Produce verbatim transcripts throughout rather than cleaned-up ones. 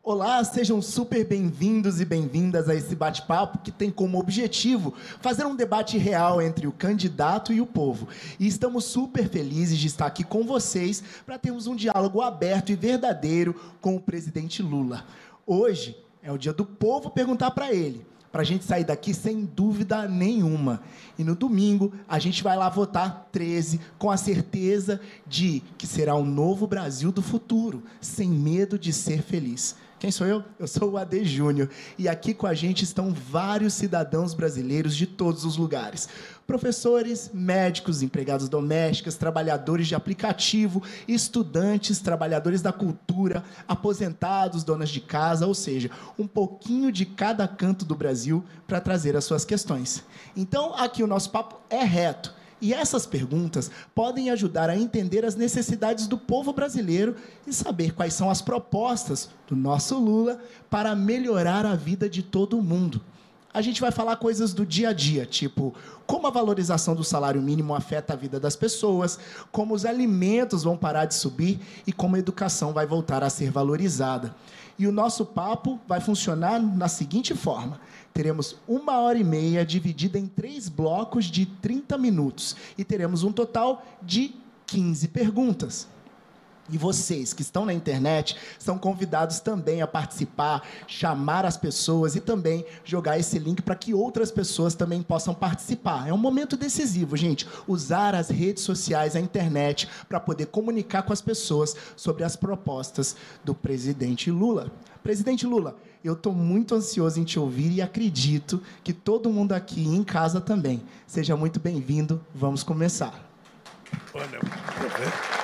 Olá, sejam super bem-vindos e bem-vindas a esse bate-papo que tem como objetivo fazer um debate real entre o candidato e o povo. E estamos super felizes de estar aqui com vocês para termos um diálogo aberto e verdadeiro com o presidente Lula. Hoje é o dia do povo perguntar para ele, para a gente sair daqui sem dúvida nenhuma. E no domingo, a gente vai lá votar treze, com a certeza de que será um novo Brasil do futuro, sem medo de ser feliz. Quem sou eu? Eu sou o A D Júnior. E aqui com a gente estão vários cidadãos brasileiros de todos os lugares. Professores, médicos, empregados domésticas, trabalhadores de aplicativo, estudantes, trabalhadores da cultura, aposentados, donas de casa, ou seja, um pouquinho de cada canto do Brasil para trazer as suas questões. Então, aqui o nosso papo é reto. E essas perguntas podem ajudar a entender as necessidades do povo brasileiro e saber quais são as propostas do nosso Lula para melhorar a vida de todo mundo. A gente vai falar coisas do dia a dia, tipo como a valorização do salário mínimo afeta a vida das pessoas, como os alimentos vão parar de subir e como a educação vai voltar a ser valorizada. E o nosso papo vai funcionar da seguinte forma. Teremos uma hora e meia dividida em três blocos de trinta minutos. E teremos um total de quinze perguntas. E vocês que estão na internet são convidados também a participar, chamar as pessoas e também jogar esse link para que outras pessoas também possam participar. É um momento decisivo, gente. Usar as redes sociais, a internet, para poder comunicar com as pessoas sobre as propostas do presidente Lula. Presidente Lula, eu estou muito ansioso em te ouvir e acredito que todo mundo aqui em casa também. Seja muito bem-vindo. Vamos começar. Olha, professor.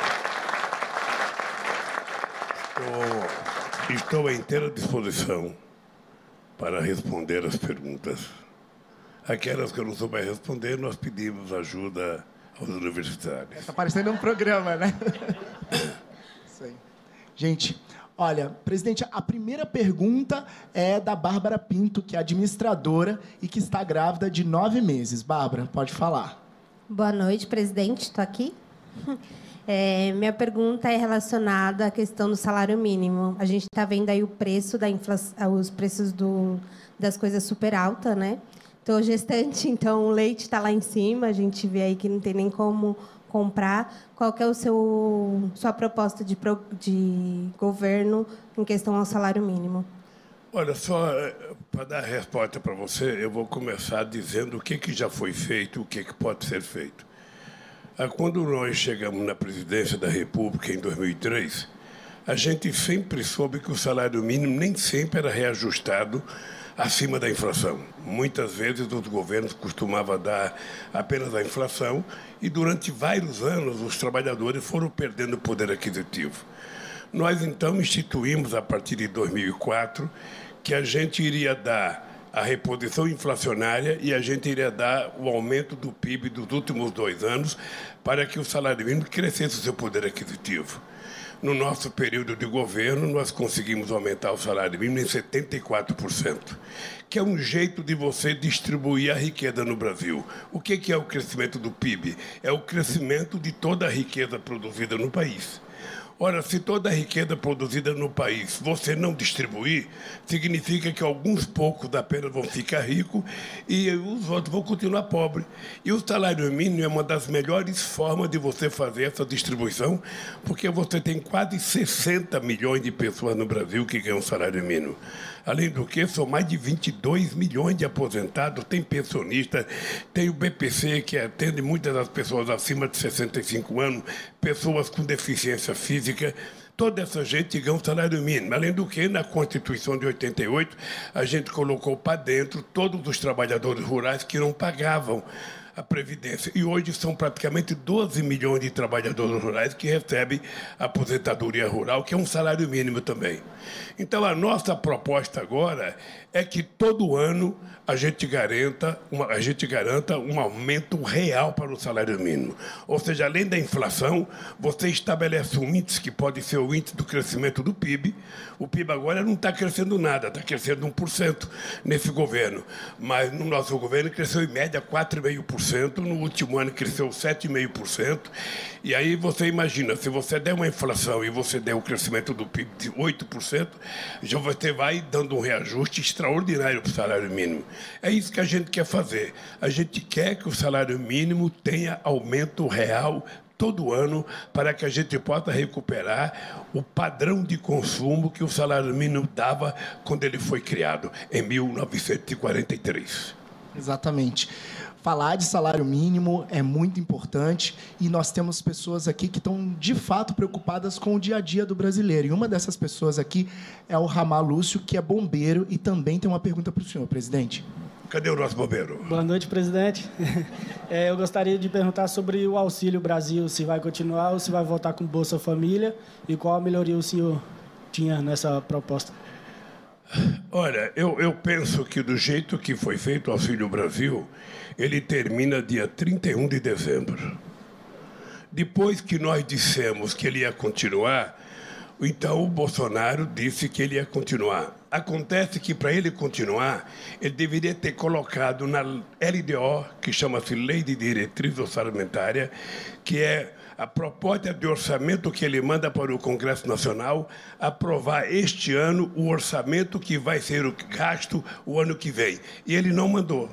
Estou, estou à inteira disposição para responder as perguntas. Aquelas que eu não souber responder, nós pedimos ajuda aos universitários. Está parecendo um programa, né? Isso aí. Gente, olha, presidente, a primeira pergunta é da Bárbara Pinto, que é administradora e que está grávida de nove meses. Bárbara, pode falar. Boa noite, presidente. Estou aqui. É, minha pergunta é relacionada à questão do salário mínimo. A gente está vendo aí o preço da inflação, os preços do, das coisas super alta, né? Estou gestante, então o leite está lá em cima. A gente vê aí que não tem nem como comprar. Qual que é o seu sua proposta de, de governo em questão ao salário mínimo? Olha, só para dar a resposta para você, eu vou começar dizendo o que, que já foi feito, o que, que pode ser feito. Quando nós chegamos na presidência da República, em dois mil e três, a gente sempre soube que o salário mínimo nem sempre era reajustado acima da inflação. Muitas vezes os governos costumavam dar apenas a inflação e durante vários anos os trabalhadores foram perdendo poder aquisitivo. Nós, então, instituímos, a partir de dois mil e quatro, que a gente iria dar a reposição inflacionária e a gente iria dar o aumento do P I B dos últimos dois anos para que o salário mínimo crescesse o seu poder aquisitivo. No nosso período de governo, nós conseguimos aumentar o salário mínimo em setenta e quatro por cento, que é um jeito de você distribuir a riqueza no Brasil. O que é o crescimento do P I B? É o crescimento de toda a riqueza produzida no país. Ora, se toda a riqueza produzida no país você não distribuir, significa que alguns poucos apenas vão ficar ricos e os outros vão continuar pobres. E o salário mínimo é uma das melhores formas de você fazer essa distribuição, porque você tem quase sessenta milhões de pessoas no Brasil que ganham salário mínimo. Além do que, são mais de vinte e dois milhões de aposentados, tem pensionistas, tem o B P C, que atende muitas das pessoas acima de sessenta e cinco anos, pessoas com deficiência física. Toda essa gente ganha um salário mínimo. Além do que, na Constituição de oitenta e oito, a gente colocou para dentro todos os trabalhadores rurais que não pagavam a Previdência. E hoje são praticamente doze milhões de trabalhadores rurais que recebem a aposentadoria rural, que é um salário mínimo também. Então, a nossa proposta agora é que todo ano a gente garanta, uma, a gente garanta um aumento real para o salário mínimo. Ou seja, além da inflação, você estabelece um índice que pode ser o índice do crescimento do P I B. O P I B agora não está crescendo nada, está crescendo um por cento nesse governo. Mas no nosso governo cresceu em média quatro vírgula cinco por cento. cento, no último ano cresceu sete vírgula cinco por cento. E aí você imagina, se você der uma inflação e você der um crescimento do P I B de oito por cento, já você vai dando um reajuste extraordinário para o salário mínimo. É isso que a gente quer fazer. A gente quer que o salário mínimo tenha aumento real todo ano, para que a gente possa recuperar o padrão de consumo que o salário mínimo dava quando ele foi criado, em mil novecentos e quarenta e três. Exatamente. Falar de salário mínimo é muito importante e nós temos pessoas aqui que estão, de fato, preocupadas com o dia a dia do brasileiro. E uma dessas pessoas aqui é o Ramar Lúcio, que é bombeiro e também tem uma pergunta para o senhor, presidente. Cadê o nosso bombeiro? Boa noite, presidente. É, eu gostaria de perguntar sobre o Auxílio Brasil, se vai continuar ou se vai voltar com Bolsa Família e qual a melhoria o senhor tinha nessa proposta. Olha, eu, eu penso que do jeito que foi feito o Auxílio Brasil, ele termina dia trinta e um de dezembro. Depois que nós dissemos que ele ia continuar, então o Bolsonaro disse que ele ia continuar. Acontece que, para ele continuar, ele deveria ter colocado na L D O, que chama-se Lei de Diretriz Orçamentária, que é a proposta de orçamento que ele manda para o Congresso Nacional, aprovar este ano o orçamento que vai ser o gasto o ano que vem. E ele não mandou.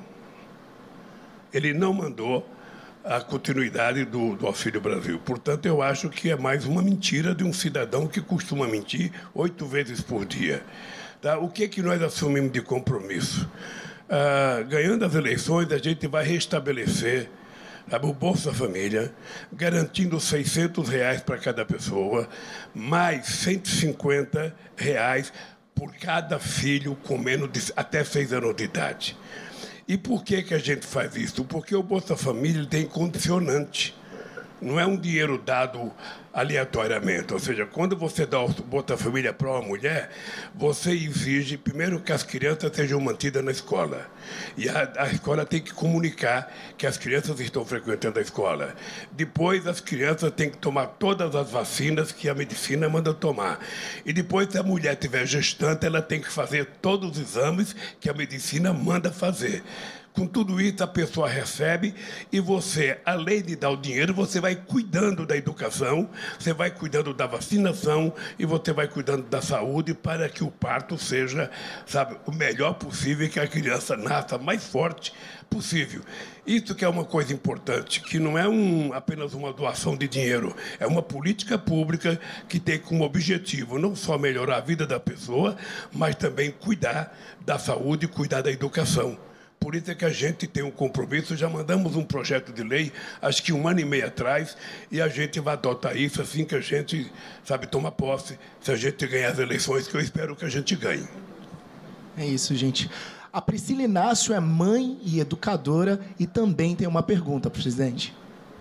Ele não mandou a continuidade do, do Auxílio Brasil. Portanto, eu acho que é mais uma mentira de um cidadão que costuma mentir oito vezes por dia. Tá? O que, que nós assumimos de compromisso? Ah, ganhando as eleições, a gente vai restabelecer, sabe, o Bolsa Família, garantindo seiscentos reais para cada pessoa, mais cento e cinquenta reais por cada filho com menos de até seis anos de idade. E por que, que a gente faz isso? Porque o Bolsa Família tem condicionante. Não é um dinheiro dado aleatoriamente. Ou seja, quando você dá o Bolsa Família para uma mulher, você exige, primeiro, que as crianças sejam mantidas na escola. E a, a escola tem que comunicar que as crianças estão frequentando a escola. Depois, as crianças têm que tomar todas as vacinas que a medicina manda tomar. E depois, se a mulher tiver gestante, ela tem que fazer todos os exames que a medicina manda fazer. Com tudo isso, a pessoa recebe e você, além de dar o dinheiro, você vai cuidando da educação, você vai cuidando da vacinação e você vai cuidando da saúde para que o parto seja, sabe, o melhor possível e que a criança nasça mais forte possível. Isso que é uma coisa importante, que não é um, apenas uma doação de dinheiro, é uma política pública que tem como objetivo não só melhorar a vida da pessoa, mas também cuidar da saúde e cuidar da educação. Por isso é que a gente tem um compromisso, já mandamos um projeto de lei, acho que um ano e meio atrás, e a gente vai adotar isso assim que a gente, sabe, toma posse, se a gente ganhar as eleições, que eu espero que a gente ganhe. É isso, gente. A Priscila Inácio é mãe e educadora e também tem uma pergunta para o presidente.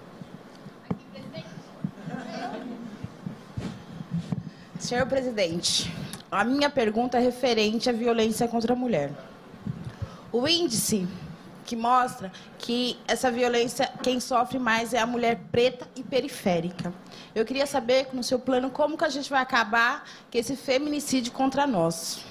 Senhor presidente, a minha pergunta é referente à violência contra a mulher. O índice que mostra que essa violência, quem sofre mais é a mulher preta e periférica. Eu queria saber, no seu plano, como que a gente vai acabar com esse feminicídio contra nós.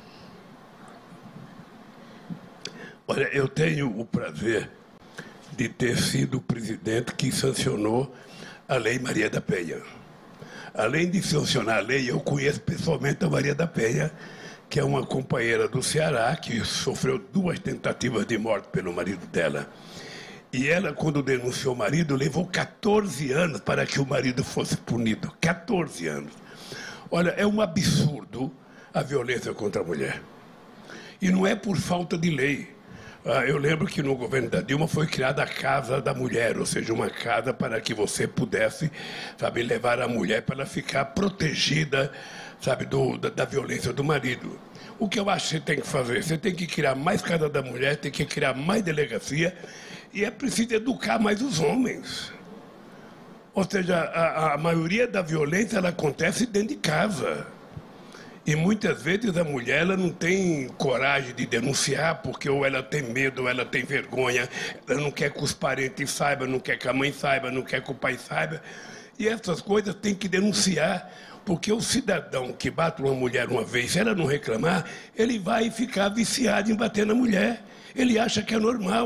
Olha, eu tenho o prazer de ter sido o presidente que sancionou a Lei Maria da Penha. Além de sancionar a lei, eu conheço pessoalmente a Maria da Penha, que é uma companheira do Ceará, que sofreu duas tentativas de morte pelo marido dela. E ela, quando denunciou o marido, levou quatorze anos para que o marido fosse punido. quatorze anos. Olha, é um absurdo a violência contra a mulher. E não é por falta de lei. Eu lembro que no governo da Dilma foi criada a Casa da Mulher, ou seja, uma casa para que você pudesse, sabe, levar a mulher para ela ficar protegida, sabe, do, da, da violência do marido. O que eu acho que você tem que fazer? Você tem que criar mais Casa da Mulher, tem que criar mais delegacia e é preciso educar mais os homens. Ou seja, a, a maioria da violência ela acontece dentro de casa. E muitas vezes a mulher ela não tem coragem de denunciar porque ou ela tem medo, ou ela tem vergonha, ela não quer que os parentes saibam, não quer que a mãe saiba, não quer que o pai saiba. E essas coisas tem que denunciar, porque o cidadão que bate uma mulher uma vez, se ela não reclamar, ele vai ficar viciado em bater na mulher. Ele acha que é normal.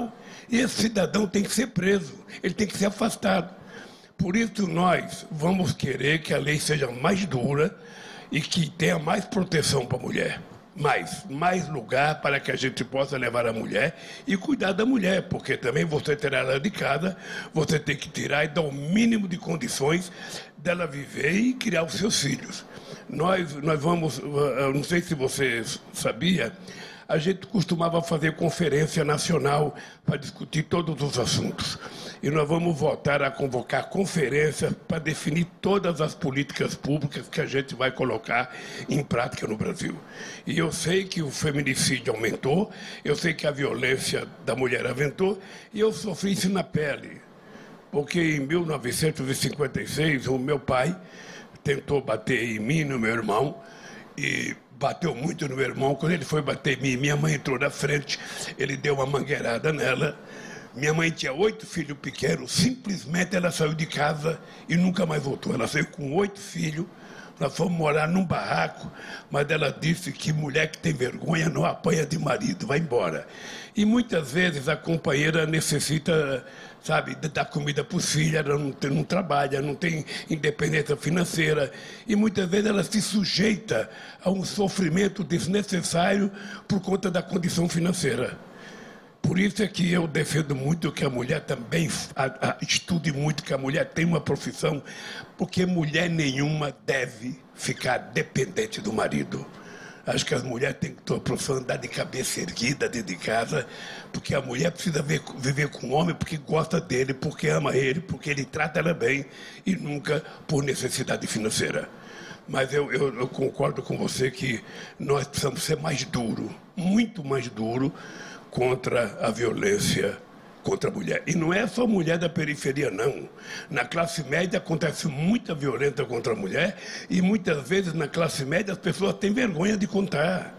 E esse cidadão tem que ser preso, ele tem que ser afastado. Por isso nós vamos querer que a lei seja mais dura e que tenha mais proteção para a mulher. Mais, mais lugar para que a gente possa levar a mulher e cuidar da mulher, porque também você terá ela de casa, você tem que tirar e dar o mínimo de condições dela viver e criar os seus filhos. Nós, nós vamos, eu não sei se você sabia, a gente costumava fazer conferência nacional para discutir todos os assuntos. E nós vamos voltar a convocar conferência para definir todas as políticas públicas que a gente vai colocar em prática no Brasil. E eu sei que o feminicídio aumentou, eu sei que a violência da mulher aumentou, e eu sofri isso na pele. Porque em mil novecentos e cinquenta e seis, o meu pai tentou bater em mim e no meu irmão, e bateu muito no meu irmão. Quando ele foi bater em mim, minha mãe entrou na frente, ele deu uma mangueirada nela. Minha mãe tinha oito filhos pequenos, simplesmente ela saiu de casa e nunca mais voltou. Ela saiu com oito filhos, nós fomos morar num barraco, mas ela disse que mulher que tem vergonha não apanha de marido, vai embora. E muitas vezes a companheira necessita, sabe, dar comida para os filhos, ela não, tem, não trabalha, não tem independência financeira, e muitas vezes ela se sujeita a um sofrimento desnecessário por conta da condição financeira. Por isso é que eu defendo muito que a mulher também a, a, estude muito, que a mulher tenha uma profissão, porque mulher nenhuma deve ficar dependente do marido. Acho que as mulheres têm que ter uma profissão, andar de cabeça erguida dentro de casa, porque a mulher precisa ver, viver com o homem porque gosta dele, porque ama ele, porque ele trata ela bem e nunca por necessidade financeira. Mas eu, eu, eu concordo com você que nós precisamos ser mais duro, muito mais duro, contra a violência contra a mulher. E não é só mulher da periferia, não. Na classe média acontece muita violência contra a mulher e muitas vezes na classe média as pessoas têm vergonha de contar.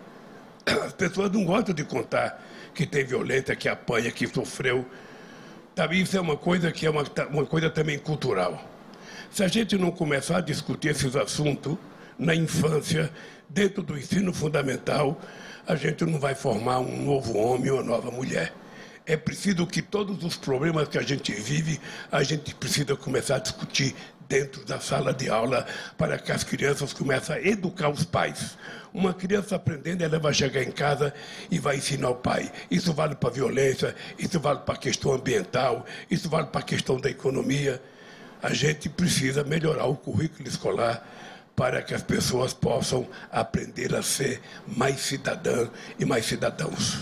As pessoas não gostam de contar que tem violência, que apanha, que sofreu. Também isso é uma coisa que é uma, uma coisa também cultural. Se a gente não começar a discutir esses assuntos na infância, dentro do ensino fundamental, a gente não vai formar um novo homem ou uma nova mulher. É preciso que todos os problemas que a gente vive, a gente precisa começar a discutir dentro da sala de aula para que as crianças comecem a educar os pais. Uma criança aprendendo, ela vai chegar em casa e vai ensinar o pai. Isso vale para a violência, isso vale para a questão ambiental, isso vale para a questão da economia. A gente precisa melhorar o currículo escolar para que as pessoas possam aprender a ser mais cidadãs e mais cidadãos.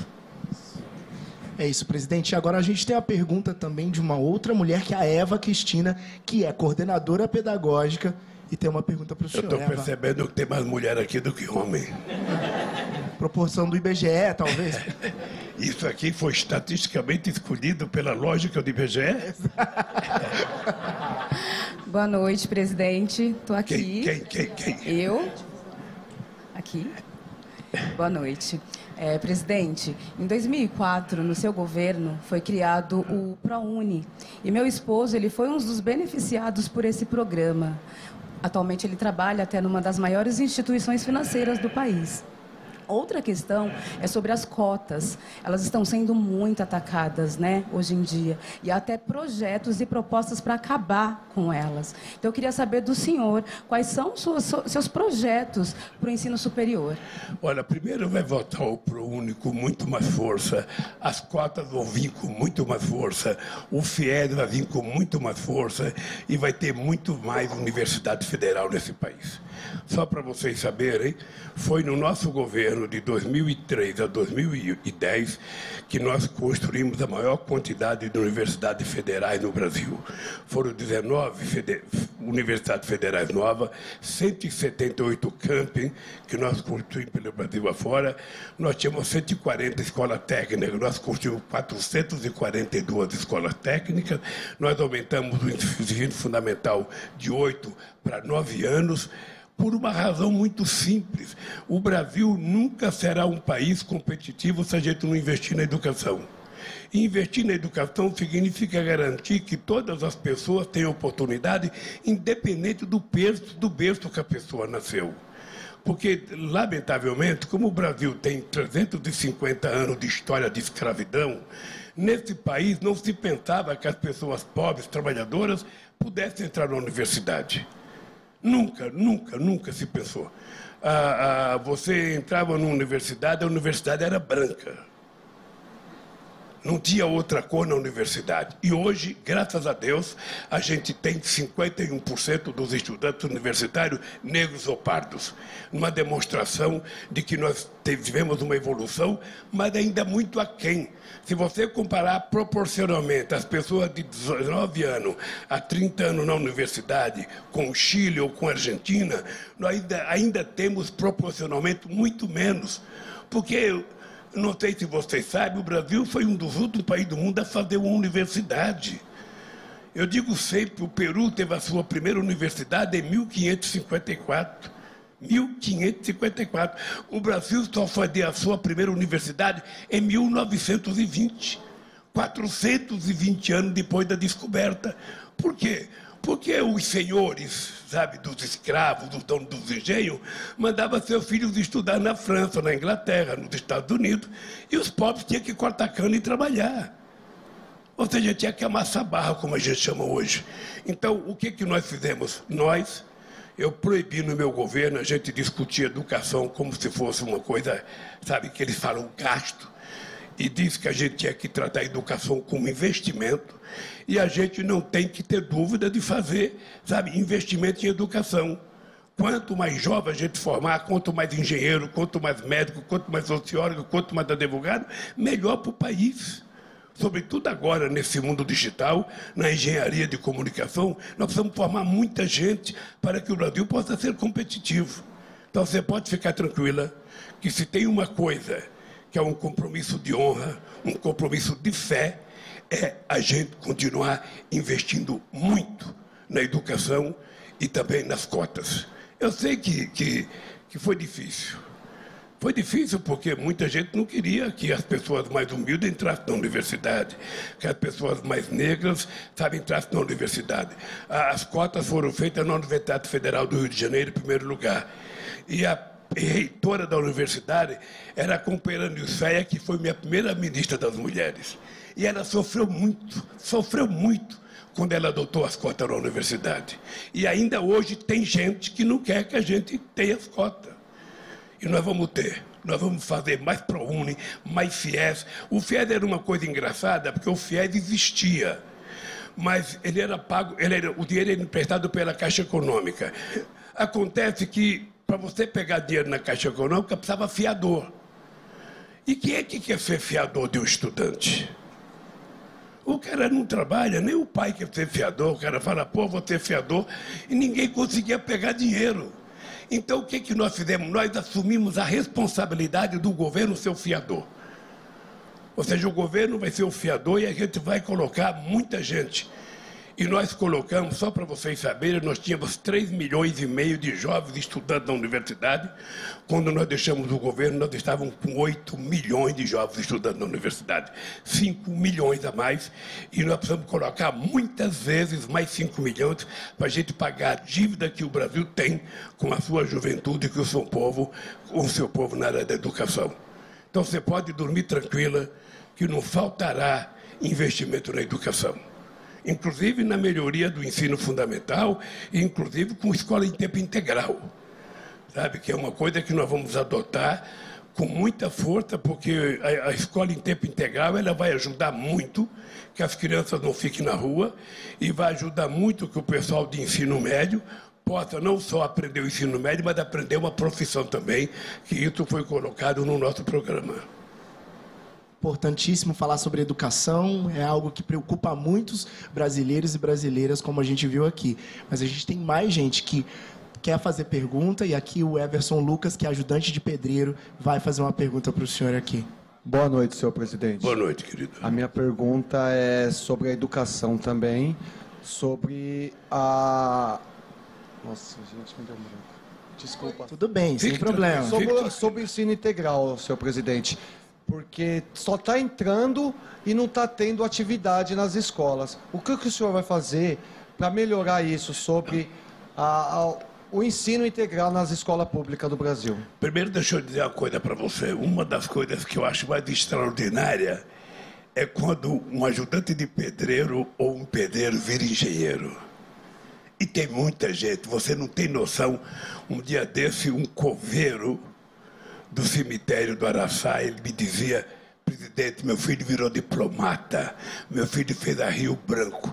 É isso, presidente. Agora a gente tem a pergunta também de uma outra mulher, que é a Eva Cristina, que é coordenadora pedagógica, e tem uma pergunta para o senhor. Eu estou percebendo que tem mais mulher aqui do que homem. Proporção do I B G E, talvez. Isso aqui foi estatisticamente escolhido pela lógica do I B G E? Boa noite, presidente. Estou aqui. Quem, quem, quem, quem? Eu. Aqui. Boa noite. É, presidente, em dois mil e quatro, no seu governo, foi criado o ProUni. E meu esposo ele foi um dos beneficiados por esse programa. Atualmente, ele trabalha até numa das maiores instituições financeiras do país. Outra questão é sobre as cotas. Elas estão sendo muito atacadas, né, hoje em dia. E há até projetos e propostas para acabar com elas. Então, eu queria saber do senhor quais são os seus projetos para o ensino superior. Olha, primeiro vai votar o ProUni com muito mais força. As cotas vão vir com muito mais força. O FIES vai vir com muito mais força. E vai ter muito mais universidade federal nesse país. Só para vocês saberem, foi no nosso governo de dois mil e três a dois mil e dez que nós construímos a maior quantidade de universidades federais no Brasil. Foram dezenove feder... universidades federais novas, cento e setenta e oito camping que nós construímos pelo Brasil afora. Nós tínhamos cento e quarenta escolas técnicas, nós construímos quatrocentas e quarenta e duas escolas técnicas, nós aumentamos o ensino fundamental de oito para nove anos, por uma razão muito simples. O Brasil nunca será um país competitivo se a gente não investir na educação. E investir na educação significa garantir que todas as pessoas tenham oportunidade, independente do berço, do berço que a pessoa nasceu. Porque, lamentavelmente, como o Brasil tem trezentos e cinquenta anos de história de escravidão, nesse país não se pensava que as pessoas pobres, trabalhadoras, pudessem entrar na universidade. Nunca, nunca, nunca se pensou. Ah, ah, você entrava numa universidade, a universidade era branca. Não tinha outra cor na universidade. E hoje, graças a Deus, a gente tem cinquenta e um por cento dos estudantes universitários negros ou pardos. Uma demonstração de que nós tivemos uma evolução, mas ainda muito aquém. Se você comparar proporcionalmente as pessoas de dezenove anos a trinta anos na universidade, com o Chile ou com a Argentina, nós ainda, ainda temos proporcionalmente muito menos. Porque... não sei se vocês sabem, o Brasil foi um dos últimos países do mundo a fazer uma universidade. Eu digo sempre, o Peru teve a sua primeira universidade em mil quinhentos e cinquenta e quatro. mil quinhentos e cinquenta e quatro. O Brasil só fazia a sua primeira universidade em mil novecentos e vinte. quatrocentos e vinte anos depois da descoberta. Por quê? Porque os senhores, sabe, dos escravos, dos donos dos engenhos, mandavam seus filhos estudar na França, na Inglaterra, nos Estados Unidos, e os pobres tinham que cortar cana e trabalhar. Ou seja, tinha que amassar barra, como a gente chama hoje. Então, o que, que nós fizemos? Nós, eu proibi no meu governo, a gente discutia educação como se fosse uma coisa, sabe, que eles falam gasto. E disse que a gente tinha que tratar a educação como investimento, e a gente não tem que ter dúvida de fazer, sabe, investimento em educação. Quanto mais jovem a gente formar, quanto mais engenheiro, quanto mais médico, quanto mais sociólogo, quanto mais advogado, melhor para o país. Sobretudo agora, nesse mundo digital, na engenharia de comunicação, nós precisamos formar muita gente para que o Brasil possa ser competitivo. Então, você pode ficar tranquila que se tem uma coisa que é um compromisso de honra, um compromisso de fé, é a gente continuar investindo muito na educação e também nas cotas. Eu sei que, que, que foi difícil. Foi difícil porque muita gente não queria que as pessoas mais humildes entrassem na universidade, que as pessoas mais negras, sabe, entrassem na universidade. As cotas foram feitas na Universidade Federal do Rio de Janeiro, em primeiro lugar. E a reitora da universidade era a companheira Nilceia, que foi minha primeira ministra das mulheres. E ela sofreu muito, sofreu muito quando ela adotou as cotas na universidade. E ainda hoje tem gente que não quer que a gente tenha as cotas. E nós vamos ter. Nós vamos fazer mais ProUni, mais FIES. O FIES era uma coisa engraçada, porque o FIES existia. Mas ele era pago, ele era, o dinheiro era emprestado pela Caixa Econômica. Acontece que, para você pegar dinheiro na Caixa Econômica, precisava fiador. E quem é que quer ser fiador de um estudante? O cara não trabalha, nem o pai quer ser fiador. O cara fala, pô, vou ser fiador. E ninguém conseguia pegar dinheiro. Então, o que, que nós fizemos? Nós assumimos a responsabilidade do governo ser o fiador. Ou seja, o governo vai ser o fiador e a gente vai colocar muita gente. E nós colocamos, só para vocês saberem, nós tínhamos três milhões e meio de jovens estudando na universidade. Quando nós deixamos o governo, nós estávamos com oito milhões de jovens estudando na universidade. cinco milhões a mais. E nós precisamos colocar muitas vezes mais cinco milhões para a gente pagar a dívida que o Brasil tem com a sua juventude e com o seu povo, com o seu povo na área da educação. Então, você pode dormir tranquila que não faltará investimento na educação. Inclusive na melhoria do ensino fundamental, e inclusive com escola em tempo integral. Sabe, que é uma coisa que nós vamos adotar com muita força, porque a, a escola em tempo integral ela vai ajudar muito que as crianças não fiquem na rua, e vai ajudar muito que o pessoal de ensino médio possa não só aprender o ensino médio, mas aprender uma profissão também, que isso foi colocado no nosso programa. Importantíssimo falar sobre educação, é algo que preocupa muitos brasileiros e brasileiras, como a gente viu aqui. Mas a gente tem mais gente que quer fazer pergunta, e aqui o Everson Lucas, que é ajudante de pedreiro, vai fazer uma pergunta para o senhor aqui. Boa noite, senhor presidente. Boa noite, querido. A minha pergunta é sobre a educação também, sobre a... Nossa, gente, me deu um branco. Desculpa. Tudo bem, sem problema. Sobre, sobre o ensino integral, senhor presidente. Porque só está entrando e não está tendo atividade nas escolas. O que, que o senhor vai fazer para melhorar isso sobre a, a, o ensino integral nas escolas públicas do Brasil? Primeiro, deixa eu dizer uma coisa para você. Uma das coisas que eu acho mais extraordinária é quando um ajudante de pedreiro ou um pedreiro vira engenheiro. E tem muita gente, você não tem noção. Um dia desse, um coveiro do cemitério do Araçá, ele me dizia: presidente, meu filho virou diplomata, meu filho fez a Rio Branco.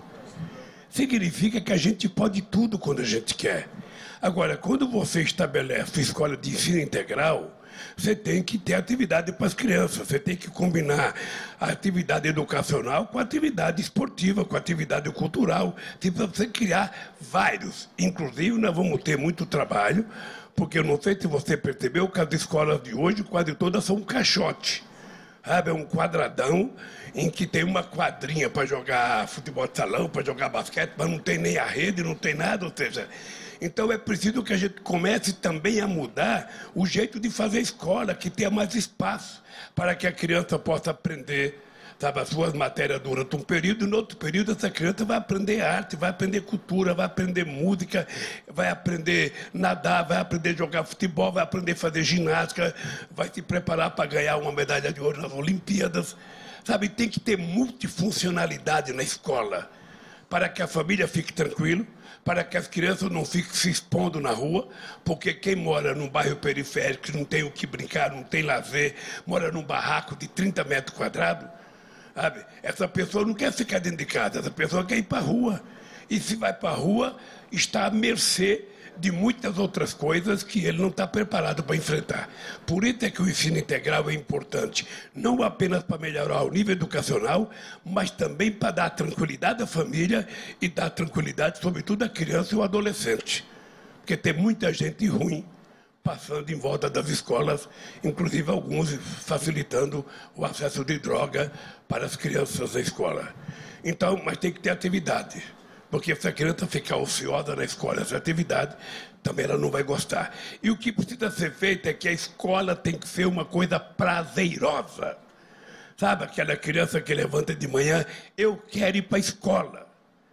Significa que a gente pode tudo quando a gente quer. Agora, quando você estabelece a escola de ensino integral, você tem que ter atividade para as crianças, você tem que combinar a atividade educacional com a atividade esportiva, com a atividade cultural. Tipo, você criar vários. Inclusive, nós vamos ter muito trabalho, porque eu não sei se você percebeu que as escolas de hoje quase todas são um caixote. Sabe? É um quadradão em que tem uma quadrinha para jogar futebol de salão, para jogar basquete, mas não tem nem a rede, não tem nada, ou seja... Então é preciso que a gente comece também a mudar o jeito de fazer escola, que tenha mais espaço para que a criança possa aprender, sabe, as suas matérias durante um período, e no outro período essa criança vai aprender arte, vai aprender cultura, vai aprender música, vai aprender nadar, vai aprender a jogar futebol, vai aprender a fazer ginástica, vai se preparar para ganhar uma medalha de ouro nas Olimpíadas. Sabe, tem que ter multifuncionalidade na escola, para que a família fique tranquila, para que as crianças não fiquem se expondo na rua, porque quem mora num bairro periférico, não tem o que brincar, não tem lazer, mora num barraco de trinta metros quadrados, sabe? Essa pessoa não quer ficar dentro de casa, essa pessoa quer ir para a rua. E se vai para a rua, está à mercê de muitas outras coisas que ele não está preparado para enfrentar. Por isso é que o ensino integral é importante, não apenas para melhorar o nível educacional, mas também para dar tranquilidade à família e dar tranquilidade, sobretudo, à criança e ao adolescente. Porque tem muita gente ruim passando em volta das escolas, inclusive alguns facilitando o acesso de droga para as crianças da escola. Então, mas tem que ter atividade. Porque se a criança ficar ociosa na escola, essa atividade, também ela não vai gostar. E o que precisa ser feito é que a escola tem que ser uma coisa prazerosa. Sabe, aquela criança que levanta de manhã, eu quero ir para a escola.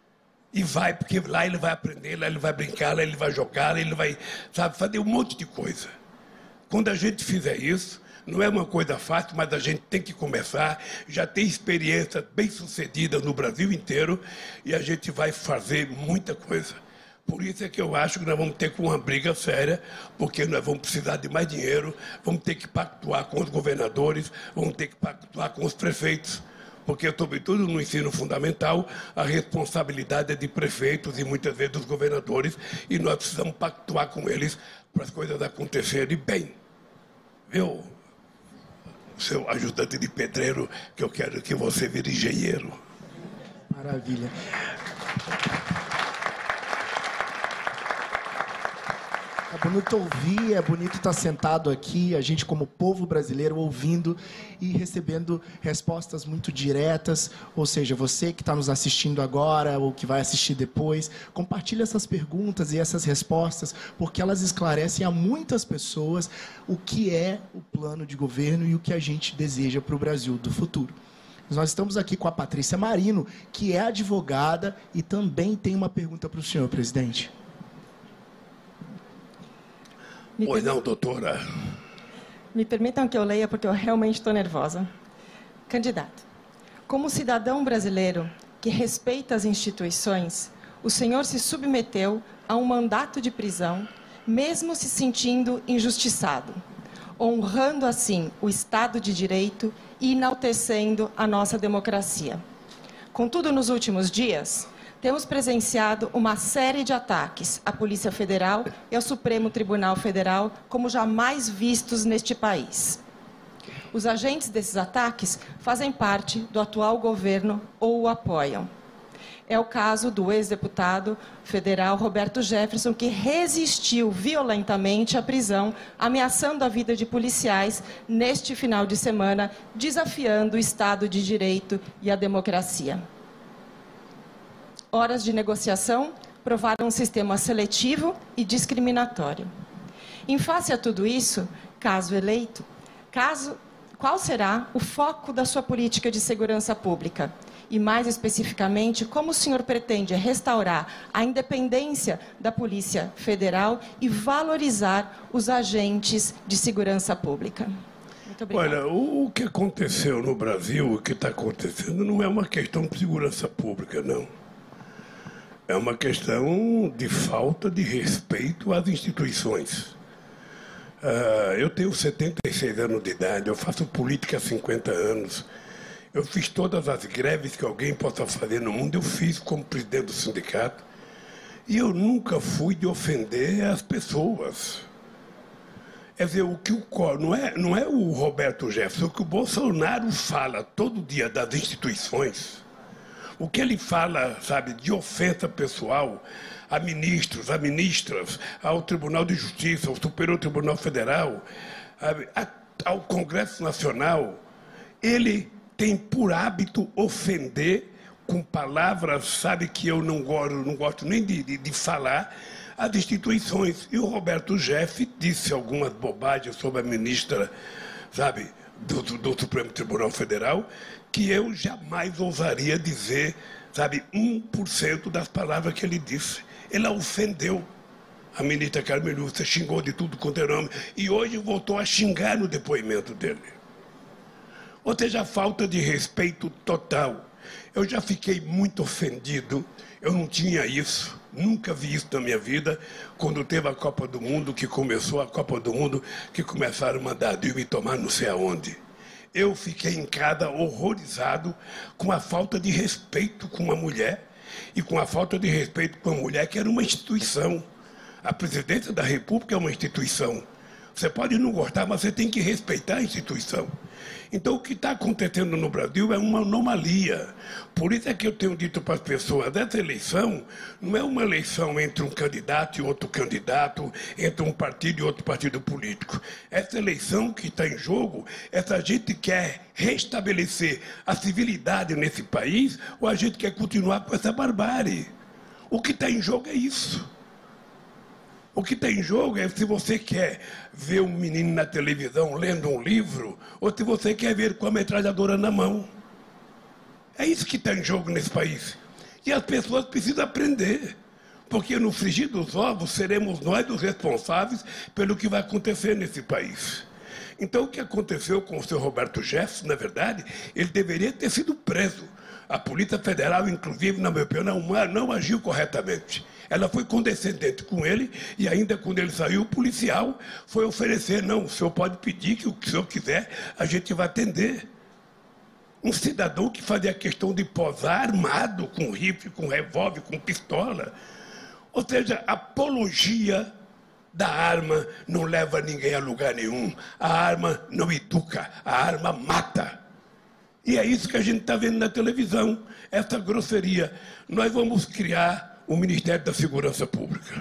E vai, porque lá ele vai aprender, lá ele vai brincar, lá ele vai jogar, lá ele vai, sabe, fazer um monte de coisa. Quando a gente fizer isso, não é uma coisa fácil, mas a gente tem que começar. Já tem experiência bem-sucedida no Brasil inteiro e a gente vai fazer muita coisa. Por isso é que eu acho que nós vamos ter uma briga séria, porque nós vamos precisar de mais dinheiro, vamos ter que pactuar com os governadores, vamos ter que pactuar com os prefeitos, porque, sobretudo no ensino fundamental, a responsabilidade é de prefeitos e muitas vezes dos governadores, e nós precisamos pactuar com eles para as coisas acontecerem bem. Viu? Seu ajudante de pedreiro, que eu quero que você vire engenheiro. Maravilha. É bonito ouvir, é bonito estar sentado aqui, a gente como povo brasileiro ouvindo e recebendo respostas muito diretas. Ou seja, você que está nos assistindo agora ou que vai assistir depois, compartilhe essas perguntas e essas respostas, porque elas esclarecem a muitas pessoas o que é o plano de governo e o que a gente deseja para o Brasil do futuro. Nós estamos aqui com a Patrícia Marino, que é advogada e também tem uma pergunta para o senhor, presidente. Me pois não, doutora. Me permitam que eu leia, porque eu realmente estou nervosa. Candidato, como cidadão brasileiro que respeita as instituições, o senhor se submeteu a um mandato de prisão, mesmo se sentindo injustiçado, honrando assim o Estado de Direito e enaltecendo a nossa democracia. Contudo, nos últimos dias, temos presenciado uma série de ataques à Polícia Federal e ao Supremo Tribunal Federal como jamais vistos neste país. Os agentes desses ataques fazem parte do atual governo ou o apoiam. É o caso do ex-deputado federal Roberto Jefferson, que resistiu violentamente à prisão, ameaçando a vida de policiais neste final de semana, desafiando o Estado de Direito e a democracia. Horas de negociação provaram um sistema seletivo e discriminatório. Em face a tudo isso, caso eleito, caso, qual será o foco da sua política de segurança pública? E, mais especificamente, como o senhor pretende restaurar a independência da Polícia Federal e valorizar os agentes de segurança pública? Muito obrigada. Olha, o, o que aconteceu no Brasil, o que está acontecendo, não é uma questão de segurança pública, não. É uma questão de falta de respeito às instituições. Uh, eu tenho setenta e seis anos de idade, eu faço política há cinquenta anos. Eu fiz todas as greves que alguém possa fazer no mundo, eu fiz como presidente do sindicato. E eu nunca fui de ofender as pessoas. Quer dizer, o que o, não, é, não é o Roberto Jefferson, o que o Bolsonaro fala todo dia das instituições, o que ele fala, sabe, de ofensa pessoal a ministros, a ministras, ao Tribunal de Justiça, ao Superior Tribunal Federal, a, ao Congresso Nacional, ele tem por hábito ofender com palavras, sabe, que eu não gosto, não gosto nem de, de, de falar, as instituições. E o Roberto Jeff disse algumas bobagens sobre a ministra, sabe, do, do, do Supremo Tribunal Federal, que eu jamais ousaria dizer, sabe, um por cento das palavras que ele disse. Ele a ofendeu. A ministra Carmen Lúcia xingou de tudo quanto era nome e hoje voltou a xingar no depoimento dele. Ou seja, a falta de respeito total. Eu já fiquei muito ofendido, eu não tinha isso, nunca vi isso na minha vida, quando teve a Copa do Mundo, que começou a Copa do Mundo, que começaram a mandar Dilma me tomar não sei aonde. Eu fiquei em casa horrorizado com a falta de respeito com uma mulher e com a falta de respeito com uma mulher que era uma instituição. A presidência da República é uma instituição. Você pode não gostar, mas você tem que respeitar a instituição. Então, o que está acontecendo no Brasil é uma anomalia. Por isso é que eu tenho dito para as pessoas, essa eleição não é uma eleição entre um candidato e outro candidato, entre um partido e outro partido político. Essa eleição que está em jogo é se a gente quer restabelecer a civilidade nesse país ou a gente quer continuar com essa barbárie. O que está em jogo é isso. O que está em jogo é se você quer ver um menino na televisão lendo um livro ou se você quer ver com a metralhadora na mão. É isso que está em jogo nesse país. E as pessoas precisam aprender, porque no frigir dos ovos seremos nós os responsáveis pelo que vai acontecer nesse país. Então, o que aconteceu com o senhor Roberto Jefferson, na verdade, ele deveria ter sido preso. A Polícia Federal, inclusive, na minha opinião, não, não agiu corretamente. Ela foi condescendente com ele e ainda quando ele saiu, o policial foi oferecer, não, o senhor pode pedir que o que o senhor quiser, a gente vai atender. Um cidadão que fazia questão de posar armado, com rifle, com revólver, com pistola. Ou seja, a apologia da arma não leva ninguém a lugar nenhum. A arma não educa, a arma mata. E é isso que a gente está vendo na televisão, essa grosseria. Nós vamos criar o Ministério da Segurança Pública.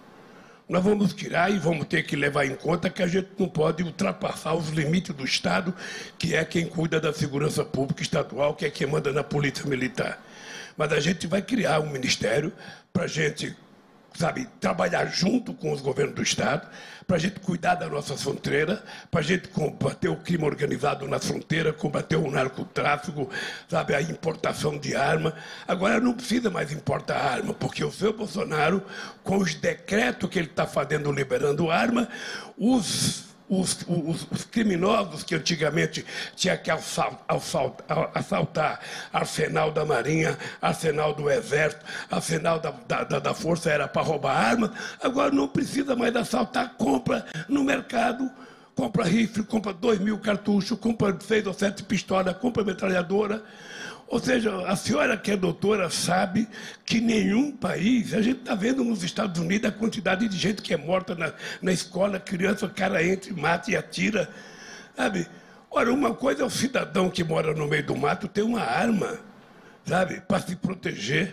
Nós vamos criar e vamos ter que levar em conta que a gente não pode ultrapassar os limites do Estado, que é quem cuida da segurança pública estadual, que é quem manda na Polícia Militar. Mas a gente vai criar um ministério para a gente, sabe, trabalhar junto com os governos do Estado, para a gente cuidar da nossa fronteira, para a gente combater o crime organizado na fronteira, combater o narcotráfico, sabe, a importação de arma. Agora não precisa mais importar arma, porque o seu Bolsonaro, com os decretos que ele está fazendo liberando arma, os... Os, os, os criminosos que antigamente tinham que assaltar, assaltar arsenal da Marinha, arsenal do Exército, arsenal da, da, da Força Aérea para roubar armas, agora não precisa mais assaltar, compra no mercado, compra rifle, compra dois mil cartuchos, compra seis ou sete pistolas, compra metralhadora. Ou seja, a senhora que é doutora sabe que nenhum país, a gente está vendo nos Estados Unidos a quantidade de gente que é morta na, na escola, criança, o cara entra, mata e atira, sabe? Ora, uma coisa é o cidadão que mora no meio do mato ter uma arma, sabe, para se proteger.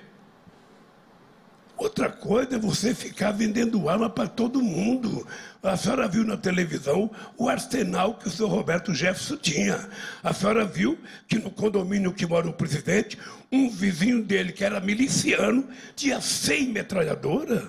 Outra coisa é você ficar vendendo arma para todo mundo. A senhora viu na televisão o arsenal que o senhor Roberto Jefferson tinha. A senhora viu que no condomínio que mora o presidente, um vizinho dele, que era miliciano, tinha cem metralhadoras.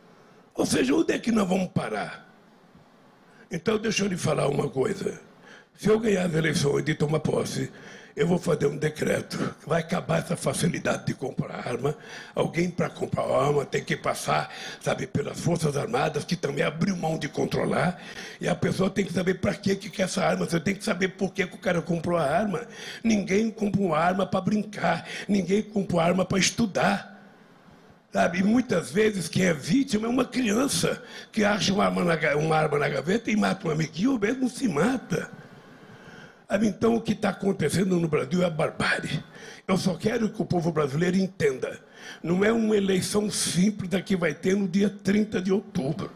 Ou seja, onde é que nós vamos parar? Então, deixa eu lhe falar uma coisa. Se eu ganhar as eleições de tomar posse, eu vou fazer um decreto que vai acabar essa facilidade de comprar arma. Alguém, para comprar arma, tem que passar, sabe, pelas Forças Armadas, que também abriu mão de controlar. E a pessoa tem que saber para que que quer essa arma. Você tem que saber por que que o cara comprou a arma. Ninguém compra uma arma para brincar. Ninguém compra uma arma para estudar. Sabe? E muitas vezes quem é vítima é uma criança que acha uma arma na, uma arma na gaveta e mata um amiguinho ou mesmo se mata. Então, o que está acontecendo no Brasil é a barbárie. Eu só quero que o povo brasileiro entenda. Não é uma eleição simples da que vai ter no dia trinta de outubro.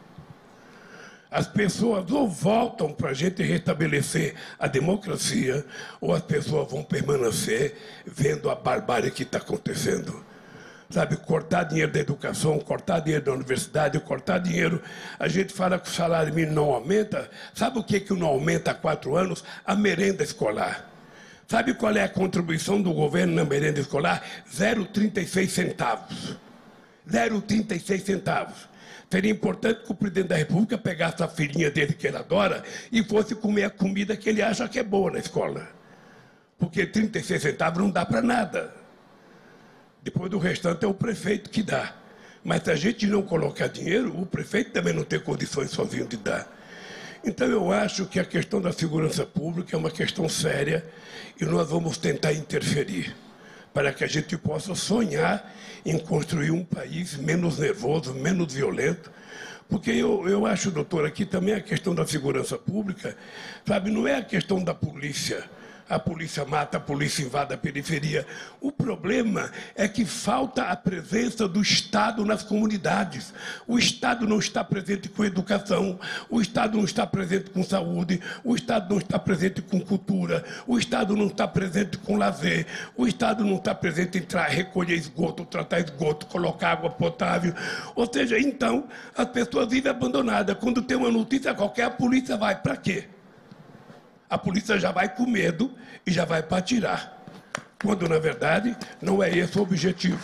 As pessoas ou voltam para a gente restabelecer a democracia, ou as pessoas vão permanecer vendo a barbárie que está acontecendo. Sabe, cortar dinheiro da educação, cortar dinheiro da universidade, cortar dinheiro. A gente fala que o salário mínimo não aumenta. Sabe o que que não aumenta há quatro anos? A merenda escolar. Sabe qual é a contribuição do governo na merenda escolar? zero vírgula trinta e seis centavos. zero vírgula trinta e seis centavos. Seria importante que o presidente da República pegasse a filhinha dele, que ele adora, e fosse comer a comida que ele acha que é boa na escola. Porque trinta e seis centavos não dá para nada. Depois do restante é o prefeito que dá. Mas se a gente não colocar dinheiro, o prefeito também não tem condições sozinho de dar. Então eu acho que a questão da segurança pública é uma questão séria e nós vamos tentar interferir para que a gente possa sonhar em construir um país menos nervoso, menos violento. Porque eu, eu acho, doutor, aqui também a questão da segurança pública, sabe, não é a questão da polícia. A polícia mata, a polícia invade a periferia. O problema é que falta a presença do Estado nas comunidades. O Estado não está presente com educação, o Estado não está presente com saúde, o Estado não está presente com cultura, o Estado não está presente com lazer, o Estado não está presente em recolher esgoto, tratar esgoto, colocar água potável. Ou seja, então, as pessoas vivem abandonadas. Quando tem uma notícia qualquer, a polícia vai para quê? A polícia já vai com medo e já vai para atirar. Quando, na verdade, não é esse o objetivo.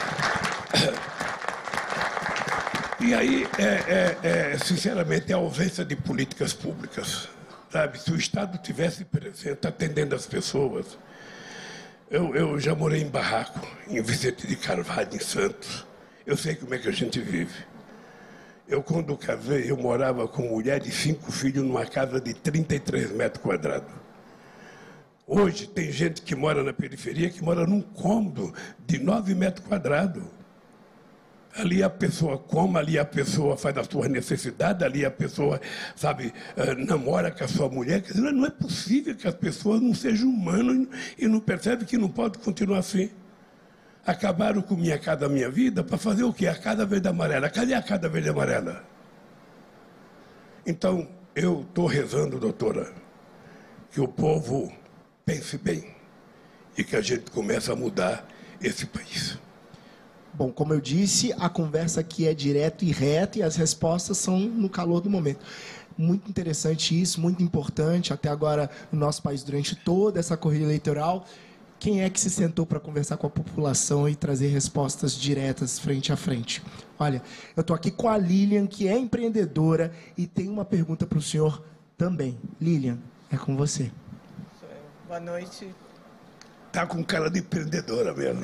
E aí, é, é, é, sinceramente, é a ausência de políticas públicas. Sabe? Se o Estado tivesse presente, atendendo as pessoas... Eu, eu já morei em barraco, em Vicente de Carvalho, em Santos. Eu sei como é que a gente vive. Eu, quando casei, eu morava com mulher e cinco filhos numa casa de trinta e três metros quadrados. Hoje, tem gente que mora na periferia que mora num cômodo de nove metros quadrados. Ali a pessoa come, ali a pessoa faz as suas necessidades, ali a pessoa, sabe, namora com a sua mulher. Quer dizer, não é possível que as pessoas não sejam humanas e não percebem que não pode continuar assim. Acabaram com Minha Casa Minha Vida para fazer o quê? A Casa Verde Amarela. Cadê a Casa Verde Amarela? Então, eu estou rezando, doutora, que o povo pense bem e que a gente comece a mudar esse país. Bom, como eu disse, a conversa aqui é direto e reta e as respostas são no calor do momento. Muito interessante isso, muito importante, até agora no nosso país, durante toda essa corrida eleitoral. Quem é que se sentou para conversar com a população e trazer respostas diretas frente a frente? Olha, eu estou aqui com a Lilian, que é empreendedora, e tem uma pergunta para o senhor também. Lilian, é com você. Sou eu. Boa noite. Tá com cara de empreendedora mesmo.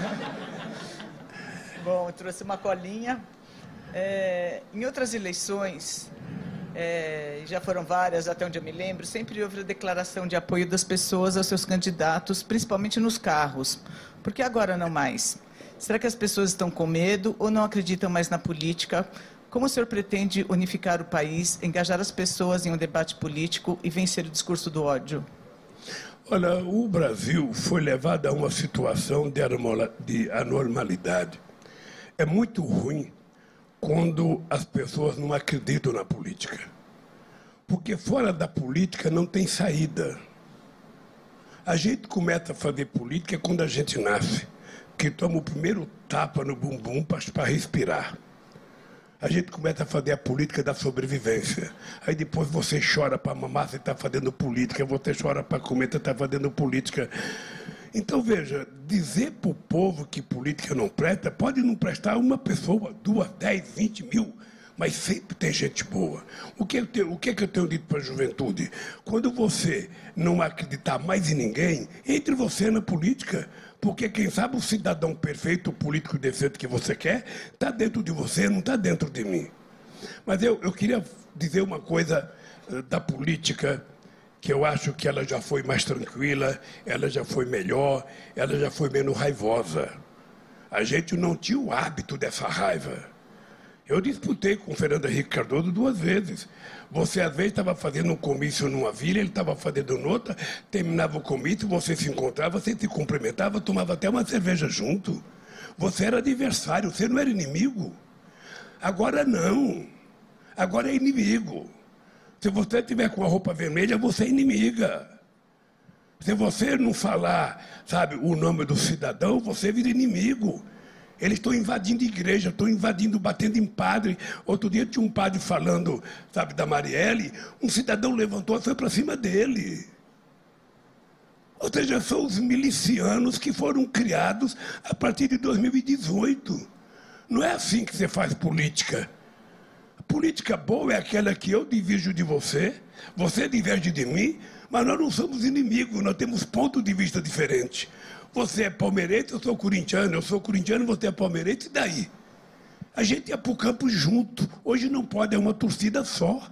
Bom, eu trouxe uma colinha. É, em outras eleições... É, já foram várias, até onde eu me lembro, sempre houve a declaração de apoio das pessoas aos seus candidatos, principalmente nos carros. Por que agora não mais? Será que as pessoas estão com medo ou não acreditam mais na política? Como o senhor pretende unificar o país, engajar as pessoas em um debate político e vencer o discurso do ódio? Olha, o Brasil foi levado a uma situação de anormalidade. É muito ruim quando as pessoas não acreditam na política. Porque fora da política não tem saída. A gente começa a fazer política quando a gente nasce, que toma o primeiro tapa no bumbum para respirar. A gente começa a fazer a política da sobrevivência. Aí depois você chora para mamar, você está fazendo política. Você chora para comer, você está fazendo política. Então, veja, dizer para o povo que política não presta, pode não prestar uma pessoa, duas, dez, vinte mil. mas sempre tem gente boa. O que, eu tenho, o que, é que eu tenho dito para a juventude? Quando você não acreditar mais em ninguém, entre você na política. Porque, quem sabe, o cidadão perfeito, o político decente que você quer, está dentro de você, não está dentro de mim. Mas eu, eu queria dizer uma coisa uh, da política, que eu acho que ela já foi mais tranquila, ela já foi melhor, ela já foi menos raivosa. A gente não tinha o hábito dessa raiva. Eu disputei com o Fernando Henrique Cardoso duas vezes. Você, às vezes, estava fazendo um comício numa vila, ele estava fazendo noutra, terminava o comício, você se encontrava, você se cumprimentava, tomava até uma cerveja junto. Você era adversário, você não era inimigo. Agora não. Agora é inimigo. Se você estiver com a roupa vermelha, você é inimiga. Se você não falar, sabe, o nome do cidadão, você vira inimigo. Eles estão invadindo igreja, estão invadindo, batendo em padre. Outro dia tinha um padre falando, sabe, da Marielle, um cidadão levantou e foi para cima dele. Ou seja, são os milicianos que foram criados a partir de dois mil e dezoito. Não é assim que você faz política. A política boa é aquela que eu divirjo de você, você diverge de mim, mas nós não somos inimigos, nós temos pontos de vista diferentes. Você é palmeirense, eu sou corintiano, eu sou corintiano, você é palmeirense, e daí? A gente ia para o campo junto. Hoje não pode, é uma torcida só.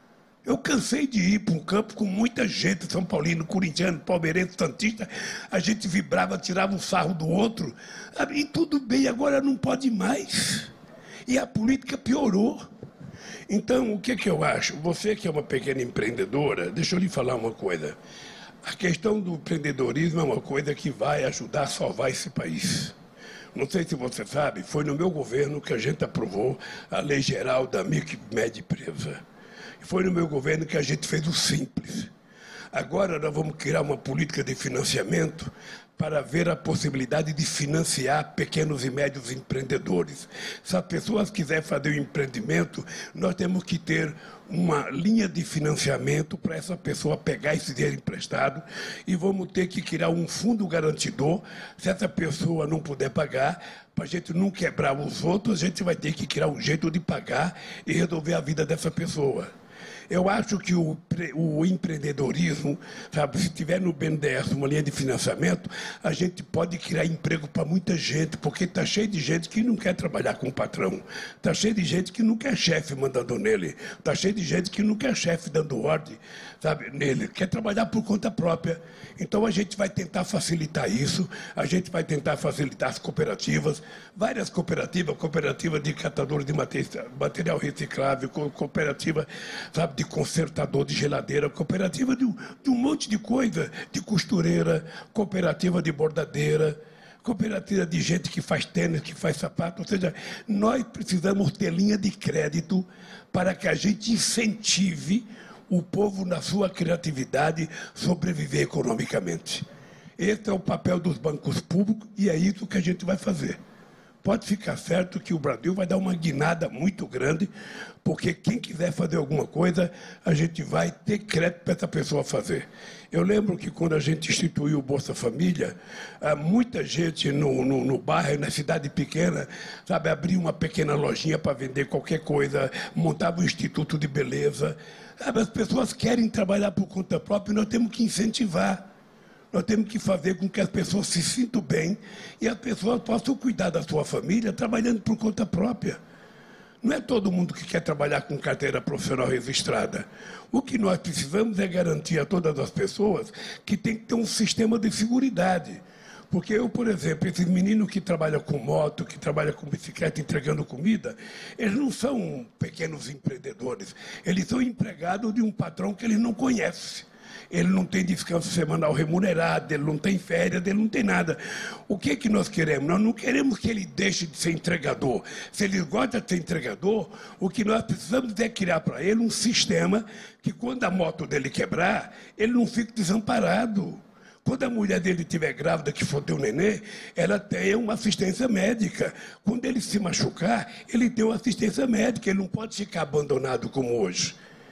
Eu cansei de ir para um campo com muita gente, São Paulino, corintiano, palmeirense, santista. A gente vibrava, tirava um sarro do outro. E tudo bem, agora não pode mais. E a política piorou. Então, o que, que eu acho? Você que é uma pequena empreendedora, deixa eu lhe falar uma coisa. A questão do empreendedorismo é uma coisa que vai ajudar a salvar esse país. Não sei se você sabe, foi no meu governo que a gente aprovou a Lei Geral da Micro e Média Empresa. Foi no meu governo que a gente fez o Simples. Agora nós vamos criar uma política de financiamento para ver a possibilidade de financiar pequenos e médios empreendedores. Se as pessoas quiserem fazer um empreendimento, nós temos que ter uma linha de financiamento para essa pessoa pegar esse dinheiro emprestado e vamos ter que criar um fundo garantidor. Se essa pessoa não puder pagar, para a gente não quebrar os outros, a gente vai ter que criar um jeito de pagar e resolver a vida dessa pessoa. Eu acho que o, o empreendedorismo, sabe, se tiver no B N D E S uma linha de financiamento, a gente pode criar emprego para muita gente, porque está cheio de gente que não quer trabalhar com o patrão, está cheio de gente que não quer chefe mandando nele, está cheio de gente que não quer chefe dando ordem, sabe, nele, quer trabalhar por conta própria. Então a gente vai tentar facilitar isso, a gente vai tentar facilitar as cooperativas, várias cooperativas, cooperativa de catadores de material reciclável, cooperativa, sabe, de consertador de geladeira, cooperativa de um, de um monte de coisa, de costureira, cooperativa de bordadeira, cooperativa de gente que faz tênis, que faz sapato. Ou seja, nós precisamos ter linha de crédito para que a gente incentive o povo na sua criatividade sobreviver economicamente. Esse é o papel dos bancos públicos e é isso que a gente vai fazer. Pode ficar certo que o Brasil vai dar uma guinada muito grande, porque quem quiser fazer alguma coisa, a gente vai ter crédito para essa pessoa fazer. Eu lembro que quando a gente instituiu o Bolsa Família, muita gente no, no, no bairro, na cidade pequena, sabe, abria uma pequena lojinha para vender qualquer coisa, montava um instituto de beleza. Sabe, as pessoas querem trabalhar por conta própria e nós temos que incentivar. Nós temos que fazer com que as pessoas se sintam bem e as pessoas possam cuidar da sua família trabalhando por conta própria. Não é todo mundo que quer trabalhar com carteira profissional registrada. O que nós precisamos é garantir a todas as pessoas que tem que ter um sistema de seguridade. Porque eu, por exemplo, esses meninos que trabalham com moto, que trabalham com bicicleta entregando comida, eles não são pequenos empreendedores. Eles são empregados de um patrão que eles não conhecem. Ele não tem descanso semanal remunerado, ele não tem férias, ele não tem nada. O que é que nós queremos? Nós não queremos que ele deixe de ser entregador. Se ele gosta de ser entregador, o que nós precisamos é criar para ele um sistema que, quando a moto dele quebrar, ele não fique desamparado. Quando a mulher dele estiver grávida, que for ter um nenê, ela tenha uma assistência médica. Quando ele se machucar, ele tem uma assistência médica, ele não pode ficar abandonado como hoje.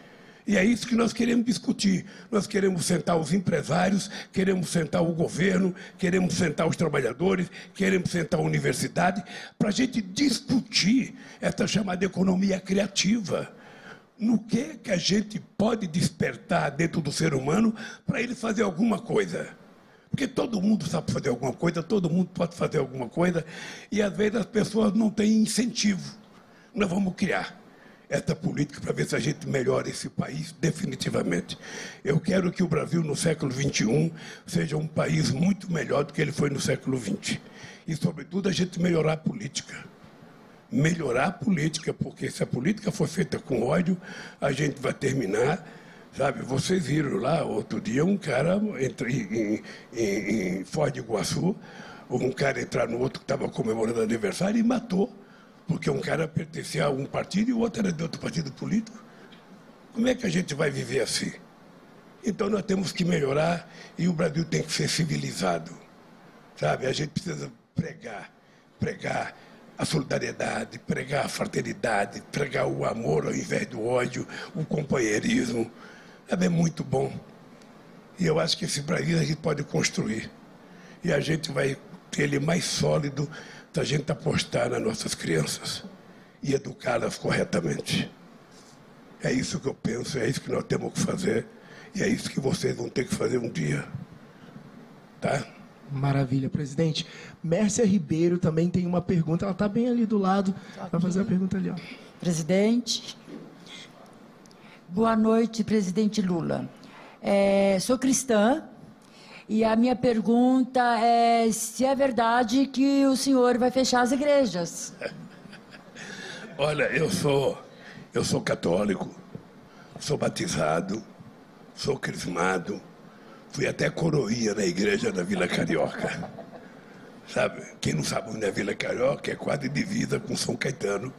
E é isso que nós queremos discutir. Nós queremos sentar os empresários, queremos sentar o governo, queremos sentar os trabalhadores, queremos sentar a universidade, para a gente discutir essa chamada economia criativa. No que, que a gente pode despertar dentro do ser humano para ele fazer alguma coisa. Porque todo mundo sabe fazer alguma coisa, todo mundo pode fazer alguma coisa, e às vezes as pessoas não têm incentivo. Nós vamos criar essa política para ver se a gente melhora esse país definitivamente. Eu quero que o Brasil no século vinte e um seja um país muito melhor do que ele foi no século vinte. E, sobretudo, a gente melhorar a política. Melhorar a política, porque se a política for feita com ódio, a gente vai terminar, sabe? Vocês viram lá, outro dia, um cara entre, em, em, em Foz do Iguaçu, um cara entrar no outro que estava comemorando aniversário e matou. Porque um cara pertencia a um partido e o outro era de outro partido político. Como é que a gente vai viver assim? Então nós temos que melhorar e o Brasil tem que ser civilizado. Sabe? A gente precisa pregar, pregar a solidariedade, pregar a fraternidade, pregar o amor ao invés do ódio, o companheirismo. É muito bom. E eu acho que esse Brasil a gente pode construir. E a gente vai ter ele mais sólido se a gente apostar nas nossas crianças e educá-las corretamente. É isso que eu penso, é isso que nós temos que fazer, e é isso que vocês vão ter que fazer um dia. Tá? Maravilha, presidente. Mércia Ribeiro também tem uma pergunta, ela está bem ali do lado, vai fazer a pergunta ali. Ó. Presidente, boa noite, presidente Lula. É, sou cristã. E a minha pergunta é se é verdade que o senhor vai fechar as igrejas. Olha, eu sou, eu sou católico, sou batizado, sou crismado, fui até coroinha na igreja da Vila Carioca. Sabe, quem não sabe onde é a Vila Carioca é quase divisa com São Caetano.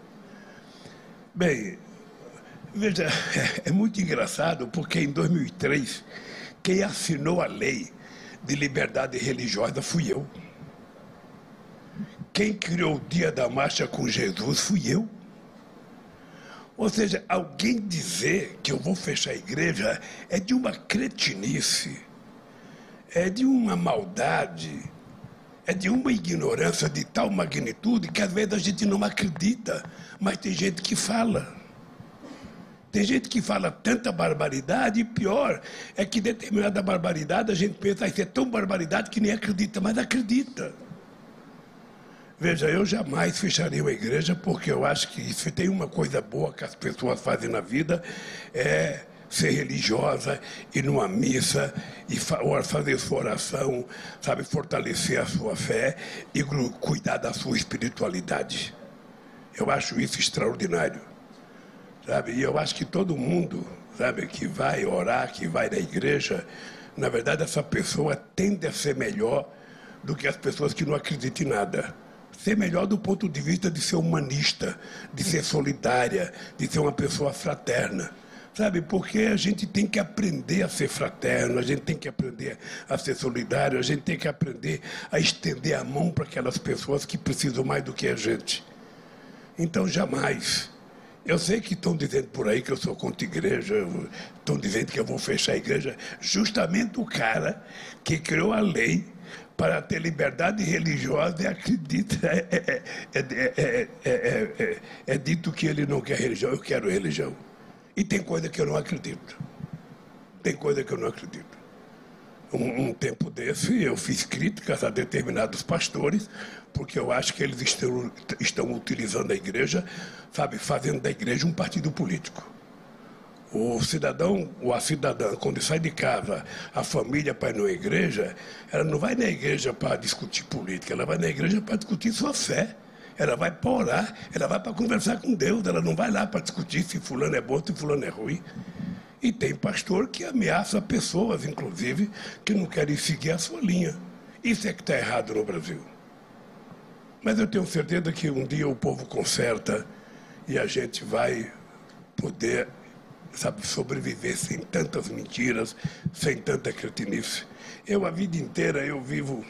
Bem, veja, é, é muito engraçado porque em dois mil e três, quem assinou a lei de liberdade religiosa fui eu. Quem criou o dia da marcha com Jesus fui eu. Ou seja, alguém dizer que eu vou fechar a igreja é de uma cretinice, é de uma maldade, é de uma ignorância de tal magnitude que às vezes a gente não acredita, mas tem gente que fala. Tem gente que fala tanta barbaridade, e pior é que determinada barbaridade a gente pensa, isso é tão barbaridade que nem acredita, mas acredita. Veja, eu jamais fecharia uma igreja, porque eu acho que se tem uma coisa boa que as pessoas fazem na vida, é ser religiosa, ir numa missa, e fazer sua oração, sabe, fortalecer a sua fé e cuidar da sua espiritualidade. Eu acho isso extraordinário. Sabe? E eu acho que todo mundo, sabe, que vai orar, que vai na igreja, na verdade, essa pessoa tende a ser melhor do que as pessoas que não acreditam em nada. Ser melhor do ponto de vista de ser humanista, de ser solidária, de ser uma pessoa fraterna. Sabe? Porque a gente tem que aprender a ser fraterno, a gente tem que aprender a ser solidário, a gente tem que aprender a estender a mão para aquelas pessoas que precisam mais do que a gente. Então, jamais... Eu sei que estão dizendo por aí que eu sou contra a igreja, estão dizendo que eu vou fechar a igreja. Justamente o cara que criou a lei para ter liberdade religiosa e acredita, é, é, é, é, é, é dito que ele não quer religião, eu quero religião. E tem coisa que eu não acredito. Tem coisa que eu não acredito. Um, um tempo desse, eu fiz críticas a determinados pastores, porque eu acho que eles estão, estão utilizando a igreja, sabe, fazendo da igreja um partido político. O cidadão ou a cidadã, quando sai de casa, a família para ir na igreja, ela não vai na igreja para discutir política, ela vai na igreja para discutir sua fé. Ela vai para orar, ela vai para conversar com Deus, ela não vai lá para discutir se fulano é bom, se fulano é ruim. E tem pastor que ameaça pessoas, inclusive, que não querem seguir a sua linha. Isso é que está errado no Brasil. Mas eu tenho certeza que um dia o povo conserta e a gente vai poder, sabe, sobreviver sem tantas mentiras, sem tanta cretinice. Eu, a vida inteira, eu vivo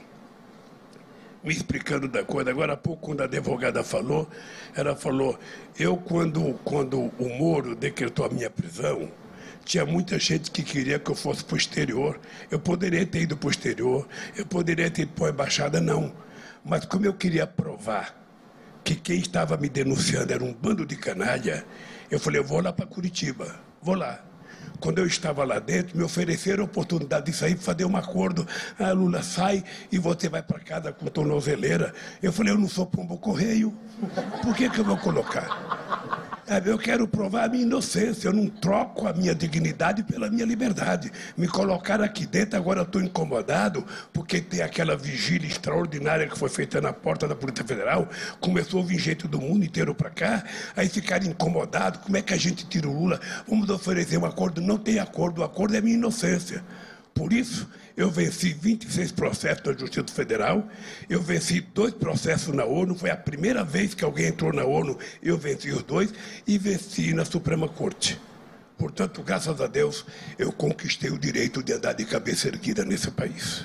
me explicando da coisa. Agora há pouco, quando a advogada falou, ela falou, eu, quando, quando o Moro decretou a minha prisão, Tinha muita gente que queria que eu fosse para o exterior. Eu poderia ter ido para o exterior, eu poderia ter ido para a embaixada, não. Mas como eu queria provar que quem estava me denunciando era um bando de canalha, eu falei, eu vou lá para Curitiba, vou lá. Quando eu estava lá dentro, me ofereceram a oportunidade de sair para fazer um acordo. Ah, Lula, sai e você vai para casa com tornozeleira. Eu falei, eu não sou pombo correio. Por que que eu vou colocar? Eu quero provar a minha inocência, eu não troco a minha dignidade pela minha liberdade. Me colocaram aqui dentro, agora eu estou incomodado, porque tem aquela vigília extraordinária que foi feita na porta da Polícia Federal, começou a vir gente do mundo inteiro para cá, aí ficaram incomodados, como é que a gente tira o Lula? Vamos oferecer um acordo, não tem acordo, o acordo é a minha inocência. Por isso, eu venci vinte e seis processos na Justiça Federal, eu venci dois processos na ONU, foi a primeira vez que alguém entrou na ONU, eu venci os dois, e venci na Suprema Corte. Portanto, graças a Deus, eu conquistei o direito de andar de cabeça erguida nesse país.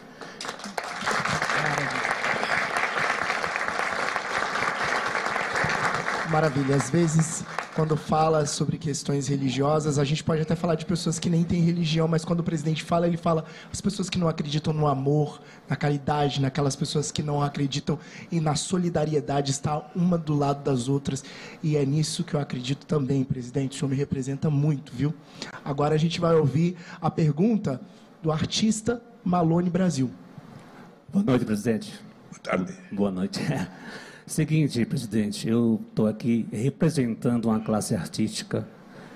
Maravilha. Às vezes, quando fala sobre questões religiosas, a gente pode até falar de pessoas que nem têm religião, mas quando o presidente fala, ele fala as pessoas que não acreditam no amor, na caridade, naquelas pessoas que não acreditam e na solidariedade, estar uma do lado das outras. E é nisso que eu acredito também, presidente. O senhor me representa muito, viu? Agora a gente vai ouvir a pergunta do artista Malone Brasil. Boa noite, presidente. Boa tarde. Boa noite. Seguinte, presidente, eu estou aqui representando uma classe artística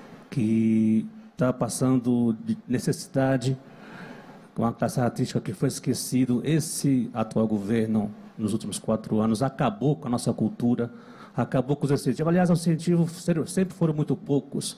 que está passando de necessidade, uma classe artística que foi esquecido. Esse atual governo, nos últimos quatro anos, acabou com a nossa cultura, acabou com os incentivos. Aliás, os incentivos sempre foram muito poucos.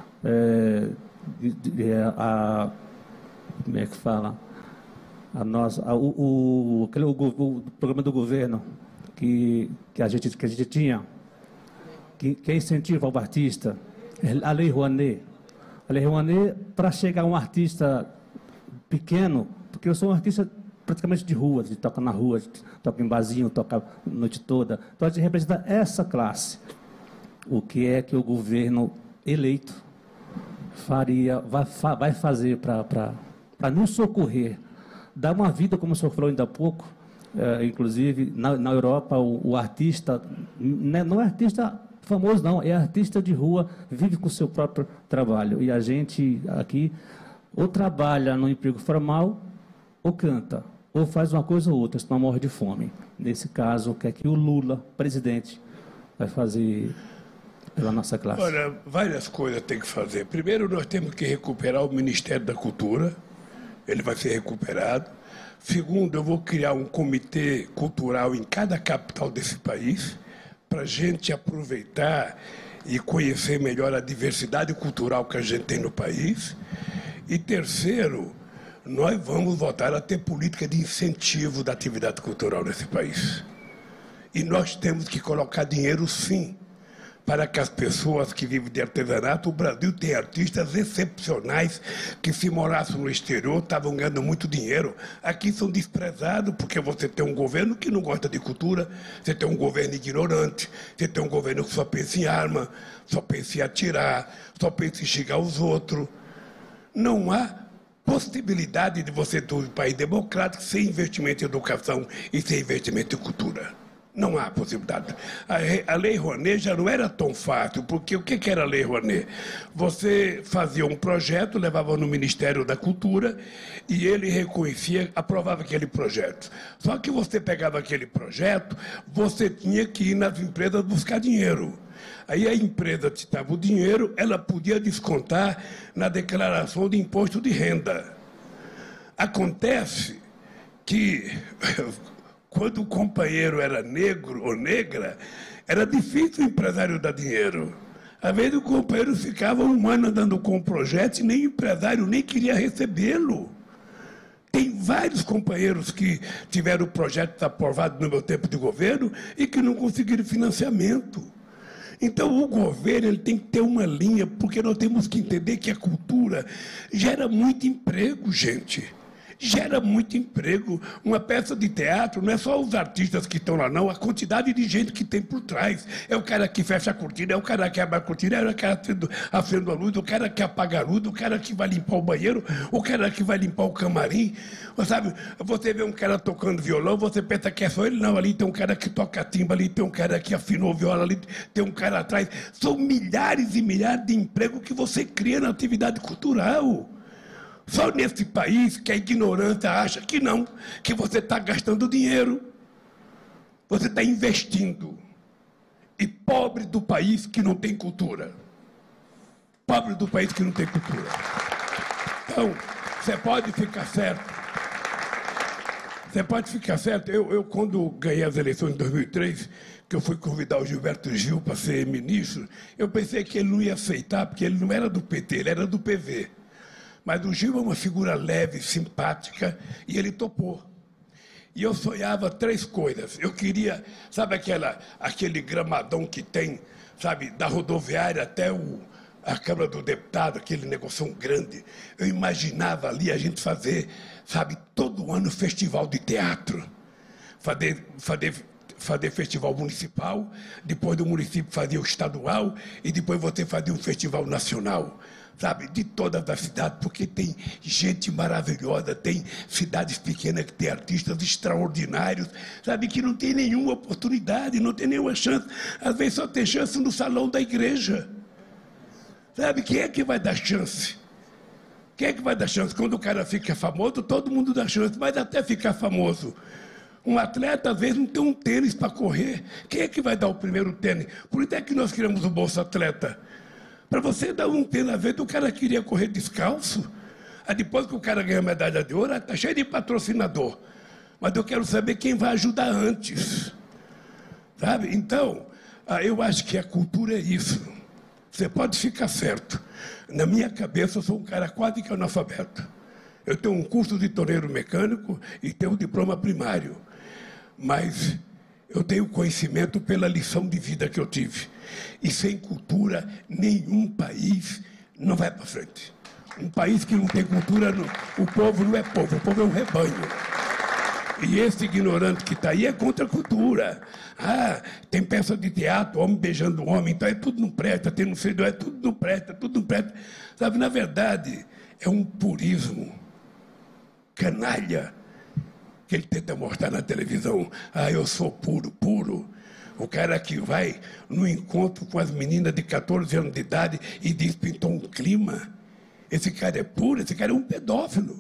É, de, de, a, como é que fala? A nossa, a, o, o, aquele, o, o programa do governo que, que, a, gente, que a gente tinha, que, que incentiva o artista, a Lei Rouanet. A Lei Rouanet, para chegar a um artista pequeno, porque eu sou um artista praticamente de rua, de toca na rua, toca em barzinho, toca a noite toda. Então, a gente representa essa classe. O que é que o governo eleito faria, vai, vai fazer para nos socorrer, dar uma vida, como o senhor falou ainda há pouco. É, inclusive, na, na Europa, o, o artista, né, não é artista famoso, não, é artista de rua, vive com o seu próprio trabalho. E a gente aqui ou trabalha no emprego formal, ou canta, ou faz uma coisa ou outra, senão morre de fome. Nesse caso, o que é que o Lula, presidente, vai fazer pela nossa classe? Olha, várias coisas tem que fazer. Primeiro, nós temos que recuperar o Ministério da Cultura, ele vai ser recuperado. Segundo, eu vou criar um comitê cultural em cada capital desse país, para a gente aproveitar e conhecer melhor a diversidade cultural que a gente tem no país. E terceiro, nós vamos voltar a ter política de incentivo da atividade cultural nesse país. E nós temos que colocar dinheiro, sim, para que as pessoas que vivem de artesanato, o Brasil tem artistas excepcionais que, se morassem no exterior, estavam ganhando muito dinheiro. Aqui são desprezados porque você tem um governo que não gosta de cultura, você tem um governo ignorante, você tem um governo que só pensa em arma, só pensa em atirar, só pensa em xingar os outros. Não há possibilidade de você ter um país democrático sem investimento em educação e sem investimento em cultura. Não há possibilidade. A, a Lei Rouanet já não era tão fácil, porque o que, que era a Lei Rouanet? Você fazia um projeto, levava no Ministério da Cultura e ele reconhecia, aprovava aquele projeto. Só que você pegava aquele projeto, você tinha que ir nas empresas buscar dinheiro. Aí a empresa te dava o dinheiro, ela podia descontar na declaração de imposto de renda. Acontece que, quando o companheiro era negro ou negra, era difícil o empresário dar dinheiro. Às vezes o companheiro ficava um ano andando com o projeto e nem o empresário nem queria recebê-lo. Tem vários companheiros que tiveram projetos aprovados no meu tempo de governo e que não conseguiram financiamento. Então, o governo ele tem que ter uma linha, porque nós temos que entender que a cultura gera muito emprego, gente. gera muito emprego. Uma peça de teatro não é só os artistas que estão lá, não. A quantidade de gente que tem por trás. É o cara que fecha a cortina, é o cara que abre a cortina, é o cara que acende a luz, o cara que apaga a luz, o cara que vai limpar o banheiro, o cara que vai limpar o camarim. Sabe, você vê um cara tocando violão, você pensa que é só ele. Não, ali tem um cara que toca timba, ali tem um cara que afinou viola, ali tem um cara atrás. São milhares e milhares de empregos que você cria na atividade cultural. Só nesse país que a ignorância acha que não, que você está gastando dinheiro, você está investindo. E pobre do país que não tem cultura. Pobre do país que não tem cultura. Então, você pode ficar certo. Você pode ficar certo. Eu, eu, quando ganhei as eleições em dois mil e três, que eu fui convidar o Gilberto Gil para ser ministro, eu pensei que ele não ia aceitar, porque ele não era do P T, ele era do P V. Mas o Gil é uma figura leve, simpática, e ele topou. E eu sonhava três coisas. Eu queria, sabe aquela, aquele gramadão que tem, sabe, da rodoviária até o, a Câmara do Deputado, aquele negócio grande. Eu imaginava ali a gente fazer, sabe, todo ano festival de teatro. Fazer, fazer, fazer festival municipal, depois do município fazia o estadual, e depois você fazia um festival nacional. Sabe, de todas as cidades, porque tem gente maravilhosa, tem cidades pequenas que tem artistas extraordinários, sabe, que não tem nenhuma oportunidade, não tem nenhuma chance. Às vezes só tem chance no salão da igreja. Sabe, quem é que vai dar chance? Quem é que vai dar chance? Quando o cara fica famoso, todo mundo dá chance, mas até ficar famoso. Um atleta, às vezes, não tem um tênis para correr. Quem é que vai dar o primeiro tênis? Por isso é que nós criamos o Bolsa Atleta. Para você dar um tênis, às vezes, o cara queria correr descalço. Aí depois que o cara ganha a medalha de ouro, está cheio de patrocinador. Mas eu quero saber quem vai ajudar antes. Sabe? Então, eu acho que a cultura é isso. Você pode ficar certo. Na minha cabeça, eu sou um cara quase que analfabeto. Eu tenho um curso de torneiro mecânico e tenho um diploma primário. Mas eu tenho conhecimento pela lição de vida que eu tive. E sem cultura, nenhum país não vai para frente. Um país que não tem cultura, não, o povo não é povo, o povo é um rebanho. E esse ignorante que está aí é contra a cultura. Ah, tem peça de teatro, homem beijando homem, então é tudo não presta, tem não sei, é tudo não presta, tudo não presta. Sabe, na verdade, é um purismo canalha que ele tenta mostrar na televisão. Ah, eu sou puro, puro. O cara que vai no encontro com as meninas de quatorze anos de idade e diz que pintou um clima. Esse cara é puro, esse cara é um pedófilo.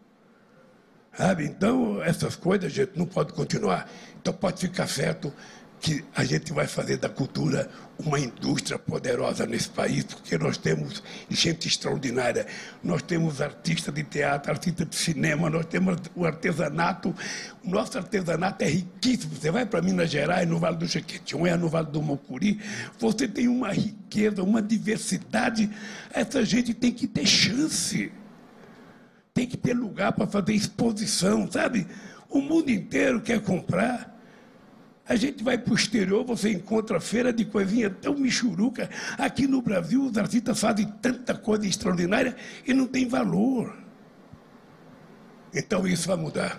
Sabe? Então, essas coisas a gente não pode continuar. Então, pode ficar certo que a gente vai fazer da cultura uma indústria poderosa nesse país, porque nós temos gente extraordinária. Nós temos artistas de teatro, artistas de cinema, nós temos o artesanato. O nosso artesanato é riquíssimo. Você vai para Minas Gerais, no Vale do Jequitinhonha, no Vale do Mucuri, você tem uma riqueza, uma diversidade. Essa gente tem que ter chance. Tem que ter lugar para fazer exposição, sabe? O mundo inteiro quer comprar. A gente vai para o exterior, você encontra feira de coisinha tão michuruca. Aqui no Brasil, os artistas fazem tanta coisa extraordinária e não tem valor. Então, isso vai mudar.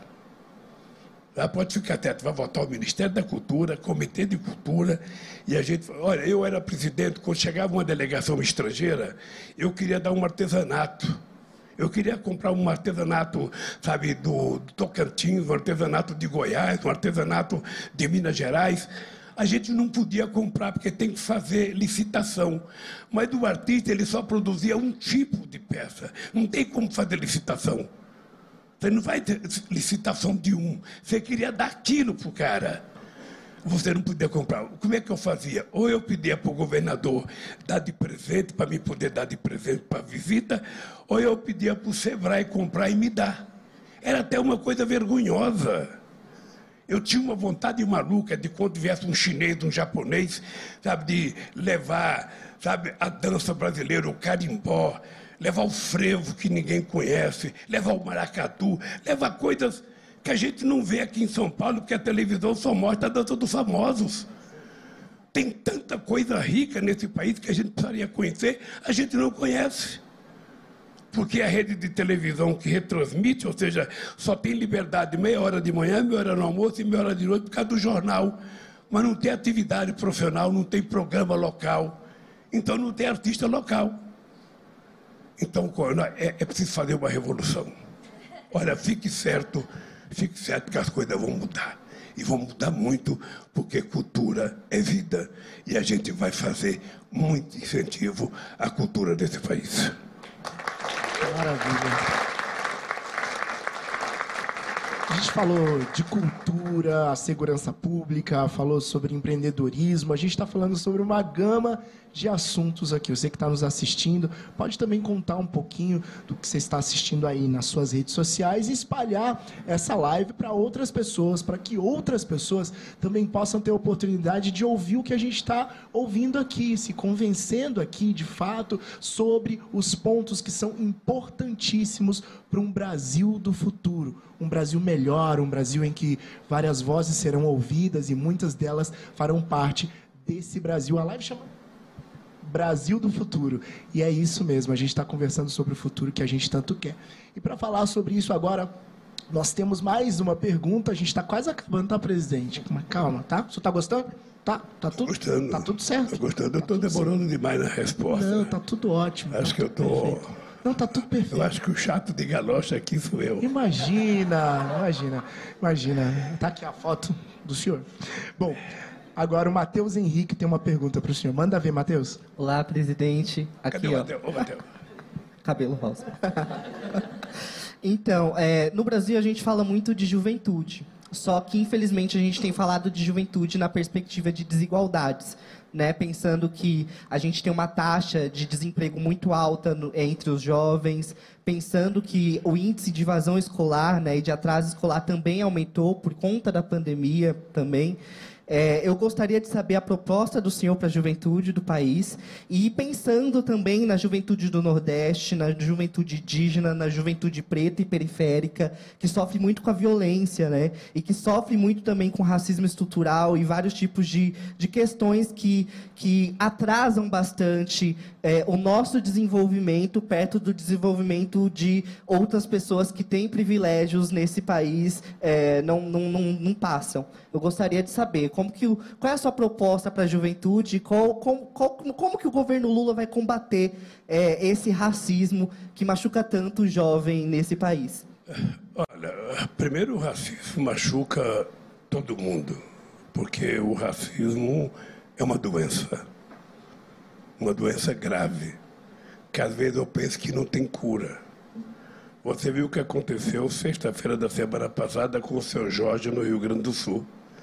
Já pode ficar atento, vai votar o Ministério da Cultura, Comitê de Cultura, e a gente... Olha, eu era presidente, quando chegava uma delegação estrangeira, eu queria dar um artesanato. Eu queria comprar um artesanato, sabe, do, do Tocantins, um artesanato de Goiás, um artesanato de Minas Gerais. A gente não podia comprar, porque tem que fazer licitação. Mas o artista, ele só produzia um tipo de peça. Não tem como fazer licitação. Você não vai ter licitação de um. Você queria dar aquilo para o cara. Você não podia comprar. Como é que eu fazia? Ou eu pedia para o governador dar de presente, para me poder dar de presente para a visita, ou eu pedia para o Sebrae comprar e me dar. Era até uma coisa vergonhosa. Eu tinha uma vontade maluca de quando viesse um chinês, um japonês, sabe, de levar, sabe, a dança brasileira, o carimbó, levar o frevo que ninguém conhece, levar o maracatu, levar coisas que a gente não vê aqui em São Paulo, porque a televisão só mostra a dança dos famosos. Tem tanta coisa rica nesse país que a gente precisaria conhecer, a gente não conhece. porque é a rede de televisão que retransmite, ou seja, só tem liberdade meia hora de manhã, meia hora no almoço e meia hora de noite por causa do jornal. Mas não tem atividade profissional, não tem programa local, então não tem artista local. Então é, é preciso fazer uma revolução. Olha, fique certo, fique certo que as coisas vão mudar. E vão mudar muito, porque cultura é vida. E a gente vai fazer muito incentivo à cultura desse país. Maravilha. A gente falou de cultura, a segurança pública, falou sobre empreendedorismo. A gente está falando sobre uma gama de assuntos aqui. Você que está nos assistindo, pode também contar um pouquinho do que você está assistindo aí nas suas redes sociais e espalhar essa live para outras pessoas, para que outras pessoas também possam ter a oportunidade de ouvir o que a gente está ouvindo aqui, se convencendo aqui, de fato, sobre os pontos que são importantíssimos para um Brasil do futuro. Um Brasil melhor, um Brasil em que várias vozes serão ouvidas e muitas delas farão parte desse Brasil. A live chama Brasil do Futuro. E é isso mesmo, a gente está conversando sobre o futuro que a gente tanto quer. E para falar sobre isso agora, nós temos mais uma pergunta. A gente está quase acabando, tá, presidente? Calma, tá? O senhor está gostando? Tá, tá tudo, gostando. Tá tudo certo. Estou gostando, eu estou tá demorando certo. demais na resposta. Não, tá tudo ótimo. Acho tá que eu estou... Não, tá tudo perfeito. Eu acho que o chato de galocha aqui sou eu. Imagina, imagina, imagina. Tá aqui a foto do senhor. Bom, agora o Matheus Henrique tem uma pergunta para o senhor. Manda ver, Matheus. Olá, presidente. Aqui, Cadê o ó. Matheus? Ô, Matheus. Cabelo rosa. Então, é, no Brasil a gente fala muito de juventude. Só que, infelizmente, a gente tem falado de juventude na perspectiva de desigualdades. Né, pensando que a gente tem uma taxa de desemprego muito alta no, entre os jovens, pensando que o índice de evasão escolar, né, e de atraso escolar também aumentou por conta da pandemia também. É, eu gostaria de saber a proposta do senhor para a juventude do país e pensando também na juventude do Nordeste, na juventude indígena, na juventude preta e periférica, que sofre muito com a violência, né? E que sofre muito também com racismo estrutural e vários tipos de, de questões que, que atrasam bastante é, o nosso desenvolvimento perto do desenvolvimento de outras pessoas que têm privilégios nesse país, é, não, não, não, não passam. Eu gostaria de saber como que o, qual é a sua proposta para a juventude, qual, como, qual, como que o governo Lula vai combater é, esse racismo que machuca tanto o jovem nesse país? Olha, primeiro o racismo machuca todo mundo, porque o racismo é uma doença, uma doença grave, que às vezes eu penso que não tem cura. Você viu o que aconteceu sexta-feira da semana passada com o seu Jorge no Rio Grande do Sul.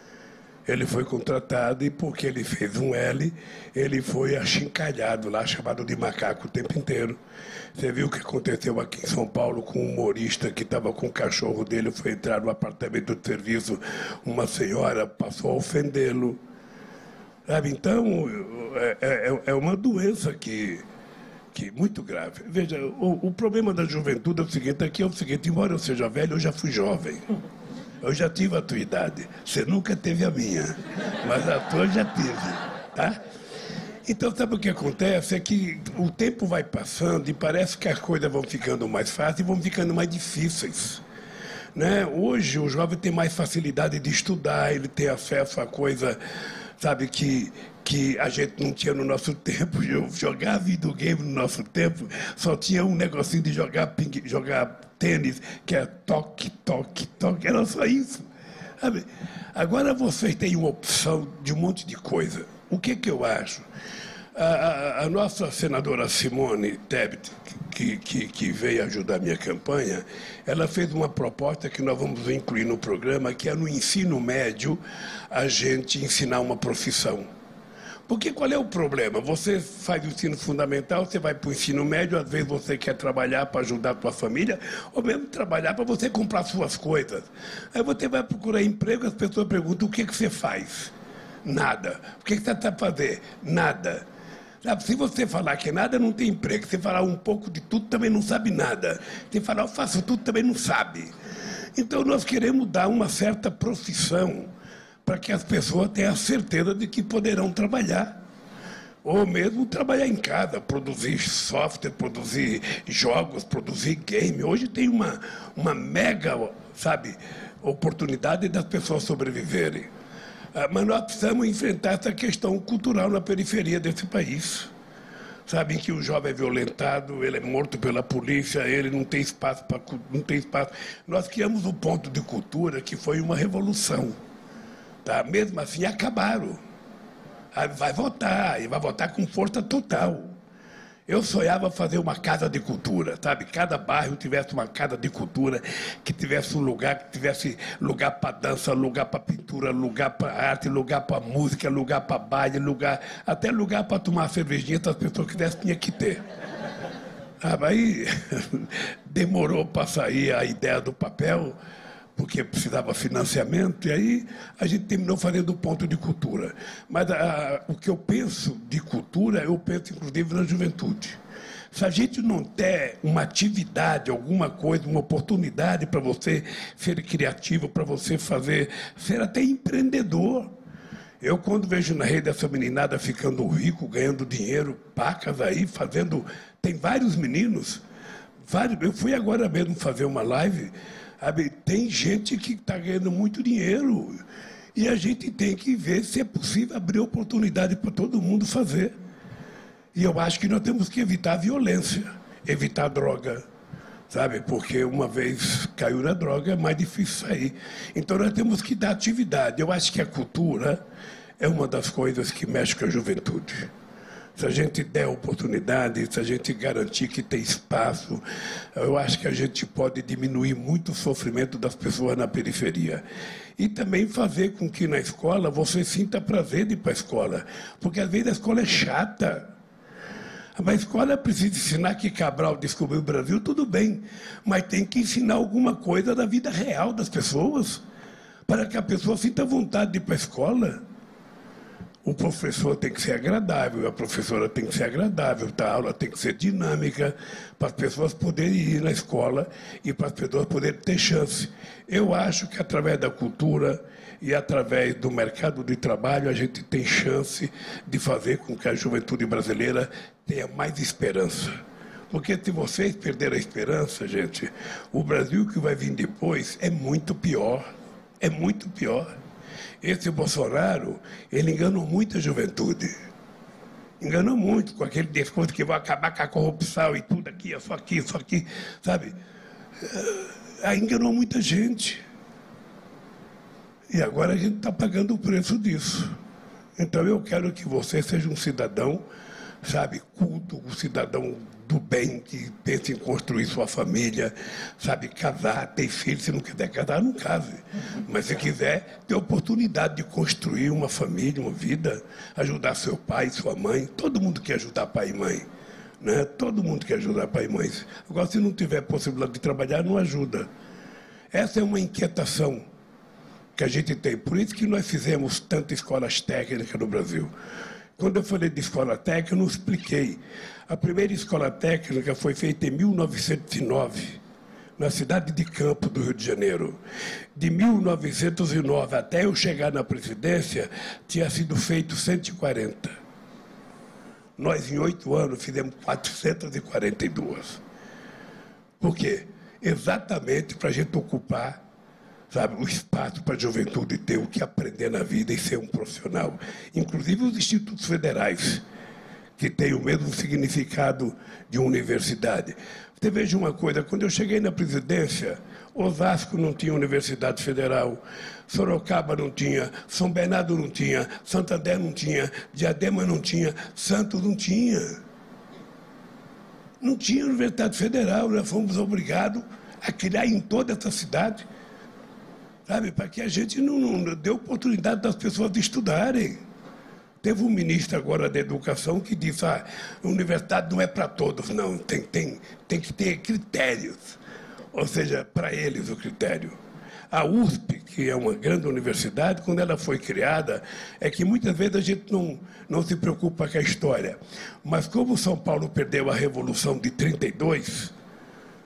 Ele foi contratado e porque ele fez um L, ele foi achincalhado lá, chamado de macaco o tempo inteiro. Você viu o que aconteceu aqui em São Paulo com um humorista que estava com o cachorro dele, foi entrar no apartamento de serviço, uma senhora passou a ofendê-lo. Sabe? Então, é, é, é uma doença que, que muito grave. Veja, o, o problema da juventude é o seguinte, aqui é o seguinte, embora eu seja velho, eu já fui jovem. Eu já tive a tua idade. Você nunca teve a minha, mas a tua já teve, tá? Então, sabe o que acontece? É que o tempo vai passando e parece que as coisas vão ficando mais fáceis e vão ficando mais difíceis. Né? Hoje, o jovem tem mais facilidade de estudar, ele tem acesso a coisa, sabe, que, que a gente não tinha no nosso tempo. Eu jogar videogame no nosso tempo, só tinha um negocinho de jogar, ping, jogar tênis, que é toque, toque, toque, era só isso. Sabe? Agora vocês têm uma opção de um monte de coisa. O que, que eu acho? A, a, a nossa senadora Simone Tebet, que, que, que veio ajudar a minha campanha, ela fez uma proposta que nós vamos incluir no programa, que é no ensino médio a gente ensinar uma profissão. Porque qual é o problema? Você faz o ensino fundamental, você vai para o ensino médio, às vezes você quer trabalhar para ajudar a sua família, ou mesmo trabalhar para você comprar suas coisas. Aí você vai procurar emprego, as pessoas perguntam, o que, que você faz? Nada. O que, que você está fazendo? Nada. Sabe, se você falar que nada, não tem emprego. Se falar um pouco de tudo, também não sabe nada. Se falar eu faço tudo, também não sabe. Então nós queremos dar uma certa profissão para que as pessoas tenham a certeza de que poderão trabalhar. Ou mesmo trabalhar em casa, produzir software, produzir jogos, produzir game. Hoje tem uma, uma mega, sabe, oportunidade das pessoas sobreviverem. Mas nós precisamos enfrentar essa questão cultural na periferia desse país. Sabem que o jovem é violentado, ele é morto pela polícia, ele não tem espaço para não tem espaço. Nós criamos um ponto de cultura que foi uma revolução. Tá? Mesmo assim, acabaram. Vai votar, e vai votar com força total. Eu sonhava fazer uma casa de cultura, sabe? Cada bairro tivesse uma casa de cultura, que tivesse um lugar, que tivesse lugar para dança, lugar para pintura, lugar para arte, lugar para música, lugar para baile, lugar, até lugar para tomar cervejinha, se as pessoas quisessem, tinha que ter. Ah, aí demorou para sair a ideia do papel, porque precisava financiamento, e aí a gente terminou fazendo o ponto de cultura. Mas a, o que eu penso de cultura, eu penso inclusive na juventude. Se a gente não der uma atividade, alguma coisa, uma oportunidade para você ser criativo, para você fazer, ser até empreendedor. Eu, quando vejo na rede essa meninada ficando rico, ganhando dinheiro, pacas aí, fazendo... Tem vários meninos, vários, eu fui agora mesmo fazer uma live. Tem gente que está ganhando muito dinheiro e a gente tem que ver se é possível abrir oportunidade para todo mundo fazer. E eu acho que nós temos que evitar a violência, evitar a droga, sabe? Porque uma vez caiu na droga é mais difícil sair. Então nós temos que dar atividade. Eu acho que a cultura é uma das coisas que mexe com a juventude. Se a gente der oportunidade, se a gente garantir que tem espaço, eu acho que a gente pode diminuir muito o sofrimento das pessoas na periferia. E também fazer com que na escola você sinta prazer de ir para a escola. Porque às vezes a escola é chata. Mas a escola precisa ensinar que Cabral descobriu o Brasil, tudo bem. Mas tem que ensinar alguma coisa da vida real das pessoas, para que a pessoa sinta vontade de ir para a escola. O professor tem que ser agradável, a professora tem que ser agradável, a aula tem que ser dinâmica, para as pessoas poderem ir na escola e para as pessoas poderem ter chance. Eu acho que através da cultura e através do mercado de trabalho a gente tem chance de fazer com que a juventude brasileira tenha mais esperança. Porque se vocês perderem a esperança, gente, o Brasil que vai vir depois é muito pior, é muito pior. Esse Bolsonaro, ele enganou muita juventude. Enganou muito com aquele discurso que vai acabar com a corrupção e tudo aqui, é só aqui, só aqui, sabe? Aí enganou muita gente. E agora a gente está pagando o preço disso. Então eu quero que você seja um cidadão, sabe, culto, um cidadão do bem, que pense em construir sua família, sabe, casar, ter filhos. Se não quiser casar, não case. Mas se quiser, ter oportunidade de construir uma família, uma vida, ajudar seu pai, sua mãe. Todo mundo quer ajudar pai e mãe, né? Todo mundo quer ajudar pai e mãe. Agora, se não tiver possibilidade de trabalhar, não ajuda. Essa é uma inquietação que a gente tem. Por isso que nós fizemos tantas escolas técnicas no Brasil. Quando eu falei de escola técnica, eu não expliquei. A primeira escola técnica foi feita em mil novecentos e nove, na cidade de Campos, do Rio de Janeiro. De mil novecentos e nove até eu chegar na presidência, tinha sido feito cento e quarenta. Nós, em oito anos, fizemos quatrocentas e quarenta e duas. Por quê? Exatamente para a gente ocupar, sabe, o espaço para a juventude ter o que aprender na vida e ser um profissional. Inclusive os institutos federais, que têm o mesmo significado de uma universidade. Você veja uma coisa, quando eu cheguei na presidência, Osasco não tinha universidade federal, Sorocaba não tinha, São Bernardo não tinha, Santander não tinha, Diadema não tinha, Santos não tinha. Não tinha universidade federal, nós fomos obrigados a criar em toda essa cidade, sabe, para que a gente não, não dê oportunidade das pessoas de estudarem. Teve um ministro agora da Educação que disse, ah, a universidade não é para todos, não, tem, tem, tem que ter critérios, ou seja, para eles o critério. A U S P, que é uma grande universidade, quando ela foi criada, é que muitas vezes a gente não, não se preocupa com a história, mas como São Paulo perdeu a Revolução de trinta e dois,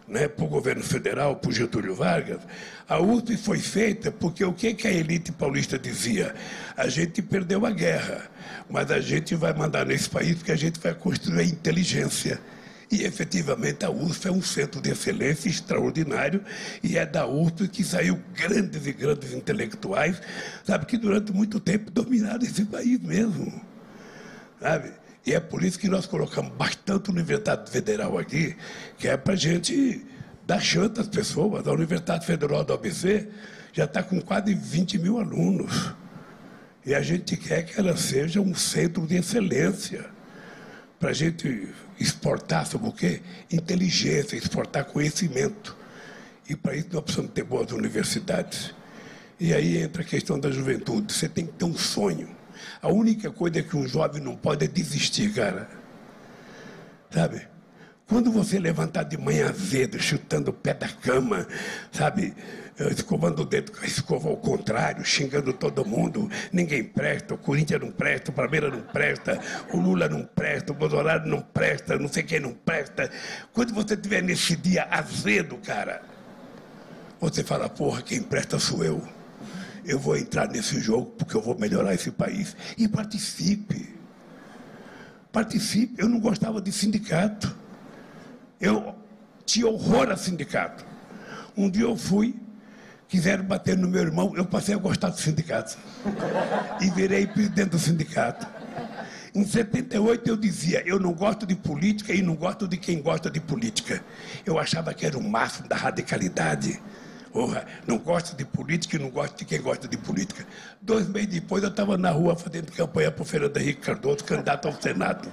né, para o governo federal, para o Getúlio Vargas, a U S P foi feita porque o que, que a elite paulista dizia? A gente perdeu a guerra, mas a gente vai mandar nesse país porque a gente vai construir a inteligência. E, efetivamente, a U S P é um centro de excelência extraordinário e é da U S P que saiu grandes e grandes intelectuais, sabe, que durante muito tempo dominaram esse país mesmo, sabe? E é por isso que nós colocamos bastante Universidade Federal aqui, que é para a gente dar chance às pessoas. A Universidade Federal do A B C já está com quase vinte mil alunos. E a gente quer que ela seja um centro de excelência, para a gente exportar, sabe o quê? Inteligência, exportar conhecimento. E para isso nós precisamos ter boas universidades. E aí entra a questão da juventude. Você tem que ter um sonho. A única coisa que um jovem não pode é desistir, cara. Sabe? Quando você levantar de manhã cedo, chutando o pé da cama, sabe? Escovando o dedo com a escova ao contrário, xingando todo mundo, ninguém presta, o Corinthians não presta, o Palmeiras não presta, o Lula não presta, o Bolsonaro não presta, não sei quem não presta. Quando você estiver nesse dia azedo, cara, você fala, porra, quem presta sou eu. Eu vou entrar nesse jogo porque eu vou melhorar esse país. E participe. Participe. Eu não gostava de sindicato. Eu tinha horror a sindicato. Um dia eu fui, quiseram bater no meu irmão, eu passei a gostar do sindicato. E virei presidente do sindicato. Em setenta e oito eu dizia, eu não gosto de política e não gosto de quem gosta de política. Eu achava que era o máximo da radicalidade. Porra, não gosto de política e não gosto de quem gosta de política. Dois meses depois eu estava na rua fazendo campanha para o Fernando Henrique Cardoso, candidato ao Senado.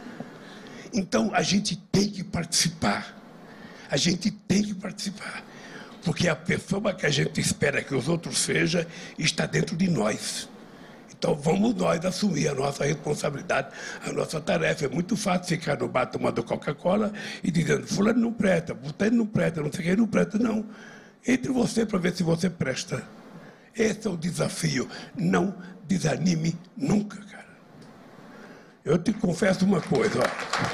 Então a gente tem que participar. A gente tem que participar. Porque a pessoa que a gente espera que os outros sejam está dentro de nós. Então vamos nós assumir a nossa responsabilidade, a nossa tarefa. É muito fácil ficar no bar tomando Coca-Cola e dizendo, fulano não presta, fulano não presta, não sei quem não presta, não. Entre você para ver se você presta. Esse é o desafio. Não desanime nunca, cara. Eu te confesso uma coisa, ó.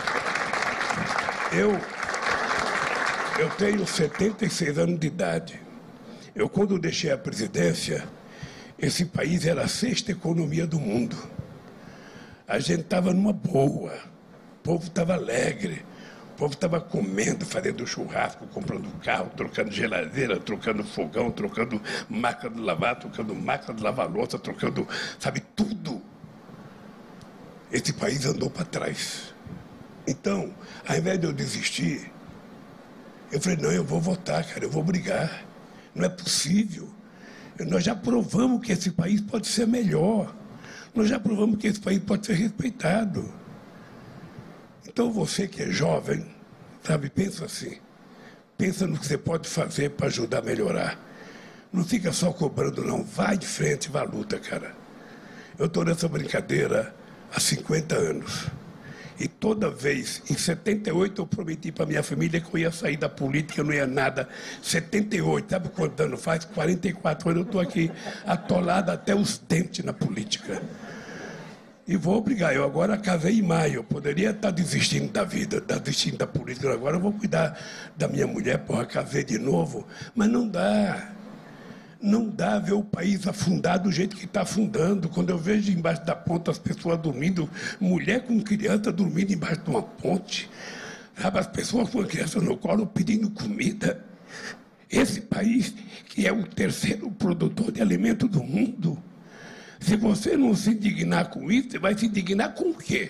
Eu, eu tenho setenta e seis anos de idade. Eu, quando deixei a presidência, esse país era a sexta economia do mundo. A gente estava numa boa. O povo estava alegre. O povo estava comendo, fazendo churrasco, comprando carro, trocando geladeira, trocando fogão, trocando máquina de lavar, trocando máquina de lavar louça, trocando, sabe, tudo. Esse país andou para trás. Então, ao invés de eu desistir, eu falei, não, eu vou votar, cara, eu vou brigar. Não é possível. Nós já provamos que esse país pode ser melhor. Nós já provamos que esse país pode ser respeitado. Então, você que é jovem, sabe, pensa assim. Pensa no que você pode fazer para ajudar a melhorar. Não fica só cobrando, não. Vai de frente, vai à luta, cara. Eu estou nessa brincadeira há cinquenta anos. E toda vez, em setenta e oito, eu prometi para minha família que eu ia sair da política, não ia nada. setenta e oito, sabe quanto ano faz? quarenta e quatro anos, eu estou aqui atolado até os dentes na política. E vou obrigar. Eu agora casei em maio. Eu poderia estar desistindo da vida, desistindo da política. Agora eu vou cuidar da minha mulher, porra, casei de novo. Mas não dá. Não dá ver o país afundar do jeito que está afundando. Quando eu vejo embaixo da ponte as pessoas dormindo, mulher com criança dormindo embaixo de uma ponte. Sabe, as pessoas com a criança no colo pedindo comida. Esse país, que é o terceiro produtor de alimento do mundo, se você não se indignar com isso, você vai se indignar com o quê?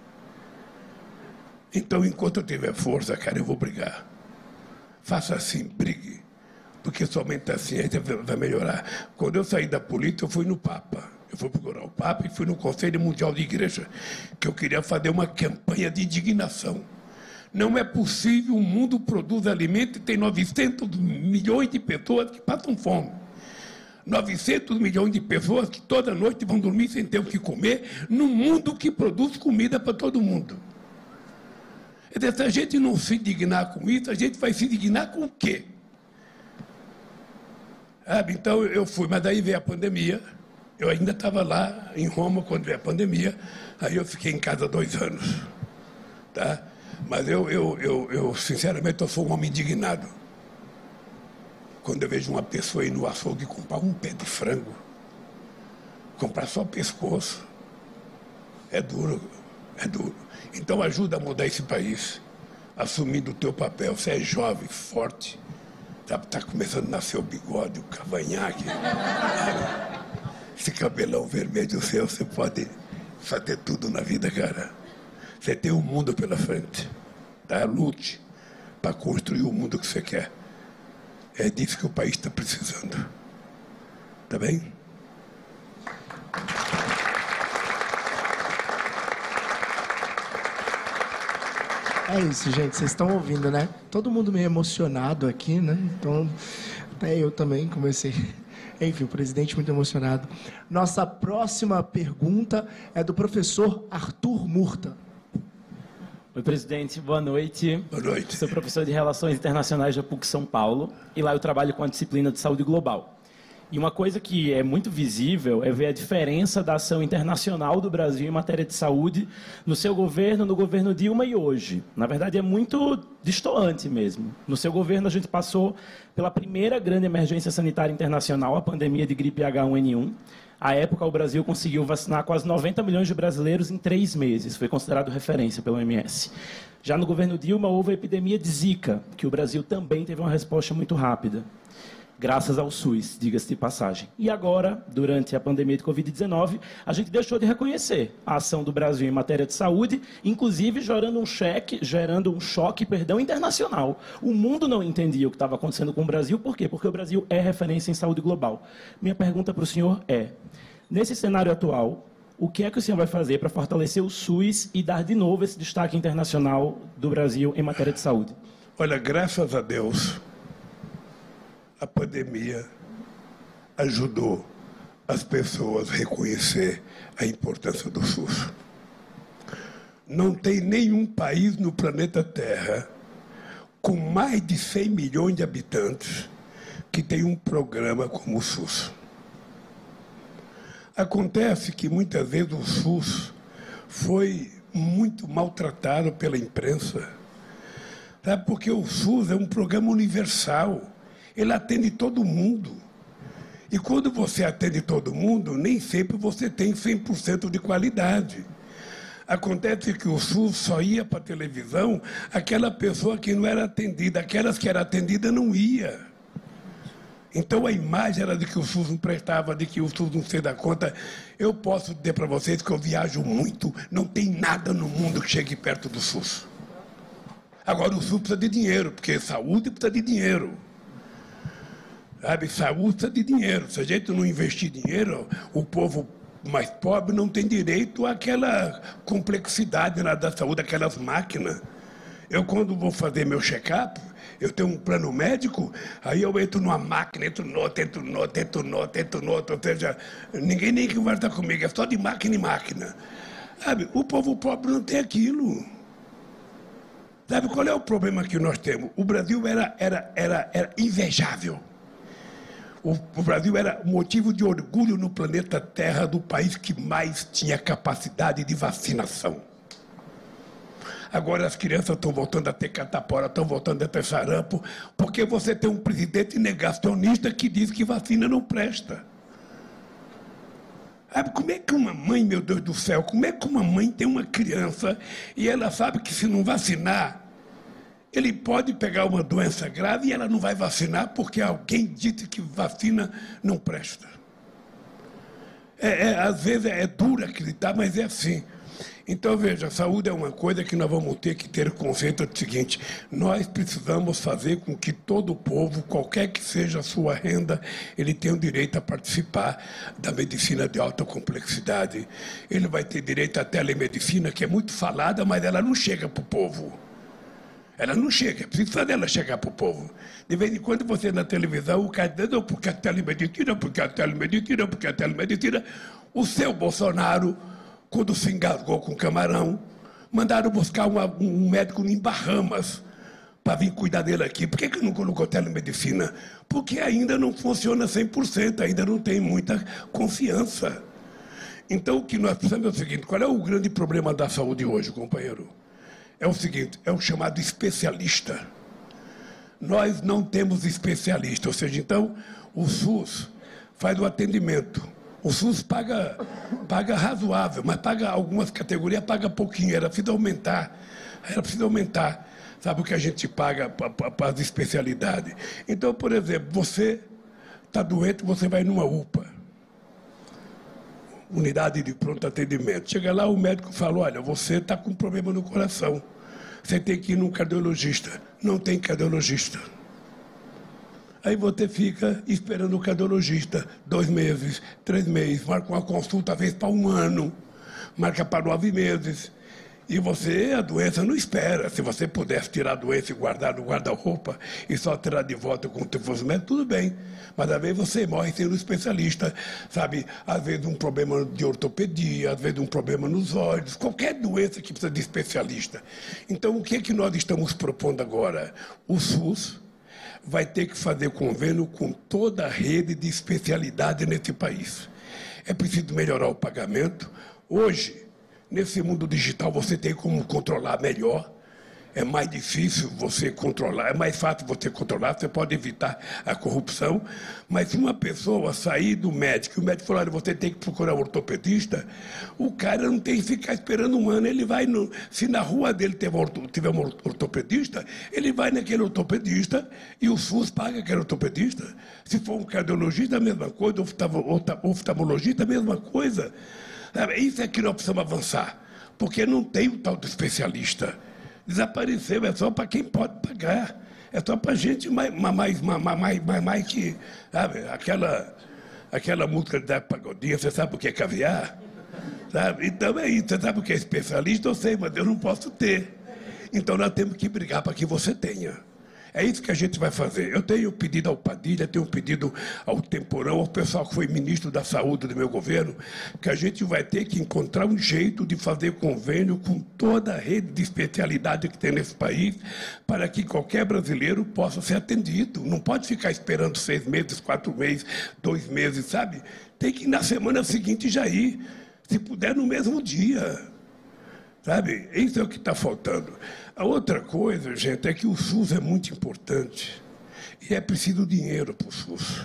Então, enquanto eu tiver força, cara, eu vou brigar. Faça assim, brigue. Porque somente assim a gente vai melhorar. Quando eu saí da política, eu fui no Papa. Eu fui procurar o Papa e fui no Conselho Mundial de Igreja, que eu queria fazer uma campanha de indignação. Não é possível o mundo produz alimento e tem novecentos milhões de pessoas que passam fome. novecentos milhões de pessoas que toda noite vão dormir sem ter o que comer, num mundo que produz comida para todo mundo. Quer dizer, se a gente não se indignar com isso, a gente vai se indignar com o quê? Sabe? Então eu fui, mas daí veio a pandemia, eu ainda estava lá em Roma quando veio a pandemia, aí eu fiquei em casa dois anos. Tá? Mas eu, eu, eu, eu sinceramente, eu sou um homem indignado. Quando eu vejo uma pessoa ir no açougue comprar um pé de frango, comprar só pescoço, é duro, é duro. Então ajuda a mudar esse país, assumindo o teu papel. Você é jovem, forte, está tá começando a nascer o bigode, o cavanhaque. Esse cabelão vermelho seu, você pode fazer tudo na vida, cara. Você tem um mundo pela frente. Tá? Lute para construir o mundo que você quer. É disso que o país está precisando. Tá bem? É isso, gente. Vocês estão ouvindo, né? Todo mundo meio emocionado aqui, né? Então, até eu também comecei. Enfim, o presidente muito emocionado. Nossa próxima pergunta é do professor Arthur Murta. Oi, presidente. Boa noite. Boa noite. Sou professor de Relações Internacionais da P U C São Paulo e lá eu trabalho com a disciplina de saúde global. E uma coisa que é muito visível é ver a diferença da ação internacional do Brasil em matéria de saúde no seu governo, no governo Dilma e hoje. Na verdade, é muito destoante mesmo. No seu governo, a gente passou pela primeira grande emergência sanitária internacional, a pandemia de gripe H um N um. À época, o Brasil conseguiu vacinar quase noventa milhões de brasileiros em três meses. Foi considerado referência pela O M S. Já no governo Dilma, houve a epidemia de Zika, que o Brasil também teve uma resposta muito rápida, graças ao SUS, diga-se de passagem. E agora, durante a pandemia de covid dezenove, a gente deixou de reconhecer a ação do Brasil em matéria de saúde, inclusive gerando um, cheque, gerando um choque perdão, internacional. O mundo não entendia o que estava acontecendo com o Brasil. Por quê? Porque o Brasil é referência em saúde global. Minha pergunta para o senhor é, nesse cenário atual, o que é que o senhor vai fazer para fortalecer o SUS e dar de novo esse destaque internacional do Brasil em matéria de saúde? Olha, graças a Deus, a pandemia ajudou as pessoas a reconhecer a importância do SUS. Não tem nenhum país no planeta Terra com mais de cem milhões de habitantes que tem um programa como o SUS. Acontece que muitas vezes o SUS foi muito maltratado pela imprensa, sabe? Porque o SUS é um programa universal. Ele atende todo mundo. E quando você atende todo mundo, nem sempre você tem cem por cento de qualidade. Acontece que o SUS só ia para a televisão aquela pessoa que não era atendida. Aquelas que eram atendidas não ia. Então a imagem era de que o SUS não prestava, de que o SUS não se dá conta. Eu posso dizer para vocês que eu viajo muito, não tem nada no mundo que chegue perto do SUS. Agora o SUS precisa de dinheiro, porque saúde precisa de dinheiro. Sabe, saúde precisa de dinheiro. Se a gente não investir dinheiro, o povo mais pobre não tem direito àquela complexidade na, da saúde, aquelas máquinas. Eu, quando vou fazer meu check-up, eu tenho um plano médico, aí eu entro numa máquina, entro noutra, entro noutra, entro noutra, entro noutra, ou seja, ninguém nem conversa comigo, é só de máquina em máquina. Sabe, o povo pobre não tem aquilo. Sabe qual é o problema que nós temos? O Brasil era, era, era, era invejável. O, o Brasil era motivo de orgulho no planeta Terra do país que mais tinha capacidade de vacinação. Agora as crianças estão voltando a ter catapora, estão voltando a ter sarampo, porque você tem um presidente negacionista que diz que vacina não presta. Sabe, como é que uma mãe, meu Deus do céu, como é que uma mãe tem uma criança e ela sabe que se não vacinar, ele pode pegar uma doença grave e ela não vai vacinar porque alguém disse que vacina não presta. É, é, às vezes é duro acreditar, mas é assim. Então, veja, a saúde é uma coisa que nós vamos ter que ter o conceito do seguinte: nós precisamos fazer com que todo o povo, qualquer que seja a sua renda, ele tenha o direito a participar da medicina de alta complexidade. Ele vai ter direito à telemedicina, que é muito falada, mas ela não chega para o povo. Ela não chega, é preciso fazer ela chegar para o povo. De vez em quando você na televisão, o cara diz, não, porque a telemedicina, porque a telemedicina, porque a telemedicina. O seu Bolsonaro, quando se engasgou com o camarão, mandaram buscar uma, um médico em Bahamas para vir cuidar dele aqui. Por que, que não colocou telemedicina? Porque ainda não funciona cem por cento, ainda não tem muita confiança. Então, o que nós precisamos é o seguinte: qual é o grande problema da saúde hoje, companheiro? é o seguinte, é o chamado especialista. Nós não temos especialista, ou seja, então, o SUS faz o atendimento. O SUS paga, paga razoável, mas paga algumas categorias, paga pouquinho, era preciso aumentar, era preciso aumentar. Sabe o que a gente paga para as especialidades? Então, por exemplo, você está doente, você vai numa U P A, unidade de pronto atendimento. Chega lá, o médico fala, olha, você está com problema no coração, você tem que ir num cardiologista. Não tem cardiologista. Aí você fica esperando o cardiologista dois meses, três meses, marca uma consulta, às vezes para um ano, marca para nove meses. E você, a doença não espera. Se você pudesse tirar a doença e guardar no guarda-roupa e só tirar de volta com o desenvolvimento, tudo bem. Mas às vezes você morre sendo um especialista, sabe? Às vezes um problema de ortopedia, às vezes um problema nos olhos, qualquer doença que precisa de especialista. Então, o que é que nós estamos propondo agora? O SUS vai ter que fazer convênio com toda a rede de especialidade nesse país. É preciso melhorar o pagamento. Hoje, nesse mundo digital, você tem como controlar melhor. É mais difícil você controlar, é mais fácil você controlar, você pode evitar a corrupção. Mas se uma pessoa sair do médico, e o médico falar, olha, você tem que procurar um ortopedista, o cara não tem que ficar esperando um ano. Ele vai, no, se na rua dele tiver um ortopedista, ele vai naquele ortopedista e o SUS paga aquele ortopedista. Se for um cardiologista, a mesma coisa, oftalmologista, a mesma coisa. Isso é que nós precisamos avançar, porque não tem o tal do especialista. Desapareceu, é só para quem pode pagar. É só para gente mais, mais, mais, mais, mais, mais que... Sabe, aquela, aquela música da pagodinha, você sabe o que é caviar? Sabe? Então é isso, você sabe o que é especialista? Eu sei, mas eu não posso ter. Então nós temos que brigar para que você tenha. É isso que a gente vai fazer. Eu tenho pedido ao Padilha, tenho pedido ao Temporão, ao pessoal que foi ministro da Saúde do meu governo, que a gente vai ter que encontrar um jeito de fazer convênio com toda a rede de especialidade que tem nesse país, para que qualquer brasileiro possa ser atendido. Não pode ficar esperando seis meses, quatro meses, dois meses, sabe? Tem que ir na semana seguinte já ir, se puder no mesmo dia. Sabe? Isso é o que está faltando. A outra coisa, gente, é que o SUS é muito importante. E é preciso dinheiro para o SUS.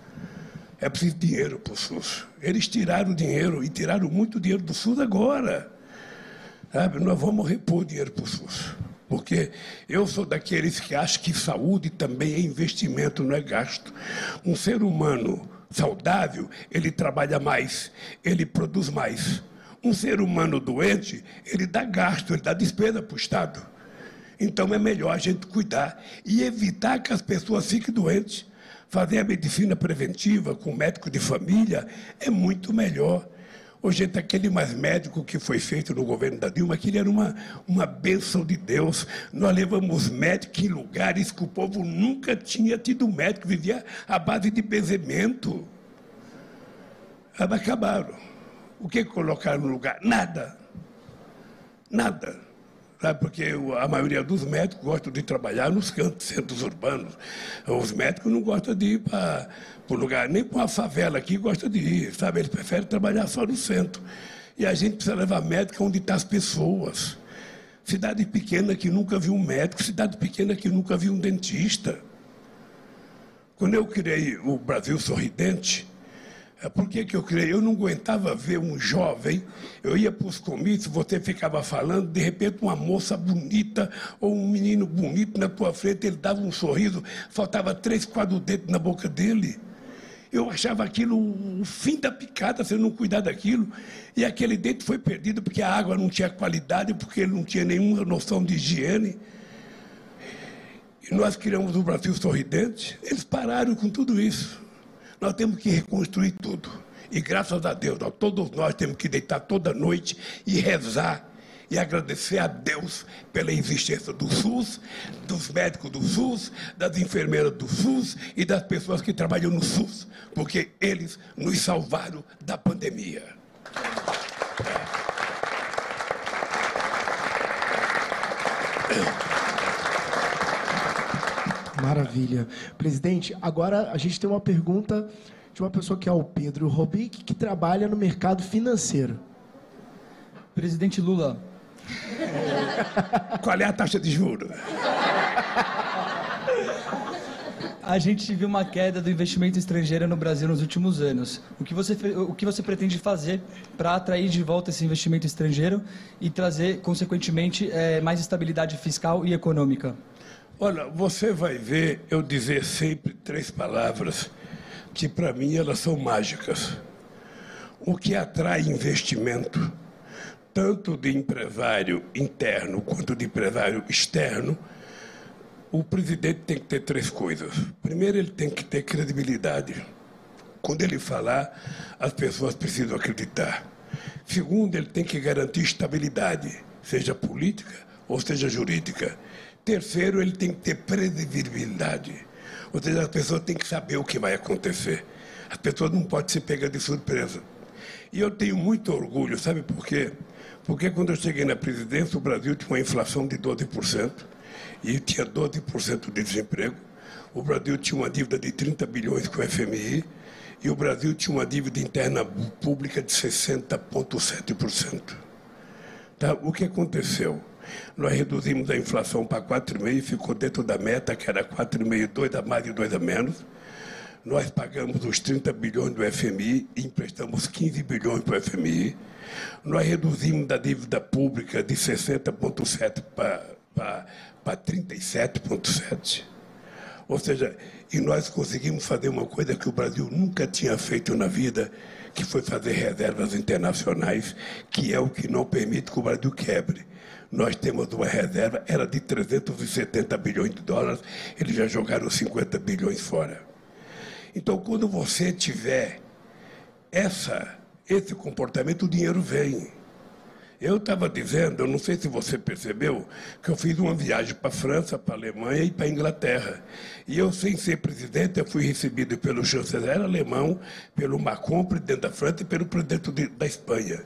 É preciso dinheiro para o SUS. Eles tiraram o dinheiro, e tiraram muito dinheiro do SUS agora. Sabe? Nós vamos repor dinheiro para o SUS. Porque eu sou daqueles que acham que saúde também é investimento, não é gasto. Um ser humano saudável, ele trabalha mais, ele produz mais. Um ser humano doente, ele dá gasto, ele dá despesa para o Estado. Então é melhor a gente cuidar e evitar que as pessoas fiquem doentes. Fazer a medicina preventiva com médico de família é muito melhor. Hoje, gente, aquele mais médico que foi feito no governo da Dilma, aquele era uma, uma bênção de Deus. Nós levamos médico em lugares que o povo nunca tinha tido médico, vivia à base de benzimento. Acabaram. O que colocaram no lugar? Nada. Nada. Sabe, porque a maioria dos médicos gostam de trabalhar nos cantos, centros urbanos. Os médicos não gostam de ir para o lugar, nem para uma favela aqui gostam de ir, sabe? Eles preferem trabalhar só no centro. E a gente precisa levar médico onde estão as pessoas. Cidade pequena que nunca viu um médico, cidade pequena que nunca viu um dentista. Quando eu criei o Brasil Sorridente, por que que eu criei? Eu não aguentava ver um jovem, eu ia para os comícios, você ficava falando, de repente uma moça bonita ou um menino bonito na tua frente, ele dava um sorriso, faltava três, quatro dedos na boca dele. Eu achava aquilo o fim da picada, se eu não cuidar daquilo. E aquele dente foi perdido porque a água não tinha qualidade, porque ele não tinha nenhuma noção de higiene. E nós criamos o Brasil Sorridente, eles pararam com tudo isso. Nós temos que reconstruir tudo. E graças a Deus, nós, todos nós temos que deitar toda noite e rezar e agradecer a Deus pela existência do SUS, dos médicos do SUS, das enfermeiras do SUS e das pessoas que trabalham no SUS, porque eles nos salvaram da pandemia. Maravilha. Presidente, agora a gente tem uma pergunta de uma pessoa que é o Pedro Robic, que trabalha no mercado financeiro. Presidente Lula, Qual é a taxa de juros? A gente viu uma queda do investimento estrangeiro no Brasil nos últimos anos. O que você, o que você pretende fazer para atrair de volta esse investimento estrangeiro e trazer, consequentemente, é, mais estabilidade fiscal e econômica? Olha, você vai ver eu dizer sempre três palavras que, para mim, elas são mágicas. O que atrai investimento, tanto de empresário interno quanto de empresário externo, o presidente tem que ter três coisas. Primeiro, ele tem que ter credibilidade. Quando ele falar, as pessoas precisam acreditar. Segundo, ele tem que garantir estabilidade, seja política ou seja jurídica. Terceiro, ele tem que ter previsibilidade. Ou seja, as pessoas têm que saber o que vai acontecer. As pessoas não podem se pegar de surpresa. E eu tenho muito orgulho, sabe por quê? Porque quando eu cheguei na presidência, o Brasil tinha uma inflação de doze por cento. E tinha doze por cento de desemprego. O Brasil tinha uma dívida de trinta bilhões com o F M I e o Brasil tinha uma dívida interna pública de sessenta vírgula sete por cento. Tá? O que aconteceu? Nós reduzimos a inflação para quatro vírgula cinco por cento, ficou dentro da meta, que era quatro vírgula cinco por cento, dois a mais e dois a menos. Nós pagamos os trinta bilhões do F M I e emprestamos quinze bilhões para o F M I. Nós reduzimos a dívida pública de sessenta vírgula sete por cento para para trinta e sete vírgula sete por cento. Ou seja, e nós conseguimos fazer uma coisa que o Brasil nunca tinha feito na vida, que foi fazer reservas internacionais, que é o que não permite que o Brasil quebre. Nós temos uma reserva, era de trezentos e setenta bilhões de dólares, eles já jogaram cinquenta bilhões fora. Então, quando você tiver essa, esse comportamento, o dinheiro vem. Eu estava dizendo, eu não sei se você percebeu, que eu fiz uma viagem para a França, para a Alemanha e para a Inglaterra. E eu, sem ser presidente, eu fui recebido pelo chanceler alemão, pelo Macron, presidente da França, e pelo presidente de, da Espanha.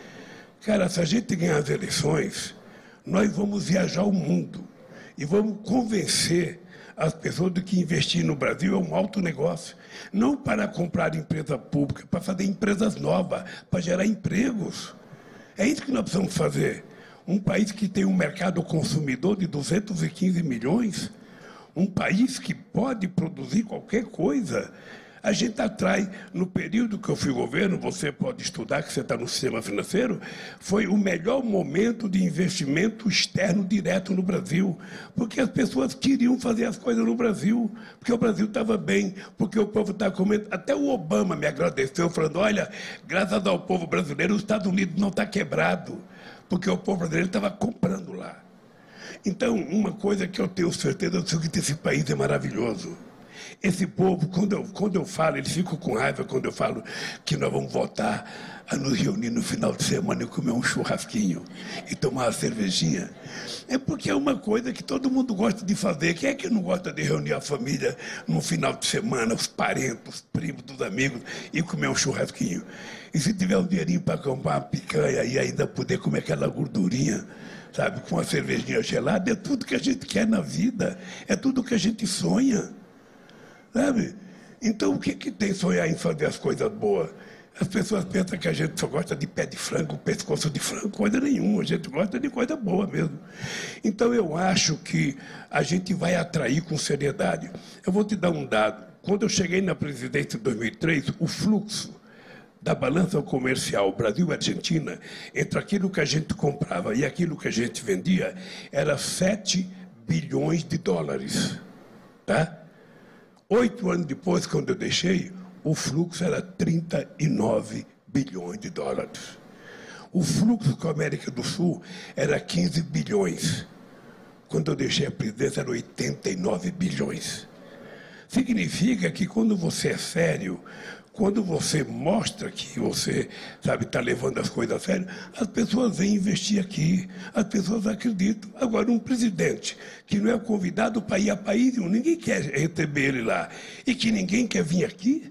Cara, se a gente ganhar as eleições, nós vamos viajar o mundo e vamos convencer as pessoas de que investir no Brasil é um alto negócio. Não para comprar empresa pública, para fazer empresas novas, para gerar empregos. É isso que nós precisamos fazer. Um país que tem um mercado consumidor de duzentos e quinze milhões, um país que pode produzir qualquer coisa. A gente atrai, no período que eu fui governo, você pode estudar, que você está no sistema financeiro, foi o melhor momento de investimento externo direto no Brasil, porque as pessoas queriam fazer as coisas no Brasil, porque o Brasil estava bem, porque o povo estava comendo. Até o Obama me agradeceu, falando, olha, graças ao povo brasileiro, os Estados Unidos não está quebrado, porque o povo brasileiro estava comprando lá. Então, uma coisa que eu tenho certeza é o seguinte, esse país é maravilhoso. Esse povo, quando eu, quando eu falo, eles ficam com raiva quando eu falo que nós vamos voltar a nos reunir no final de semana e comer um churrasquinho e tomar uma cervejinha. É porque é uma coisa que todo mundo gosta de fazer. Quem é que não gosta de reunir a família no final de semana, os parentes, os primos, os amigos, e comer um churrasquinho? E se tiver um dinheirinho para comprar uma picanha e ainda poder comer aquela gordurinha, sabe, com uma cervejinha gelada, é tudo que a gente quer na vida, é tudo que a gente sonha. Sabe? Então, o que, que tem sonhar em fazer as coisas boas? As pessoas pensam que a gente só gosta de pé de frango, pescoço de frango, coisa nenhuma. A gente gosta de coisa boa mesmo. Então, eu acho que a gente vai atrair com seriedade. Eu vou te dar um dado. Quando eu cheguei na presidência em dois mil e três, o fluxo da balança comercial Brasil-Argentina, entre aquilo que a gente comprava e aquilo que a gente vendia, era sete bilhões de dólares. Tá? Oito anos depois, quando eu deixei, o fluxo era trinta e nove bilhões de dólares. O fluxo com a América do Sul era quinze bilhões. Quando eu deixei a presidência, era oitenta e nove bilhões. Significa que quando você é sério, quando você mostra que você, sabe, está levando as coisas a sério, as pessoas vêm investir aqui, as pessoas acreditam. Agora, um presidente que não é convidado para ir a país nenhum, ninguém quer receber ele lá, e que ninguém quer vir aqui,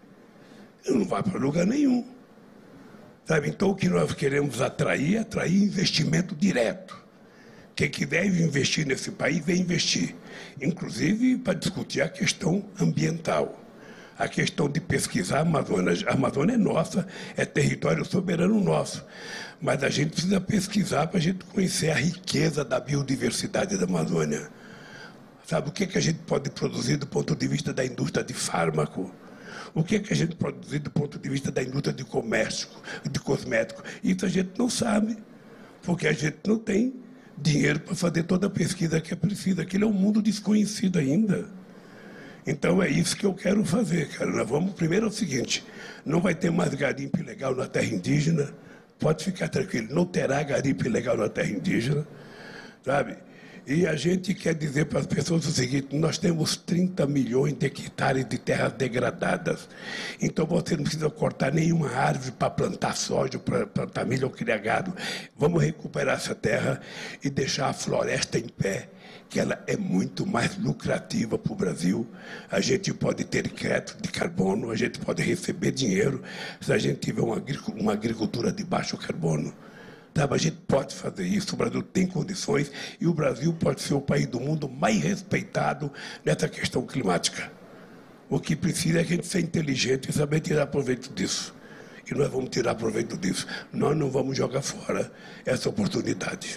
ele não vai para lugar nenhum. Sabe? Então, o que nós queremos atrair é atrair investimento direto. Quem quiser investir nesse país, vem investir. Inclusive para discutir a questão ambiental. A questão de pesquisar a Amazônia. A Amazônia é nossa, é território soberano nosso. Mas a gente precisa pesquisar para a gente conhecer a riqueza da biodiversidade da Amazônia. Sabe, o que, é que a gente pode produzir do ponto de vista da indústria de fármaco? O que, é que a gente pode produzir do ponto de vista da indústria de comércio, de cosmético? Isso a gente não sabe, porque a gente não tem dinheiro para fazer toda a pesquisa que é precisa. Aquilo é um mundo desconhecido ainda. Então é isso que eu quero fazer, cara. Nós vamos, primeiro é o seguinte, não vai ter mais garimpo ilegal na terra indígena, pode ficar tranquilo, não terá garimpo ilegal na terra indígena, sabe? E a gente quer dizer para as pessoas o seguinte, nós temos trinta milhões de hectares de terras degradadas. Então você não precisa cortar nenhuma árvore para plantar soja, para plantar milho ou criar gado. Vamos recuperar essa terra e deixar a floresta em pé, que ela é muito mais lucrativa para o Brasil. A gente pode ter crédito de carbono, a gente pode receber dinheiro se a gente tiver uma agricultura de baixo carbono. A gente pode fazer isso, o Brasil tem condições e o Brasil pode ser o país do mundo mais respeitado nessa questão climática. O que precisa é a gente ser inteligente e saber tirar proveito disso. E nós vamos tirar proveito disso. Nós não vamos jogar fora essa oportunidade.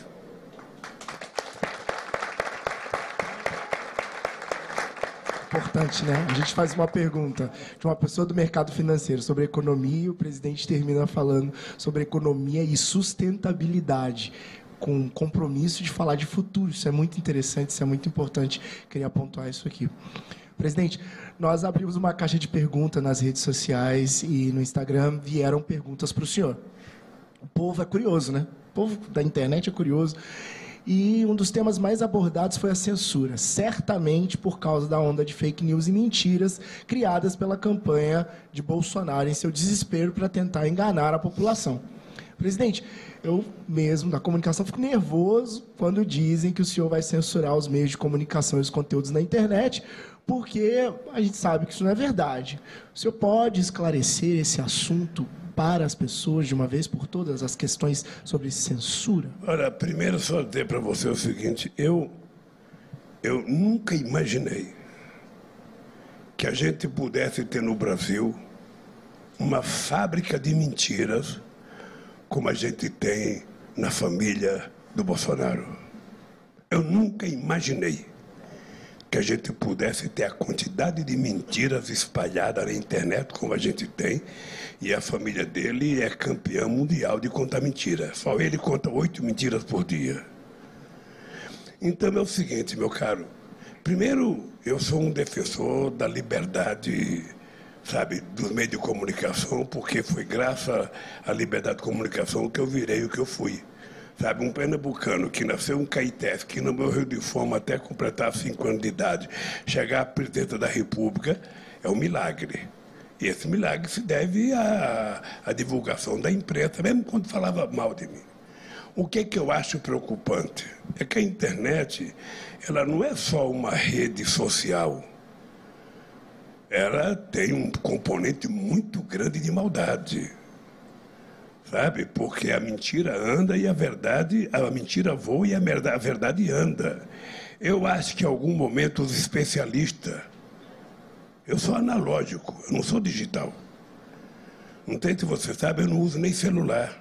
Importante, né? A gente faz uma pergunta de uma pessoa do mercado financeiro sobre economia e o presidente termina falando sobre economia e sustentabilidade, com compromisso de falar de futuro. Isso é muito interessante, isso é muito importante. Queria pontuar isso aqui. Presidente, nós abrimos uma caixa de perguntas nas redes sociais e no Instagram vieram perguntas para o senhor. O povo é curioso, né? O povo da internet é curioso. E um dos temas mais abordados foi a censura, certamente por causa da onda de fake news e mentiras criadas pela campanha de Bolsonaro em seu desespero para tentar enganar a população. Presidente, eu mesmo, da comunicação, fico nervoso quando dizem que o senhor vai censurar os meios de comunicação e os conteúdos na internet, porque a gente sabe que isso não é verdade. O senhor pode esclarecer esse assunto para as pessoas, de uma vez por todas, as questões sobre censura? Olha, primeiro só dizer para você o seguinte, eu, eu nunca imaginei que a gente pudesse ter no Brasil uma fábrica de mentiras como a gente tem na família do Bolsonaro. Eu nunca imaginei que a gente pudesse ter a quantidade de mentiras espalhadas na internet como a gente tem, e a família dele é campeã mundial de contar mentiras. Só ele conta oito mentiras por dia. Então é o seguinte, meu caro. Primeiro, eu sou um defensor da liberdade, sabe, dos meios de comunicação, porque foi graças à liberdade de comunicação que eu virei o que eu fui. Sabe, um pernambucano que nasceu em Caetés, que não morreu de fome até completar cinco anos de idade, chegar à presidência da República, é um milagre. E esse milagre se deve à, à divulgação da imprensa, mesmo quando falava mal de mim. O que, que eu acho preocupante é que a internet, ela não é só uma rede social. Ela tem um componente muito grande de maldade. Sabe? Porque a mentira anda e a verdade, a mentira voa e a verdade anda. Eu acho que em algum momento os especialistas, eu sou analógico, eu não sou digital. Não sei se você sabe, eu não uso nem celular.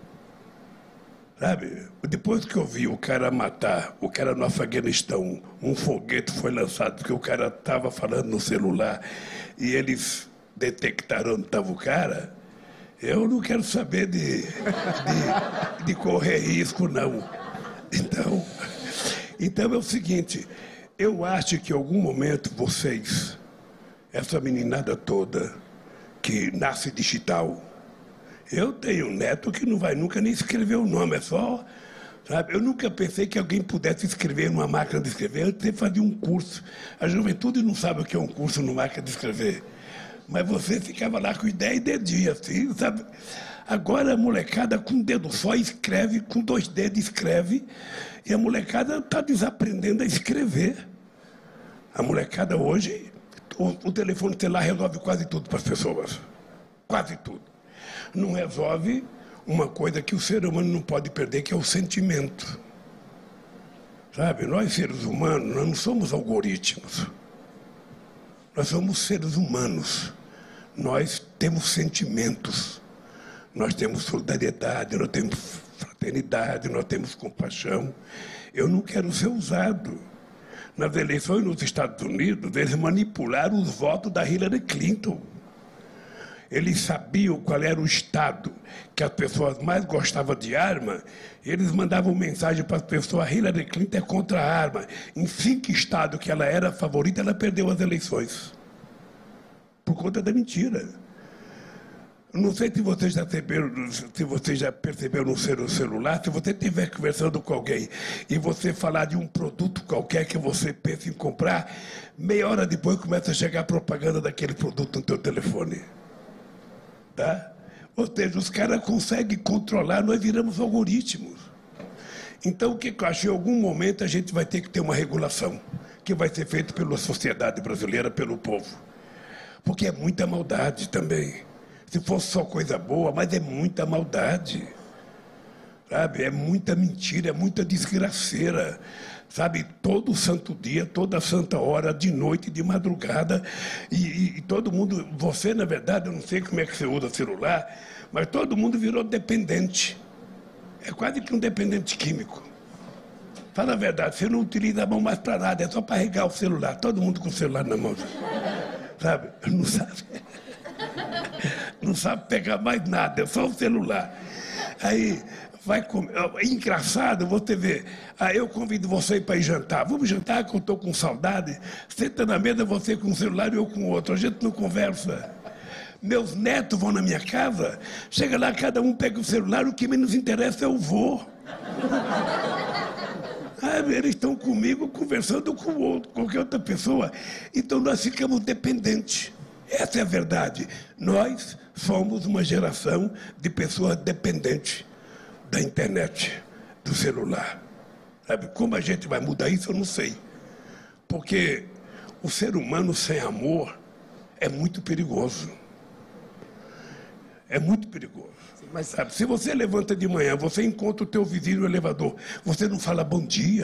Sabe? Depois que eu vi o cara matar, o cara no Afeganistão, um foguete foi lançado porque o cara estava falando no celular e eles detectaram onde estava o cara, eu não quero saber de, de, de correr risco, não. Então, então é o seguinte, eu acho que em algum momento vocês, essa meninada toda que nasce digital, eu tenho um neto que não vai nunca nem escrever o nome, é só, sabe? Eu nunca pensei que alguém pudesse escrever numa máquina de escrever, eu tenho que fazer um curso. A juventude não sabe o que é um curso numa máquina de escrever. Mas você ficava lá com ideia e dedinho, assim, sabe? Agora a molecada com um dedo só escreve, com dois dedos escreve, e a molecada está desaprendendo a escrever. A molecada hoje, o, o telefone celular resolve quase tudo para as pessoas. Quase tudo. Não resolve uma coisa que o ser humano não pode perder, que é o sentimento. Sabe? Nós, seres humanos, nós não somos algoritmos. Nós somos seres humanos. Nós temos sentimentos. Nós temos solidariedade, nós temos fraternidade, nós temos compaixão. Eu não quero ser usado. Nas eleições nos Estados Unidos, eles manipularam os votos da Hillary Clinton. Eles sabiam qual era o estado que as pessoas mais gostavam de arma. Eles mandavam mensagem para as pessoas: Hillary Clinton é contra a arma. Em cinco estados que ela era a favorita, ela perdeu as eleições. Por conta da mentira. Não sei se você já percebeu, se você já percebeu no seu celular, se você estiver conversando com alguém e você falar de um produto qualquer que você pensa em comprar, meia hora depois começa a chegar propaganda daquele produto no teu telefone. Tá? Ou seja, os caras conseguem controlar, nós viramos algoritmos. Então, o que eu acho? Em algum momento a gente vai ter que ter uma regulação que vai ser feita pela sociedade brasileira, pelo povo. Porque é muita maldade também. Se fosse só coisa boa, mas é muita maldade. Sabe? É muita mentira, é muita desgraceira. Sabe? Todo santo dia, toda santa hora, de noite, de madrugada. E, e, e todo mundo... Você, na verdade, eu não sei como é que você usa celular, mas todo mundo virou dependente. É quase que um dependente químico. Fala a verdade, você não utiliza a mão mais para nada, é só para regar o celular. Todo mundo com o celular na mão. Sabe? Não sabe... Não sabe pegar mais nada, é só o celular. Aí vai comer. É engraçado você ver. Aí eu convido você para ir jantar. Vamos jantar que eu estou com saudade. Senta na mesa, você com um celular e eu com outro. A gente não conversa. Meus netos vão na minha casa, chega lá, cada um pega o celular, o que menos interessa é o vô. Ah, eles estão comigo conversando com o outro, qualquer outra pessoa. Então nós ficamos dependentes. Essa é a verdade. Nós somos uma geração de pessoas dependentes da internet, do celular. Sabe? Como a gente vai mudar isso, eu não sei. Porque o ser humano sem amor é muito perigoso. É muito perigoso. Mas sabe, se você levanta de manhã, você encontra o teu vizinho no elevador, você não fala bom dia.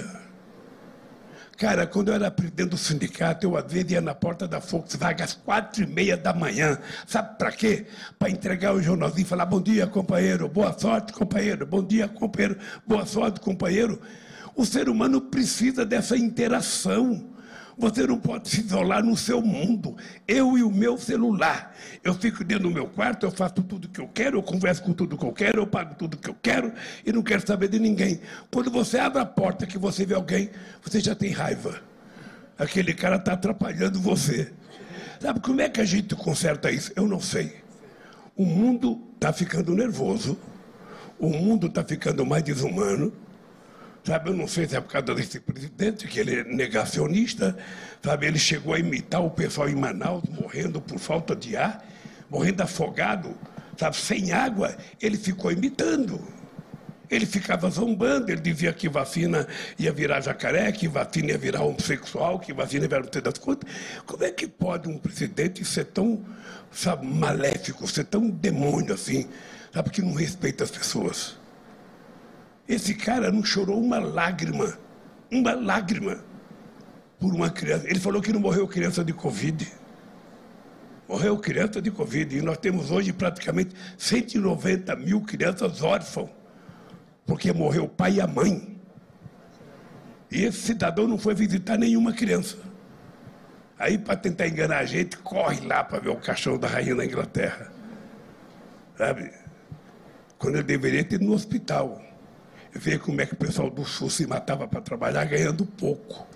Cara, quando eu era presidente do sindicato, eu às vezes ia na porta da Volkswagen às quatro e meia da manhã. Sabe para quê? Para entregar o jornalzinho e falar: bom dia, companheiro, boa sorte, companheiro, bom dia, companheiro, boa sorte, companheiro. O ser humano precisa dessa interação. Você não pode se isolar no seu mundo. Eu e o meu celular. Eu fico dentro do meu quarto, eu faço tudo o que eu quero, eu converso com tudo que eu quero, eu pago tudo o que eu quero e não quero saber de ninguém. Quando você abre a porta que você vê alguém, você já tem raiva. Aquele cara está atrapalhando você. Sabe como é que a gente conserta isso? Eu não sei. O mundo está ficando nervoso. O mundo está ficando mais desumano. Sabe, eu não sei se é por causa desse presidente, que ele é negacionista, sabe, ele chegou a imitar o pessoal em Manaus, morrendo por falta de ar, morrendo afogado, sabe, sem água, ele ficou imitando. Ele ficava zombando, ele dizia que vacina ia virar jacaré, que vacina ia virar homossexual, que vacina ia virar não sei das contas. Como é que pode um presidente ser tão, sabe, maléfico, ser tão demônio assim, sabe, que não respeita as pessoas? Esse cara não chorou uma lágrima, uma lágrima, por uma criança. Ele falou que não morreu criança de Covid. Morreu criança de Covid. E nós temos hoje praticamente cento e noventa mil crianças órfãs, porque morreu o pai e a mãe. E esse cidadão não foi visitar nenhuma criança. Aí, para tentar enganar a gente, corre lá para ver o caixão da rainha na Inglaterra. Sabe? Quando ele deveria ter ido no hospital. Ver como é que o pessoal do Sul se matava para trabalhar ganhando pouco.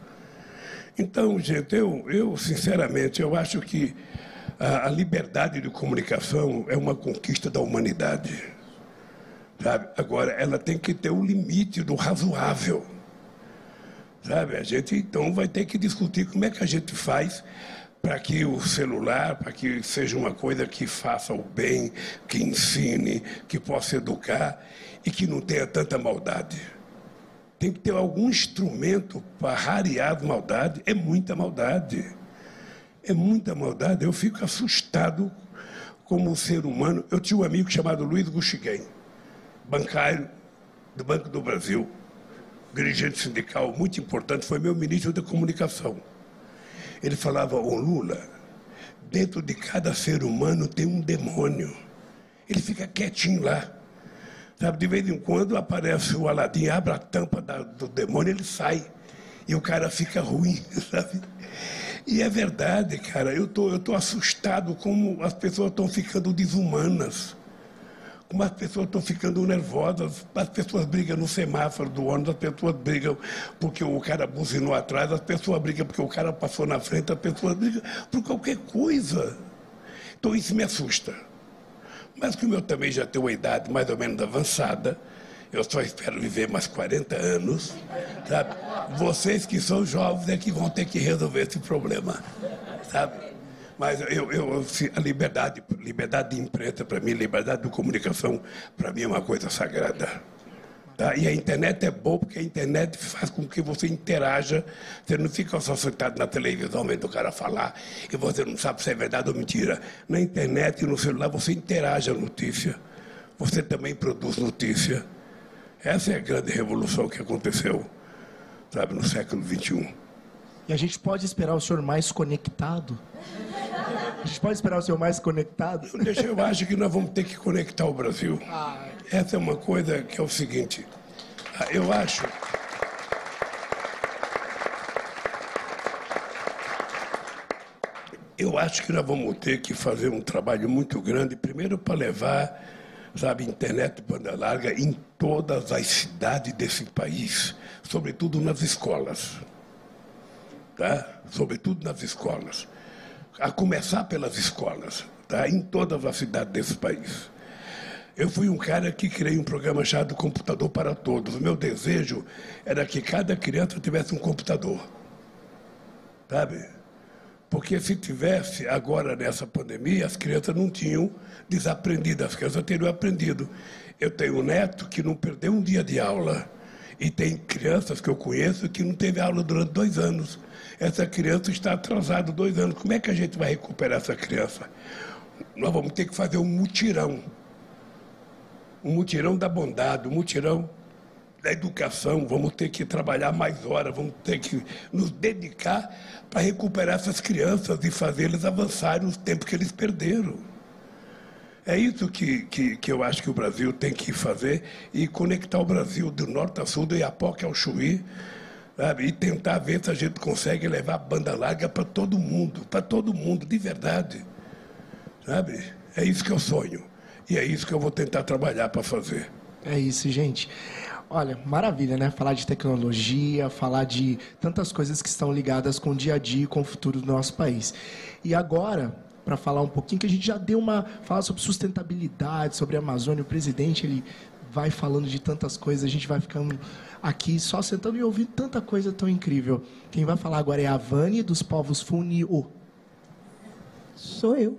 Então, gente, eu, eu sinceramente, eu acho que a, a liberdade de comunicação é uma conquista da humanidade. Sabe? Agora, ela tem que ter um limite do razoável. Sabe? A gente, então, vai ter que discutir como é que a gente faz para que o celular, para que seja uma coisa que faça o bem, que ensine, que possa educar e que não tenha tanta maldade. Tem que ter algum instrumento para rarear a maldade. É muita maldade. É muita maldade. Eu fico assustado como ser humano. Eu tinha um amigo chamado Luiz Guxiguem, bancário do Banco do Brasil, dirigente sindical muito importante, foi meu ministro da comunicação. Ele falava, ô Lula, dentro de cada ser humano tem um demônio. Ele fica quietinho lá. Sabe, de vez em quando aparece o Aladim, abre a tampa da, do demônio, ele sai. E o cara fica ruim, sabe? E é verdade, cara, eu tô, eu tô assustado como as pessoas estão ficando desumanas. Como as pessoas estão ficando nervosas, as pessoas brigam no semáforo do ônibus, as pessoas brigam porque o cara buzinou atrás, as pessoas brigam porque o cara passou na frente, as pessoas brigam por qualquer coisa. Então isso me assusta. Mas como eu também já tenho uma idade mais ou menos avançada, eu só espero viver mais quarenta anos, sabe? Vocês que são jovens é que vão ter que resolver esse problema, sabe? Mas eu, eu, a liberdade, liberdade de imprensa para mim, liberdade de comunicação, para mim é uma coisa sagrada. Tá? E a internet é boa porque a internet faz com que você interaja. Você não fica só sentado na televisão vendo o cara falar e você não sabe se é verdade ou mentira. Na internet e no celular você interage a notícia. Você também produz notícia. Essa é a grande revolução que aconteceu, sabe, no século vinte e um. E a gente pode esperar o senhor mais conectado? A gente pode esperar o senhor mais conectado? Deixa, eu acho que nós vamos ter que conectar o Brasil. Essa é uma coisa que é o seguinte. Eu acho... Eu acho que nós vamos ter que fazer um trabalho muito grande, primeiro para levar, sabe, internet de banda larga em todas as cidades desse país, sobretudo nas escolas. Tá? Sobretudo nas escolas. A começar pelas escolas, tá? Em todas as cidades desse país. Eu fui um cara que criei um programa chamado Computador para Todos. O meu desejo era que cada criança tivesse um computador. Sabe? Porque se tivesse, agora nessa pandemia, as crianças não tinham desaprendido, as crianças teriam aprendido. Eu tenho um neto que não perdeu um dia de aula. E tem crianças que eu conheço que não teve aula durante dois anos. Essa criança está atrasada dois anos. Como é que a gente vai recuperar essa criança? Nós vamos ter que fazer um mutirão. Um mutirão da bondade, um mutirão da educação. Vamos ter que trabalhar mais horas, vamos ter que nos dedicar para recuperar essas crianças e fazê-las avançarem os tempos que eles perderam. É isso que, que, que eu acho que o Brasil tem que fazer e conectar o Brasil do norte a sul, do Iapoque ao Chuí, sabe? E tentar ver se a gente consegue levar a banda larga para todo mundo, para todo mundo, de verdade. Sabe? É isso que eu sonho. E é isso que eu vou tentar trabalhar para fazer. É isso, gente. Olha, maravilha, né? Falar de tecnologia, falar de tantas coisas que estão ligadas com o dia a dia e com o futuro do nosso país. E agora, para falar um pouquinho, que a gente já deu uma... Falar sobre sustentabilidade, sobre a Amazônia, o presidente, ele vai falando de tantas coisas, a gente vai ficando aqui só sentando e ouvindo tanta coisa tão incrível. Quem vai falar agora é a Vani, dos povos Funiô. Sou eu.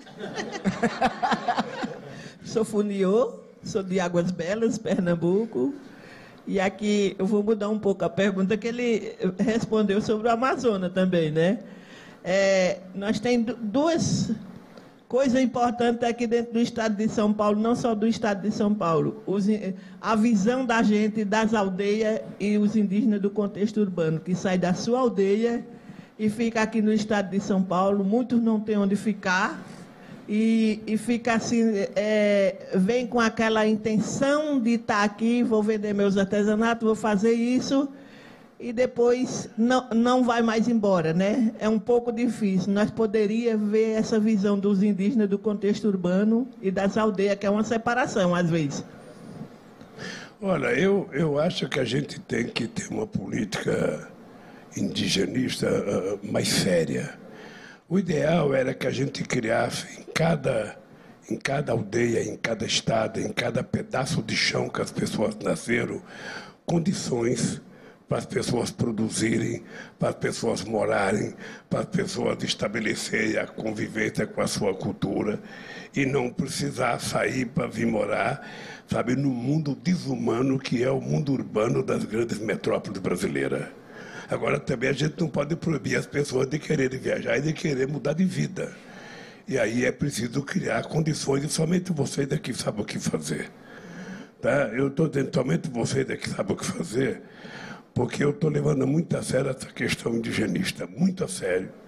Sou Funiô, sou de Águas Belas, Pernambuco. E aqui eu vou mudar um pouco a pergunta que ele respondeu sobre o Amazonas também, né? É, nós temos duas coisas importantes aqui dentro do estado de São Paulo, não só do estado de São Paulo. Os, a visão da gente das aldeias e os indígenas do contexto urbano, que sai da sua aldeia e fica aqui no estado de São Paulo. Muitos não têm onde ficar e, e fica assim, é, vem com aquela intenção de estar aqui, vou vender meus artesanatos, vou fazer isso, e depois não, não vai mais embora, né? É um pouco difícil. Nós poderíamos ver essa visão dos indígenas do contexto urbano e das aldeias, que é uma separação, às vezes. Olha, eu, eu acho que a gente tem que ter uma política indigenista uh, mais séria. O ideal era que a gente criasse em cada, em cada aldeia, em cada estado, em cada pedaço de chão que as pessoas nasceram, condições para as pessoas produzirem, para as pessoas morarem, para as pessoas estabelecerem a convivência com a sua cultura e não precisar sair para vir morar, sabe, no mundo desumano que é o mundo urbano das grandes metrópoles brasileiras. Agora, também a gente não pode proibir as pessoas de quererem viajar e de querer mudar de vida. E aí é preciso criar condições e somente vocês é que sabem o que fazer. Tá? Eu estou dizendo, somente vocês é que sabem o que fazer, porque eu estou levando muito a sério essa questão indigenista, muito a sério.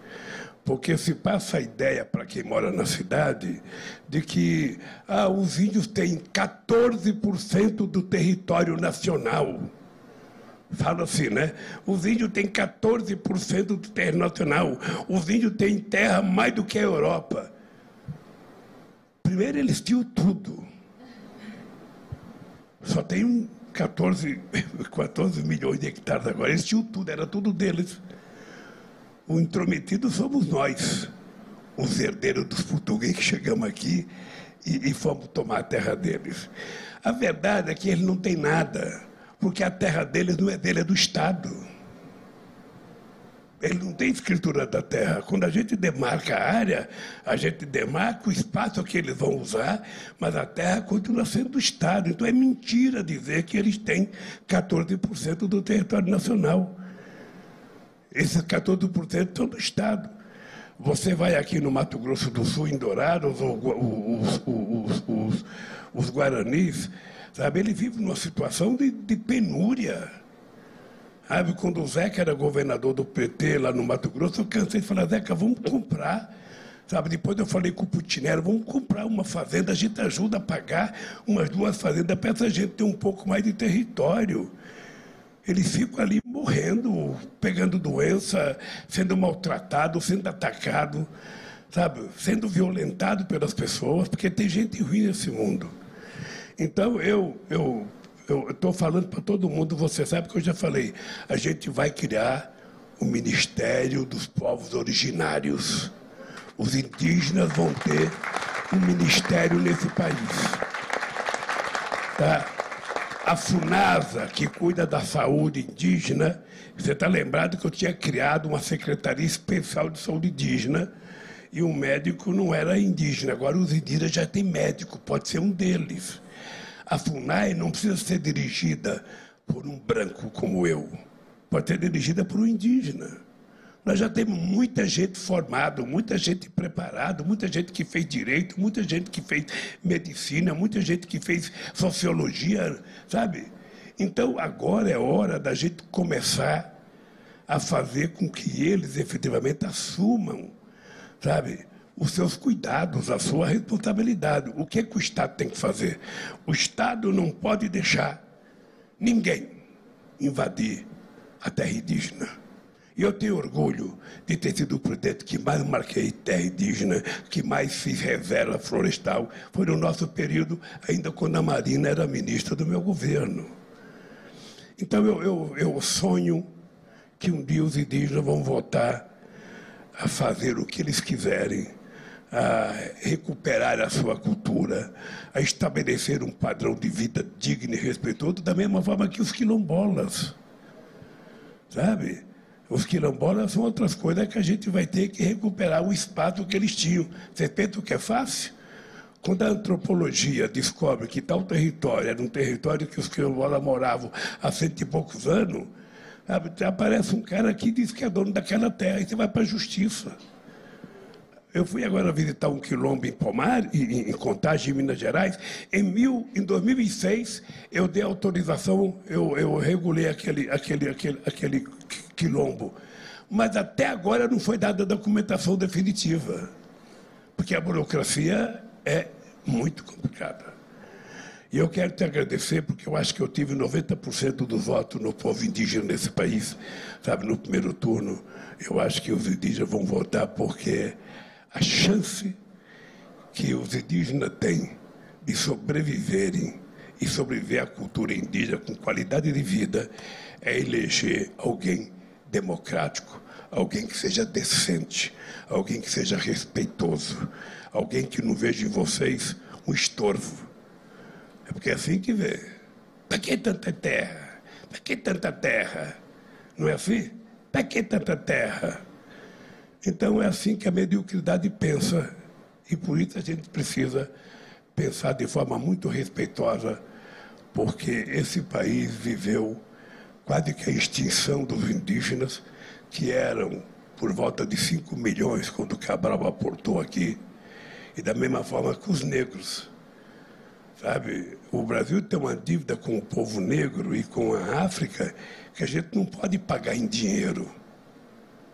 Porque se passa a ideia para quem mora na cidade de que ah, os índios têm quatorze por cento do território nacional. Fala assim, né? Os índios têm quatorze por cento do território nacional. Os índios têm terra mais do que a Europa. Primeiro, eles tinham tudo. Só tem um quatorze, quatorze milhões de hectares agora. Eles tinham tudo, era tudo deles. O intrometido somos nós, os herdeiros dos portugueses que chegamos aqui e, e fomos tomar a terra deles. A verdade é que eles não têm nada, porque a terra deles não é dele, é do Estado. Ele não tem escritura da terra. Quando a gente demarca a área, a gente demarca o espaço que eles vão usar, mas a terra continua sendo do Estado. Então é mentira dizer que eles têm quatorze por cento do território nacional. Esses quatorze por cento são do Estado. Você vai aqui no Mato Grosso do Sul, em Dourados, os, os, os, os, os guaranis, sabe, eles vivem numa situação de, de penúria. Sabe, quando o Zeca era governador do P T lá no Mato Grosso, eu cansei de falar, Zeca, vamos comprar. Sabe, depois eu falei com o Putinero, vamos comprar uma fazenda, a gente ajuda a pagar umas duas fazendas para essa gente ter um pouco mais de território. Eles ficam ali morrendo, pegando doença, sendo maltratados, sendo atacados, sabe, sendo violentados pelas pessoas, porque tem gente ruim nesse mundo. Então, eu eu eu estou falando para todo mundo, você sabe que eu já falei, a gente vai criar o Ministério dos Povos Originários. Os indígenas vão ter um ministério nesse país. Tá? A FUNASA, que cuida da saúde indígena, você está lembrado que eu tinha criado uma Secretaria Especial de Saúde Indígena e o médico não era indígena. Agora os indígenas já têm médico, pode ser um deles. A FUNAI não precisa ser dirigida por um branco como eu, pode ser dirigida por um indígena. Nós já temos muita gente formada, muita gente preparada, muita gente que fez direito, muita gente que fez medicina, muita gente que fez sociologia, sabe? Então, agora é hora da gente começar a fazer com que eles efetivamente assumam, sabe, os seus cuidados, a sua responsabilidade. O que é que o Estado tem que fazer? O Estado não pode deixar ninguém invadir a terra indígena. E eu tenho orgulho de ter sido o presidente que mais marquei terra indígena, que mais fiz reserva florestal. Foi no nosso período, ainda quando a Marina era ministra do meu governo. Então, eu, eu, eu sonho que um dia os indígenas vão voltar a fazer o que eles quiserem, a recuperar a sua cultura, a estabelecer um padrão de vida digno e respeitoso, da mesma forma que os quilombolas, sabe? Os quilombolas são outras coisas que a gente vai ter que recuperar o espaço que eles tinham. Você pensa que é fácil? Quando a antropologia descobre que tal território era um território que os quilombolas moravam há cento e poucos anos, sabe, aparece um cara que diz que é dono daquela terra e você vai para a justiça. Eu fui agora visitar um quilombo em Pomar, em, em Contagem, em Minas Gerais. Em, mil, em dois mil e seis, eu dei autorização, eu, eu regulei aquele, aquele, aquele, aquele quilombo. Mas até agora não foi dada a documentação definitiva, porque a burocracia é muito complicada. E eu quero te agradecer, porque eu acho que eu tive noventa por cento dos votos no povo indígena nesse país, sabe, no primeiro turno. Eu acho que os indígenas vão votar porque a chance que os indígenas têm de sobreviverem e sobreviver à cultura indígena com qualidade de vida é eleger alguém democrático, alguém que seja decente, alguém que seja respeitoso, alguém que não veja em vocês um estorvo. É porque é assim que vê. Para que tanta terra? Para que tanta terra? Não é assim? Para que tanta terra? Então é assim que a mediocridade pensa. E por isso a gente precisa pensar de forma muito respeitosa, porque esse país viveu quase que a extinção dos indígenas, que eram por volta de cinco milhões quando Cabral aportou aqui, e da mesma forma que os negros. Sabe, o Brasil tem uma dívida com o povo negro e com a África que a gente não pode pagar em dinheiro.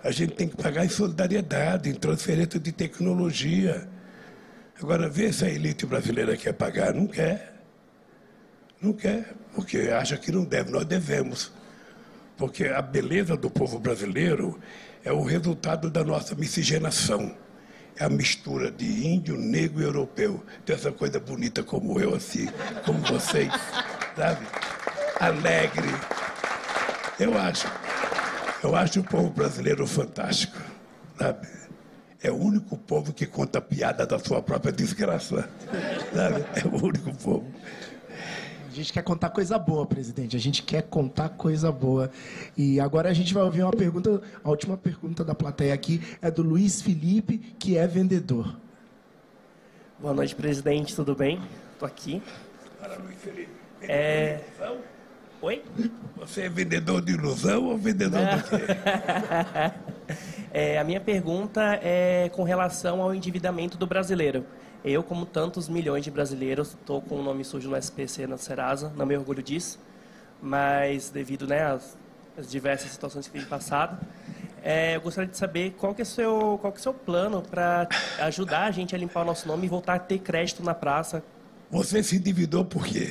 A gente tem que pagar em solidariedade, em transferência de tecnologia. Agora, vê se a elite brasileira quer pagar. Não quer. Não quer, porque acha que não deve. Nós devemos. Porque a beleza do povo brasileiro é o resultado da nossa miscigenação. É a mistura de índio, negro e europeu. Tem essa coisa bonita como eu, assim, como vocês, sabe? Alegre. Eu acho, eu acho o povo brasileiro fantástico, sabe? É o único povo que conta piada da sua própria desgraça, sabe? É o único povo. A gente quer contar coisa boa, presidente. A gente quer contar coisa boa. E agora a gente vai ouvir uma pergunta, a última pergunta da plateia aqui é do Luiz Felipe, que é vendedor. Boa noite, presidente. Tudo bem? Estou aqui. Fala, Luiz Felipe. Vendedor É... de ilusão? Oi? Você é vendedor de ilusão ou vendedor do quê? É, a minha pergunta é com relação ao endividamento do brasileiro. Eu, como tantos milhões de brasileiros, estou com o nome sujo no S P C, na Serasa, não me orgulho disso, mas devido, né, às, às diversas situações que têm passado, é, eu gostaria de saber qual que é o seu, qual que é o seu plano para ajudar a gente a limpar o nosso nome e voltar a ter crédito na praça. Você se endividou por quê?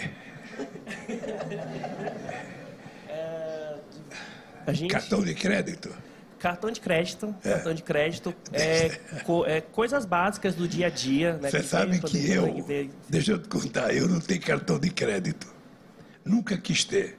É, a gente... Cartão de crédito? Cartão de crédito, é. cartão de crédito, é, co, é, coisas básicas do dia a dia. Né, Você que sabe que eu, ver... deixa eu te contar, eu não tenho cartão de crédito. Nunca quis ter.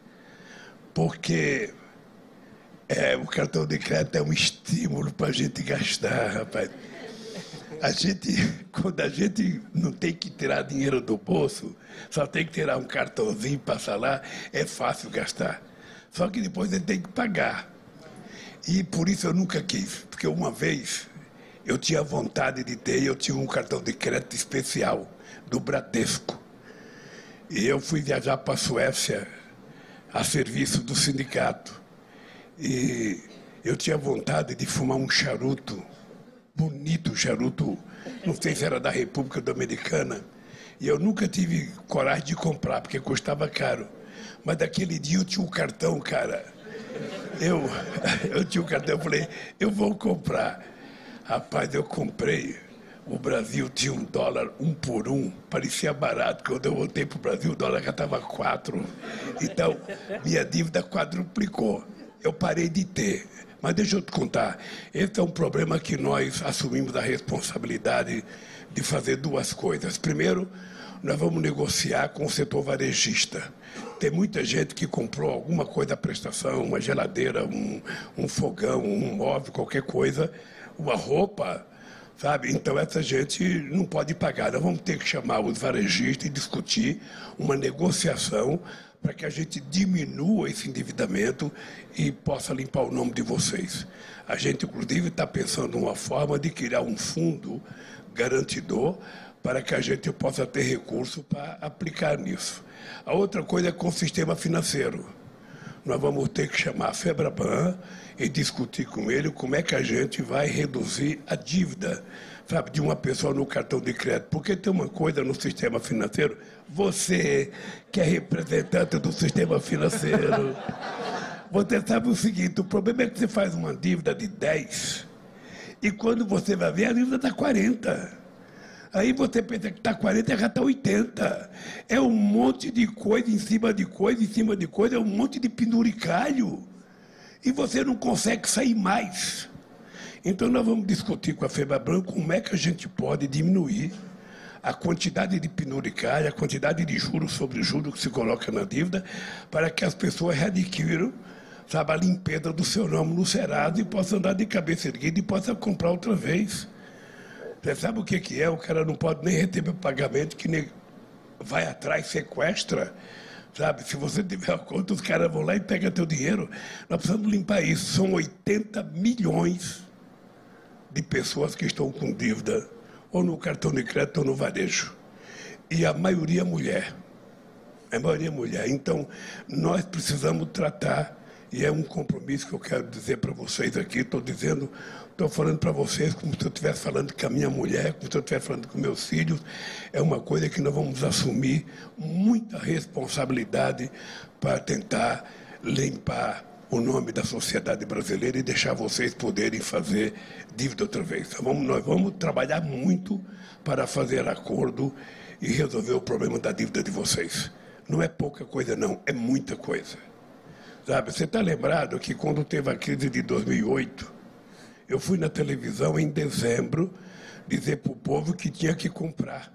Porque é, o cartão de crédito é um estímulo para a gente gastar, rapaz. A gente, quando a gente não tem que tirar dinheiro do bolso, só tem que tirar um cartãozinho, passar lá, é fácil gastar. Só que depois ele tem que pagar. E por isso eu nunca quis, porque uma vez eu tinha vontade de ter, eu tinha um cartão de crédito especial do Bradesco. E eu fui viajar para a Suécia a serviço do sindicato. E eu tinha vontade de fumar um charuto, bonito charuto, não sei se era da República Dominicana. E eu nunca tive coragem de comprar, porque custava caro. Mas daquele dia eu tinha um cartão, cara. Eu, eu tinha um cartão, eu falei, eu vou comprar. Rapaz, eu comprei. O Brasil tinha um dólar um por um, parecia barato. Quando eu voltei para o Brasil, o dólar já estava quatro. Então, minha dívida quadruplicou. Eu parei de ter. Mas deixa eu te contar, esse é um problema que nós assumimos a responsabilidade de fazer duas coisas. Primeiro, nós vamos negociar com o setor varejista. Tem muita gente que comprou alguma coisa da prestação, uma geladeira, um, um fogão, um móvel, qualquer coisa, uma roupa, sabe? Então essa gente não pode pagar. Nós vamos ter que chamar os varejistas e discutir uma negociação para que a gente diminua esse endividamento e possa limpar o nome de vocês. A gente, inclusive, está pensando numa forma de criar um fundo garantidor para que a gente possa ter recurso para aplicar nisso. A outra coisa é com o sistema financeiro. Nós vamos ter que chamar a FEBRABAN e discutir com ele como é que a gente vai reduzir a dívida, sabe, de uma pessoa no cartão de crédito. Porque tem uma coisa no sistema financeiro, você que é representante do sistema financeiro, você sabe o seguinte, o problema é que você faz uma dívida de dez e quando você vai ver, a dívida está quarenta. Aí você pensa que está quarenta, já está oitenta. É um monte de coisa em cima de coisa, em cima de coisa, é um monte de penduricalho. E você não consegue sair mais. Então nós vamos discutir com a FEBRABAN como é que a gente pode diminuir a quantidade de penduricalho, a quantidade de juros sobre juros que se coloca na dívida, para que as pessoas readquiram, sabe, a limpeza do seu nome no Serasa e possam andar de cabeça erguida e possam comprar outra vez. Você sabe o que, que é? O cara não pode nem receber pagamento, que nem vai atrás, sequestra. Sabe? Se você tiver a conta, os caras vão lá e pegam teu dinheiro. Nós precisamos limpar isso. São oitenta milhões de pessoas que estão com dívida, ou no cartão de crédito ou no varejo. E a maioria é mulher. A maioria é mulher. Então, nós precisamos tratar, e é um compromisso que eu quero dizer para vocês aqui, estou dizendo... Estou falando para vocês como se eu estivesse falando com a minha mulher, como se eu estivesse falando com meus filhos. É uma coisa que nós vamos assumir muita responsabilidade para tentar limpar o nome da sociedade brasileira e deixar vocês poderem fazer dívida outra vez. Então, vamos, nós vamos trabalhar muito para fazer acordo e resolver o problema da dívida de vocês. Não é pouca coisa, não, é muita coisa. Sabe, você está lembrado que quando teve a crise de dois mil e oito, eu fui na televisão em dezembro dizer para o povo que tinha que comprar,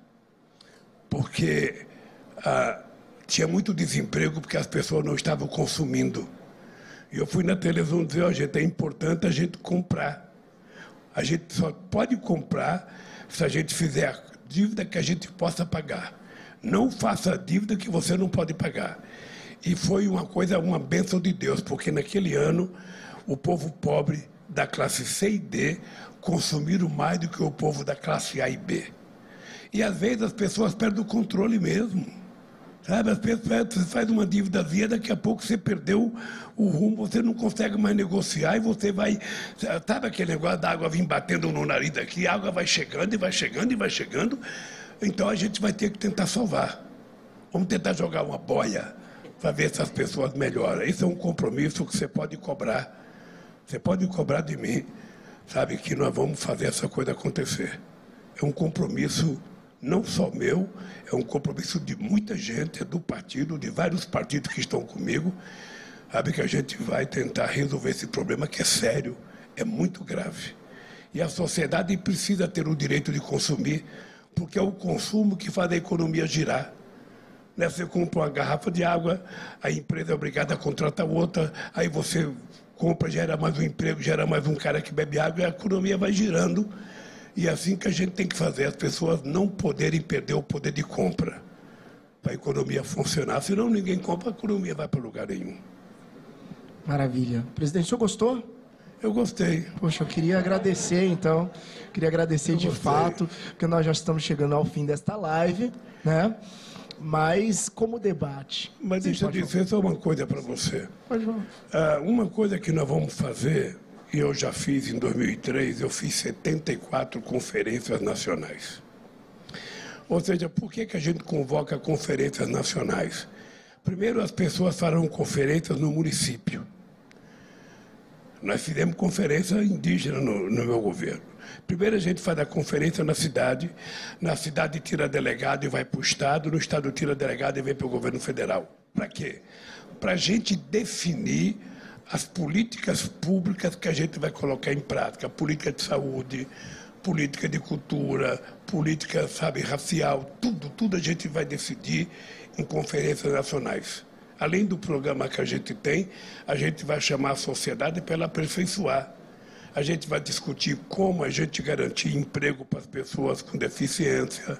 porque ah, tinha muito desemprego porque as pessoas não estavam consumindo. E eu fui na televisão dizer, ó, gente, é importante a gente comprar. A gente só pode comprar se a gente fizer a dívida que a gente possa pagar. Não faça a dívida que você não pode pagar. E foi uma coisa, uma bênção de Deus, porque naquele ano o povo pobre da classe C e D consumiram mais do que o povo da classe A e B. E às vezes as pessoas perdem o controle mesmo. Sabe, as pessoas, você faz uma dívidazinha, daqui a pouco você perdeu o rumo, você não consegue mais negociar e você vai... Sabe aquele negócio da água vir batendo no nariz aqui, a água vai chegando e vai chegando e vai chegando, então a gente vai ter que tentar salvar. Vamos tentar jogar uma boia para ver se as pessoas melhoram. Isso é um compromisso que você pode cobrar. Você pode cobrar de mim, sabe, que nós vamos fazer essa coisa acontecer. É um compromisso não só meu, é um compromisso de muita gente, é do partido, de vários partidos que estão comigo, sabe, que a gente vai tentar resolver esse problema que é sério, é muito grave. E a sociedade precisa ter o direito de consumir, porque é o consumo que faz a economia girar. Né? Você compra uma garrafa de água, a empresa é obrigada a contratar outra, aí você compra, gera mais um emprego, gera mais um cara que bebe água e a economia vai girando. E é assim que a gente tem que fazer, as pessoas não poderem perder o poder de compra para a economia funcionar. Senão ninguém compra, a economia vai para lugar nenhum. Maravilha. Presidente, o senhor gostou? Eu gostei. Poxa, eu queria agradecer, então. Queria agradecer eu de gostei. fato, porque nós já estamos chegando ao fim desta live, né? Mas como debate... Mas deixa eu dizer só uma coisa para você. Pode falar. Uh, uma coisa que nós vamos fazer... E eu já fiz em dois mil e três, eu fiz setenta e quatro conferências nacionais. Ou seja, por que, que a gente convoca conferências nacionais? Primeiro, as pessoas farão conferências no município. Nós fizemos conferência indígena no, no meu governo. Primeiro a gente faz a conferência na cidade, na cidade tira delegado e vai para o Estado, no Estado tira delegado e vem para o governo federal. Para quê? Para a gente definir as políticas públicas que a gente vai colocar em prática, política de saúde, política de cultura, política, sabe, racial, tudo, tudo a gente vai decidir em conferências nacionais. Além do programa que a gente tem, a gente vai chamar a sociedade para ela aperfeiçoar. A gente vai discutir como a gente garantir emprego para as pessoas com deficiência.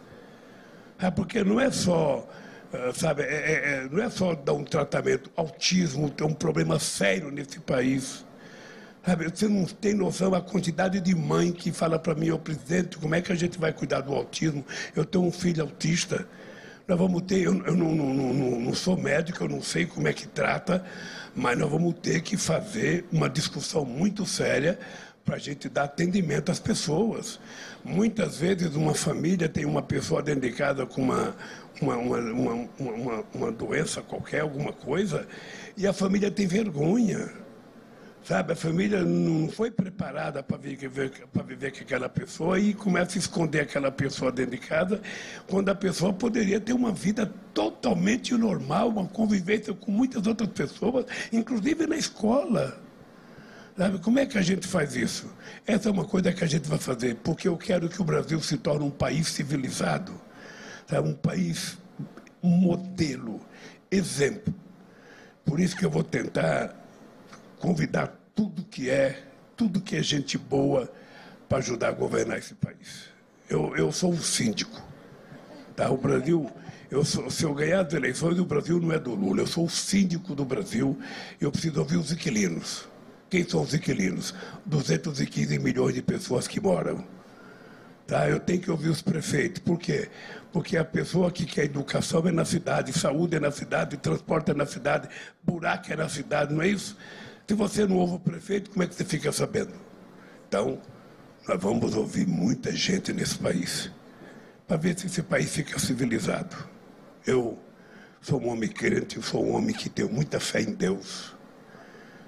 É porque não é só... Uh, sabe, é, é, não é só dar um tratamento. Autismo é um problema sério nesse país. Sabe, você não tem noção da quantidade de mãe que fala para mim, ô presidente, como é que a gente vai cuidar do autismo? Eu tenho um filho autista. Nós vamos ter, eu, eu não, não, não, não sou médico, eu não sei como é que trata, mas nós vamos ter que fazer uma discussão muito séria para a gente dar atendimento às pessoas. Muitas vezes uma família tem uma pessoa dentro de casa com uma, uma, uma, uma, uma, uma doença qualquer, alguma coisa, e a família tem vergonha. Sabe, a família não foi preparada para viver, para viver com aquela pessoa e começa a esconder aquela pessoa dentro de casa, quando a pessoa poderia ter uma vida totalmente normal, uma convivência com muitas outras pessoas, inclusive na escola. Sabe, como é que a gente faz isso? Essa é uma coisa que a gente vai fazer, porque eu quero que o Brasil se torne um país civilizado, sabe, um país modelo, exemplo. Por isso que eu vou tentar convidar tudo que é, tudo que é gente boa para ajudar a governar esse país. Eu, eu sou um síndico. Tá? O Brasil, eu sou, se eu ganhar as eleições, o Brasil não é do Lula. Eu sou o síndico do Brasil. Eu preciso ouvir os inquilinos. Quem são os inquilinos? duzentos e quinze milhões de pessoas que moram. Tá? Eu tenho que ouvir os prefeitos. Por quê? Porque a pessoa que quer educação é na cidade, saúde é na cidade, transporte é na cidade, buraco é na cidade, não é isso? Se você não ouve o prefeito, como é que você fica sabendo? Então, nós vamos ouvir muita gente nesse país, para ver se esse país fica civilizado. Eu sou um homem crente, eu sou um homem que tem muita fé em Deus.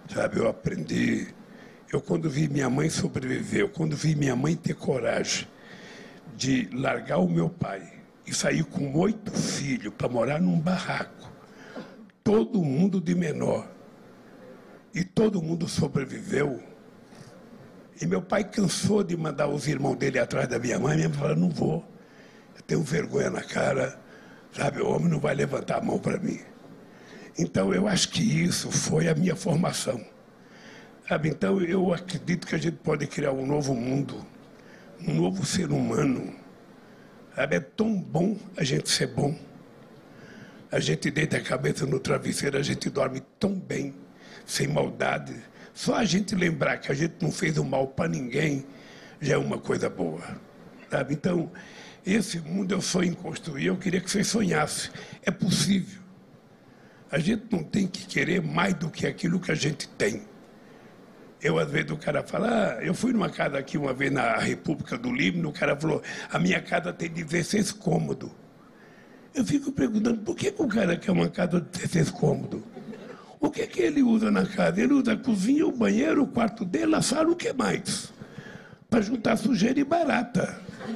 sabe? Eu aprendi. Eu, quando vi minha mãe sobreviver, eu, quando vi minha mãe ter coragem de largar o meu pai e sair com oito filhos para morar num barraco, todo mundo de menor, e todo mundo sobreviveu. E meu pai cansou de mandar os irmãos dele atrás da minha mãe, minha mãe falou, não vou, eu tenho vergonha na cara, sabe, o homem não vai levantar a mão para mim. Então, eu acho que isso foi a minha formação. Sabe? Então, eu acredito que a gente pode criar um novo mundo, um novo ser humano. Sabe? É tão bom a gente ser bom. A gente deita a cabeça no travesseiro, a gente dorme tão bem, sem maldade. Só a gente lembrar que a gente não fez o mal para ninguém, já é uma coisa boa. Sabe? Então, esse mundo eu sonho em construir, eu queria que vocês sonhassem. É possível. A gente não tem que querer mais do que aquilo que a gente tem. Eu, às vezes, o cara fala, ah, eu fui numa casa aqui uma vez na República do Líbano, o cara falou, a minha casa tem dezesseis cômodos. Eu fico perguntando, por que, que o cara quer uma casa de dezesseis cômodos? O que, que ele usa na casa? Ele usa a cozinha, o banheiro, o quarto dele, a sala, o que mais? Para juntar sujeira e barata.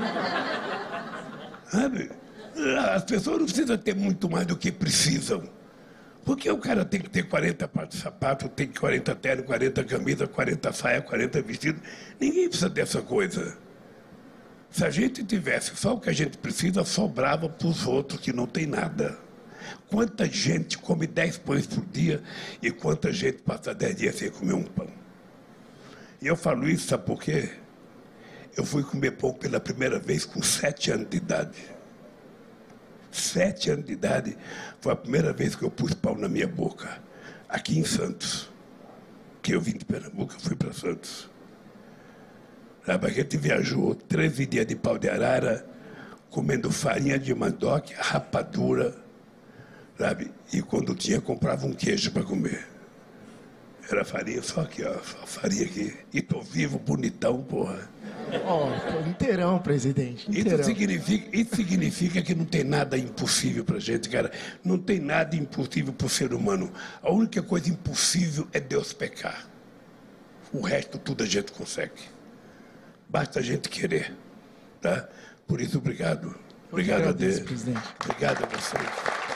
Sabe? As pessoas não precisam ter muito mais do que precisam. Porque o cara tem que ter quarenta pares de sapato, tem quarenta terno, quarenta camisas, quarenta saia, quarenta vestidos. Ninguém precisa dessa coisa. Se a gente tivesse só o que a gente precisa, sobrava para os outros que não tem nada. Quanta gente come dez pães por dia e quanta gente passa dez dias sem comer um pão. E eu falo isso, sabe por quê? Eu fui comer pão pela primeira vez com sete anos de idade. Sete anos de idade, foi a primeira vez que eu pus pau na minha boca, aqui em Santos. Que eu vim de Pernambuco, eu fui para Santos. Sabe, a gente viajou treze dias de pau de arara, comendo farinha de mandioca, rapadura, sabe? E quando tinha, comprava um queijo para comer. Era farinha só aqui, ó, só farinha aqui. E tô vivo, bonitão, porra. Oh, inteirão, presidente. Inteirão. Isso significa, isso significa que não tem nada impossível pra gente, cara. Não tem nada impossível pro ser humano. A única coisa impossível é Deus pecar. O resto tudo a gente consegue. Basta a gente querer, tá? Por isso, obrigado. Obrigado a Deus. Obrigado a vocês.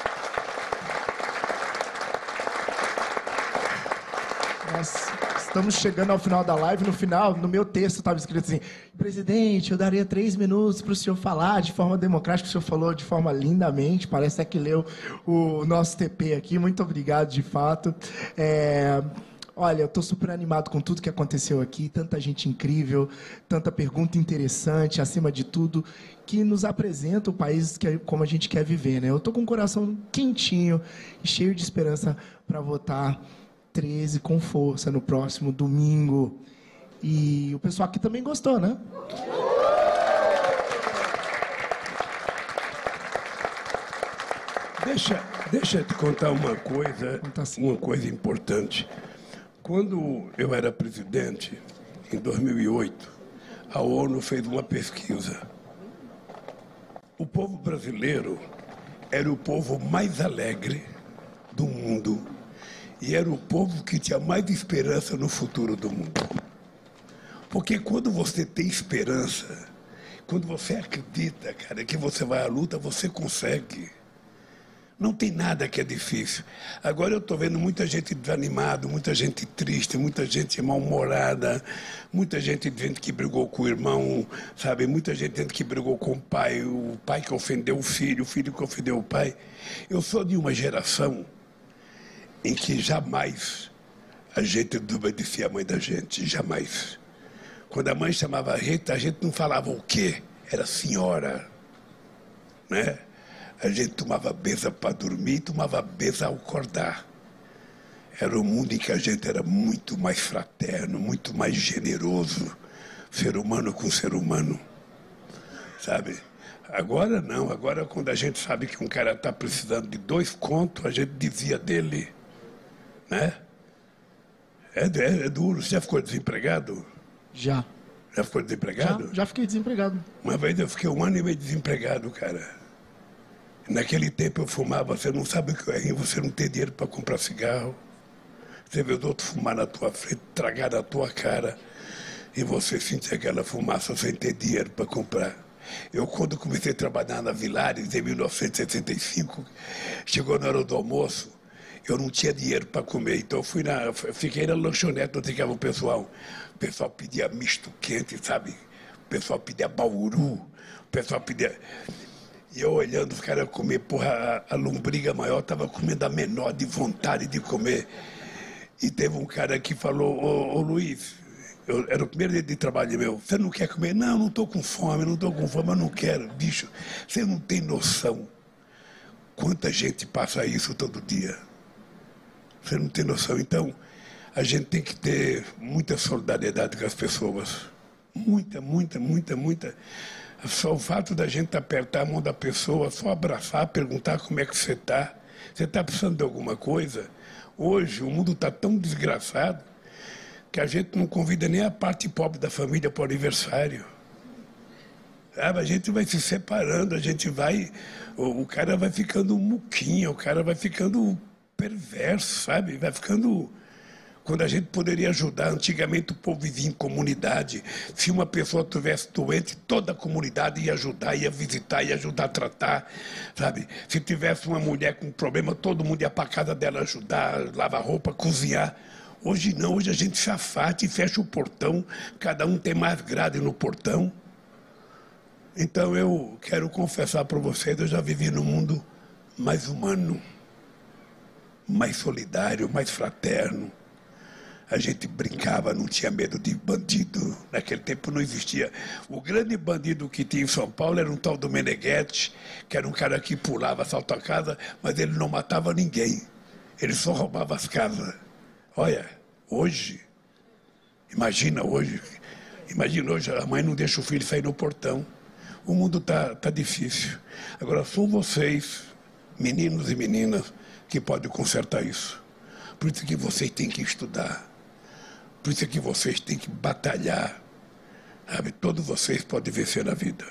Nós estamos chegando ao final da live. No final, no meu texto, estava escrito assim: presidente, eu daria três minutos para o senhor falar de forma democrática. O senhor falou de forma lindamente. Parece que leu o nosso T P aqui. Muito obrigado, de fato. É... Olha, eu estou super animado com tudo que aconteceu aqui. Tanta gente incrível, tanta pergunta interessante, acima de tudo, que nos apresenta o país que, como a gente quer viver, né? Eu estou com o coração quentinho e cheio de esperança para votar treze com força no próximo domingo. E o pessoal aqui também gostou, né? Deixa, deixa eu te contar uma coisa, uma coisa importante. Quando eu era presidente, em dois mil e oito, a ONU fez uma pesquisa. O povo brasileiro era o povo mais alegre do mundo. E era o povo que tinha mais esperança no futuro do mundo. Porque quando você tem esperança, quando você acredita, cara, que você vai à luta, você consegue. Não tem nada que é difícil. Agora eu estou vendo muita gente desanimada, muita gente triste, muita gente mal-humorada, muita gente dizendo que brigou com o irmão, sabe? Muita gente dizendo que brigou com o pai, o pai que ofendeu o filho, o filho que ofendeu o pai. Eu sou de uma geração em que jamais a gente desobedecia a mãe da gente, jamais. Quando a mãe chamava a gente, a gente não falava o quê? Era senhora, né? A gente tomava benção para dormir e tomava benção ao acordar. Era um mundo em que a gente era muito mais fraterno, muito mais generoso, ser humano com ser humano, sabe? Agora não, agora quando a gente sabe que um cara está precisando de dois contos, a gente dizia dele, né? É, é, é duro. Você já ficou desempregado? Já. Já ficou desempregado? Já, já fiquei desempregado. Uma vez eu fiquei um ano e meio desempregado, cara. Naquele tempo eu fumava, você não sabe o que é, você não tem dinheiro para comprar cigarro, Você vê os outros fumar na tua frente, tragar na tua cara, e você sentir aquela fumaça sem ter dinheiro para comprar. Eu, quando comecei a trabalhar na Vilares, em mil novecentos e sessenta e cinco, chegou na hora do almoço, eu não tinha dinheiro para comer, então eu fui na, fiquei na lanchonete onde ficava o pessoal. O pessoal pedia misto quente, sabe? O pessoal pedia bauru, o pessoal pedia... E eu olhando os caras comer, porra, a, a lombriga maior estava comendo a menor de vontade de comer. E teve um cara que falou, ô, ô Luiz, eu, era o primeiro dia de trabalho meu, você não quer comer? Não, não estou com fome, não estou com fome, eu não quero. Bicho, você não tem noção quanta gente passa isso todo dia. Você não tem noção. Então, a gente tem que ter muita solidariedade com as pessoas. Muita, muita, muita, muita. Só o fato da gente apertar a mão da pessoa, só abraçar, perguntar como é que você está. Você está precisando de alguma coisa? Hoje, o mundo está tão desgraçado que a gente não convida nem a parte pobre da família para o aniversário. Sabe? A gente vai se separando, a gente vai... O, o cara vai ficando muquinha, o cara vai ficando perverso, sabe? Vai ficando... Quando a gente poderia ajudar, antigamente o povo vivia em comunidade. Se uma pessoa estivesse doente, toda a comunidade ia ajudar, ia visitar, ia ajudar a tratar, sabe? Se tivesse uma mulher com problema, todo mundo ia para a casa dela ajudar, lavar roupa, cozinhar. Hoje não, hoje a gente se afasta e fecha o portão, cada um tem mais grade no portão. Então eu quero confessar para vocês, eu já vivi num mundo mais humano, mais solidário, mais fraterno. A gente brincava, não tinha medo de bandido. Naquele tempo não existia. O grande bandido que tinha em São Paulo era um tal do Meneghetti, que era um cara que pulava, assalto a casa, mas ele não matava ninguém. Ele só roubava as casas. Olha, hoje, imagina hoje, imagina hoje, a mãe não deixa o filho sair no portão. O mundo está tá difícil. Agora, são vocês, meninos e meninas, que podem consertar isso. Por isso que vocês têm que estudar. Por isso que vocês têm que batalhar. Sabe? Todos vocês podem vencer na vida.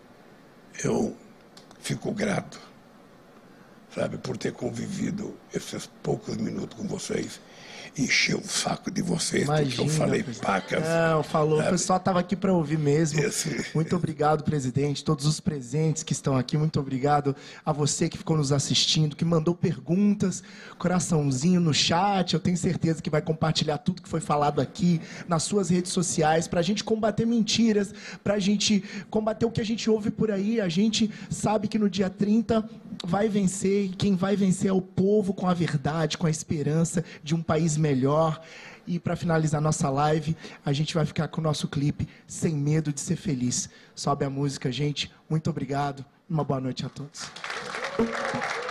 Eu fico grato, sabe, por ter convivido esses poucos minutos com vocês. Encheu o saco de vocês, Imagina, porque eu falei pacas. Não, falou. Sabe? O pessoal estava aqui para ouvir mesmo. Esse... Muito obrigado, presidente. Todos os presentes que estão aqui, muito obrigado a você que ficou nos assistindo, que mandou perguntas, coraçãozinho no chat. Eu tenho certeza que vai compartilhar tudo que foi falado aqui nas suas redes sociais, para a gente combater mentiras, para a gente combater o que a gente ouve por aí. A gente sabe que no dia trinta vai vencer, e quem vai vencer é o povo, com a verdade, com a esperança de um país melhor. E para finalizar nossa live, a gente vai ficar com o nosso clipe Sem Medo de Ser Feliz. Sobe a música, gente. Muito obrigado. Uma boa noite a todos.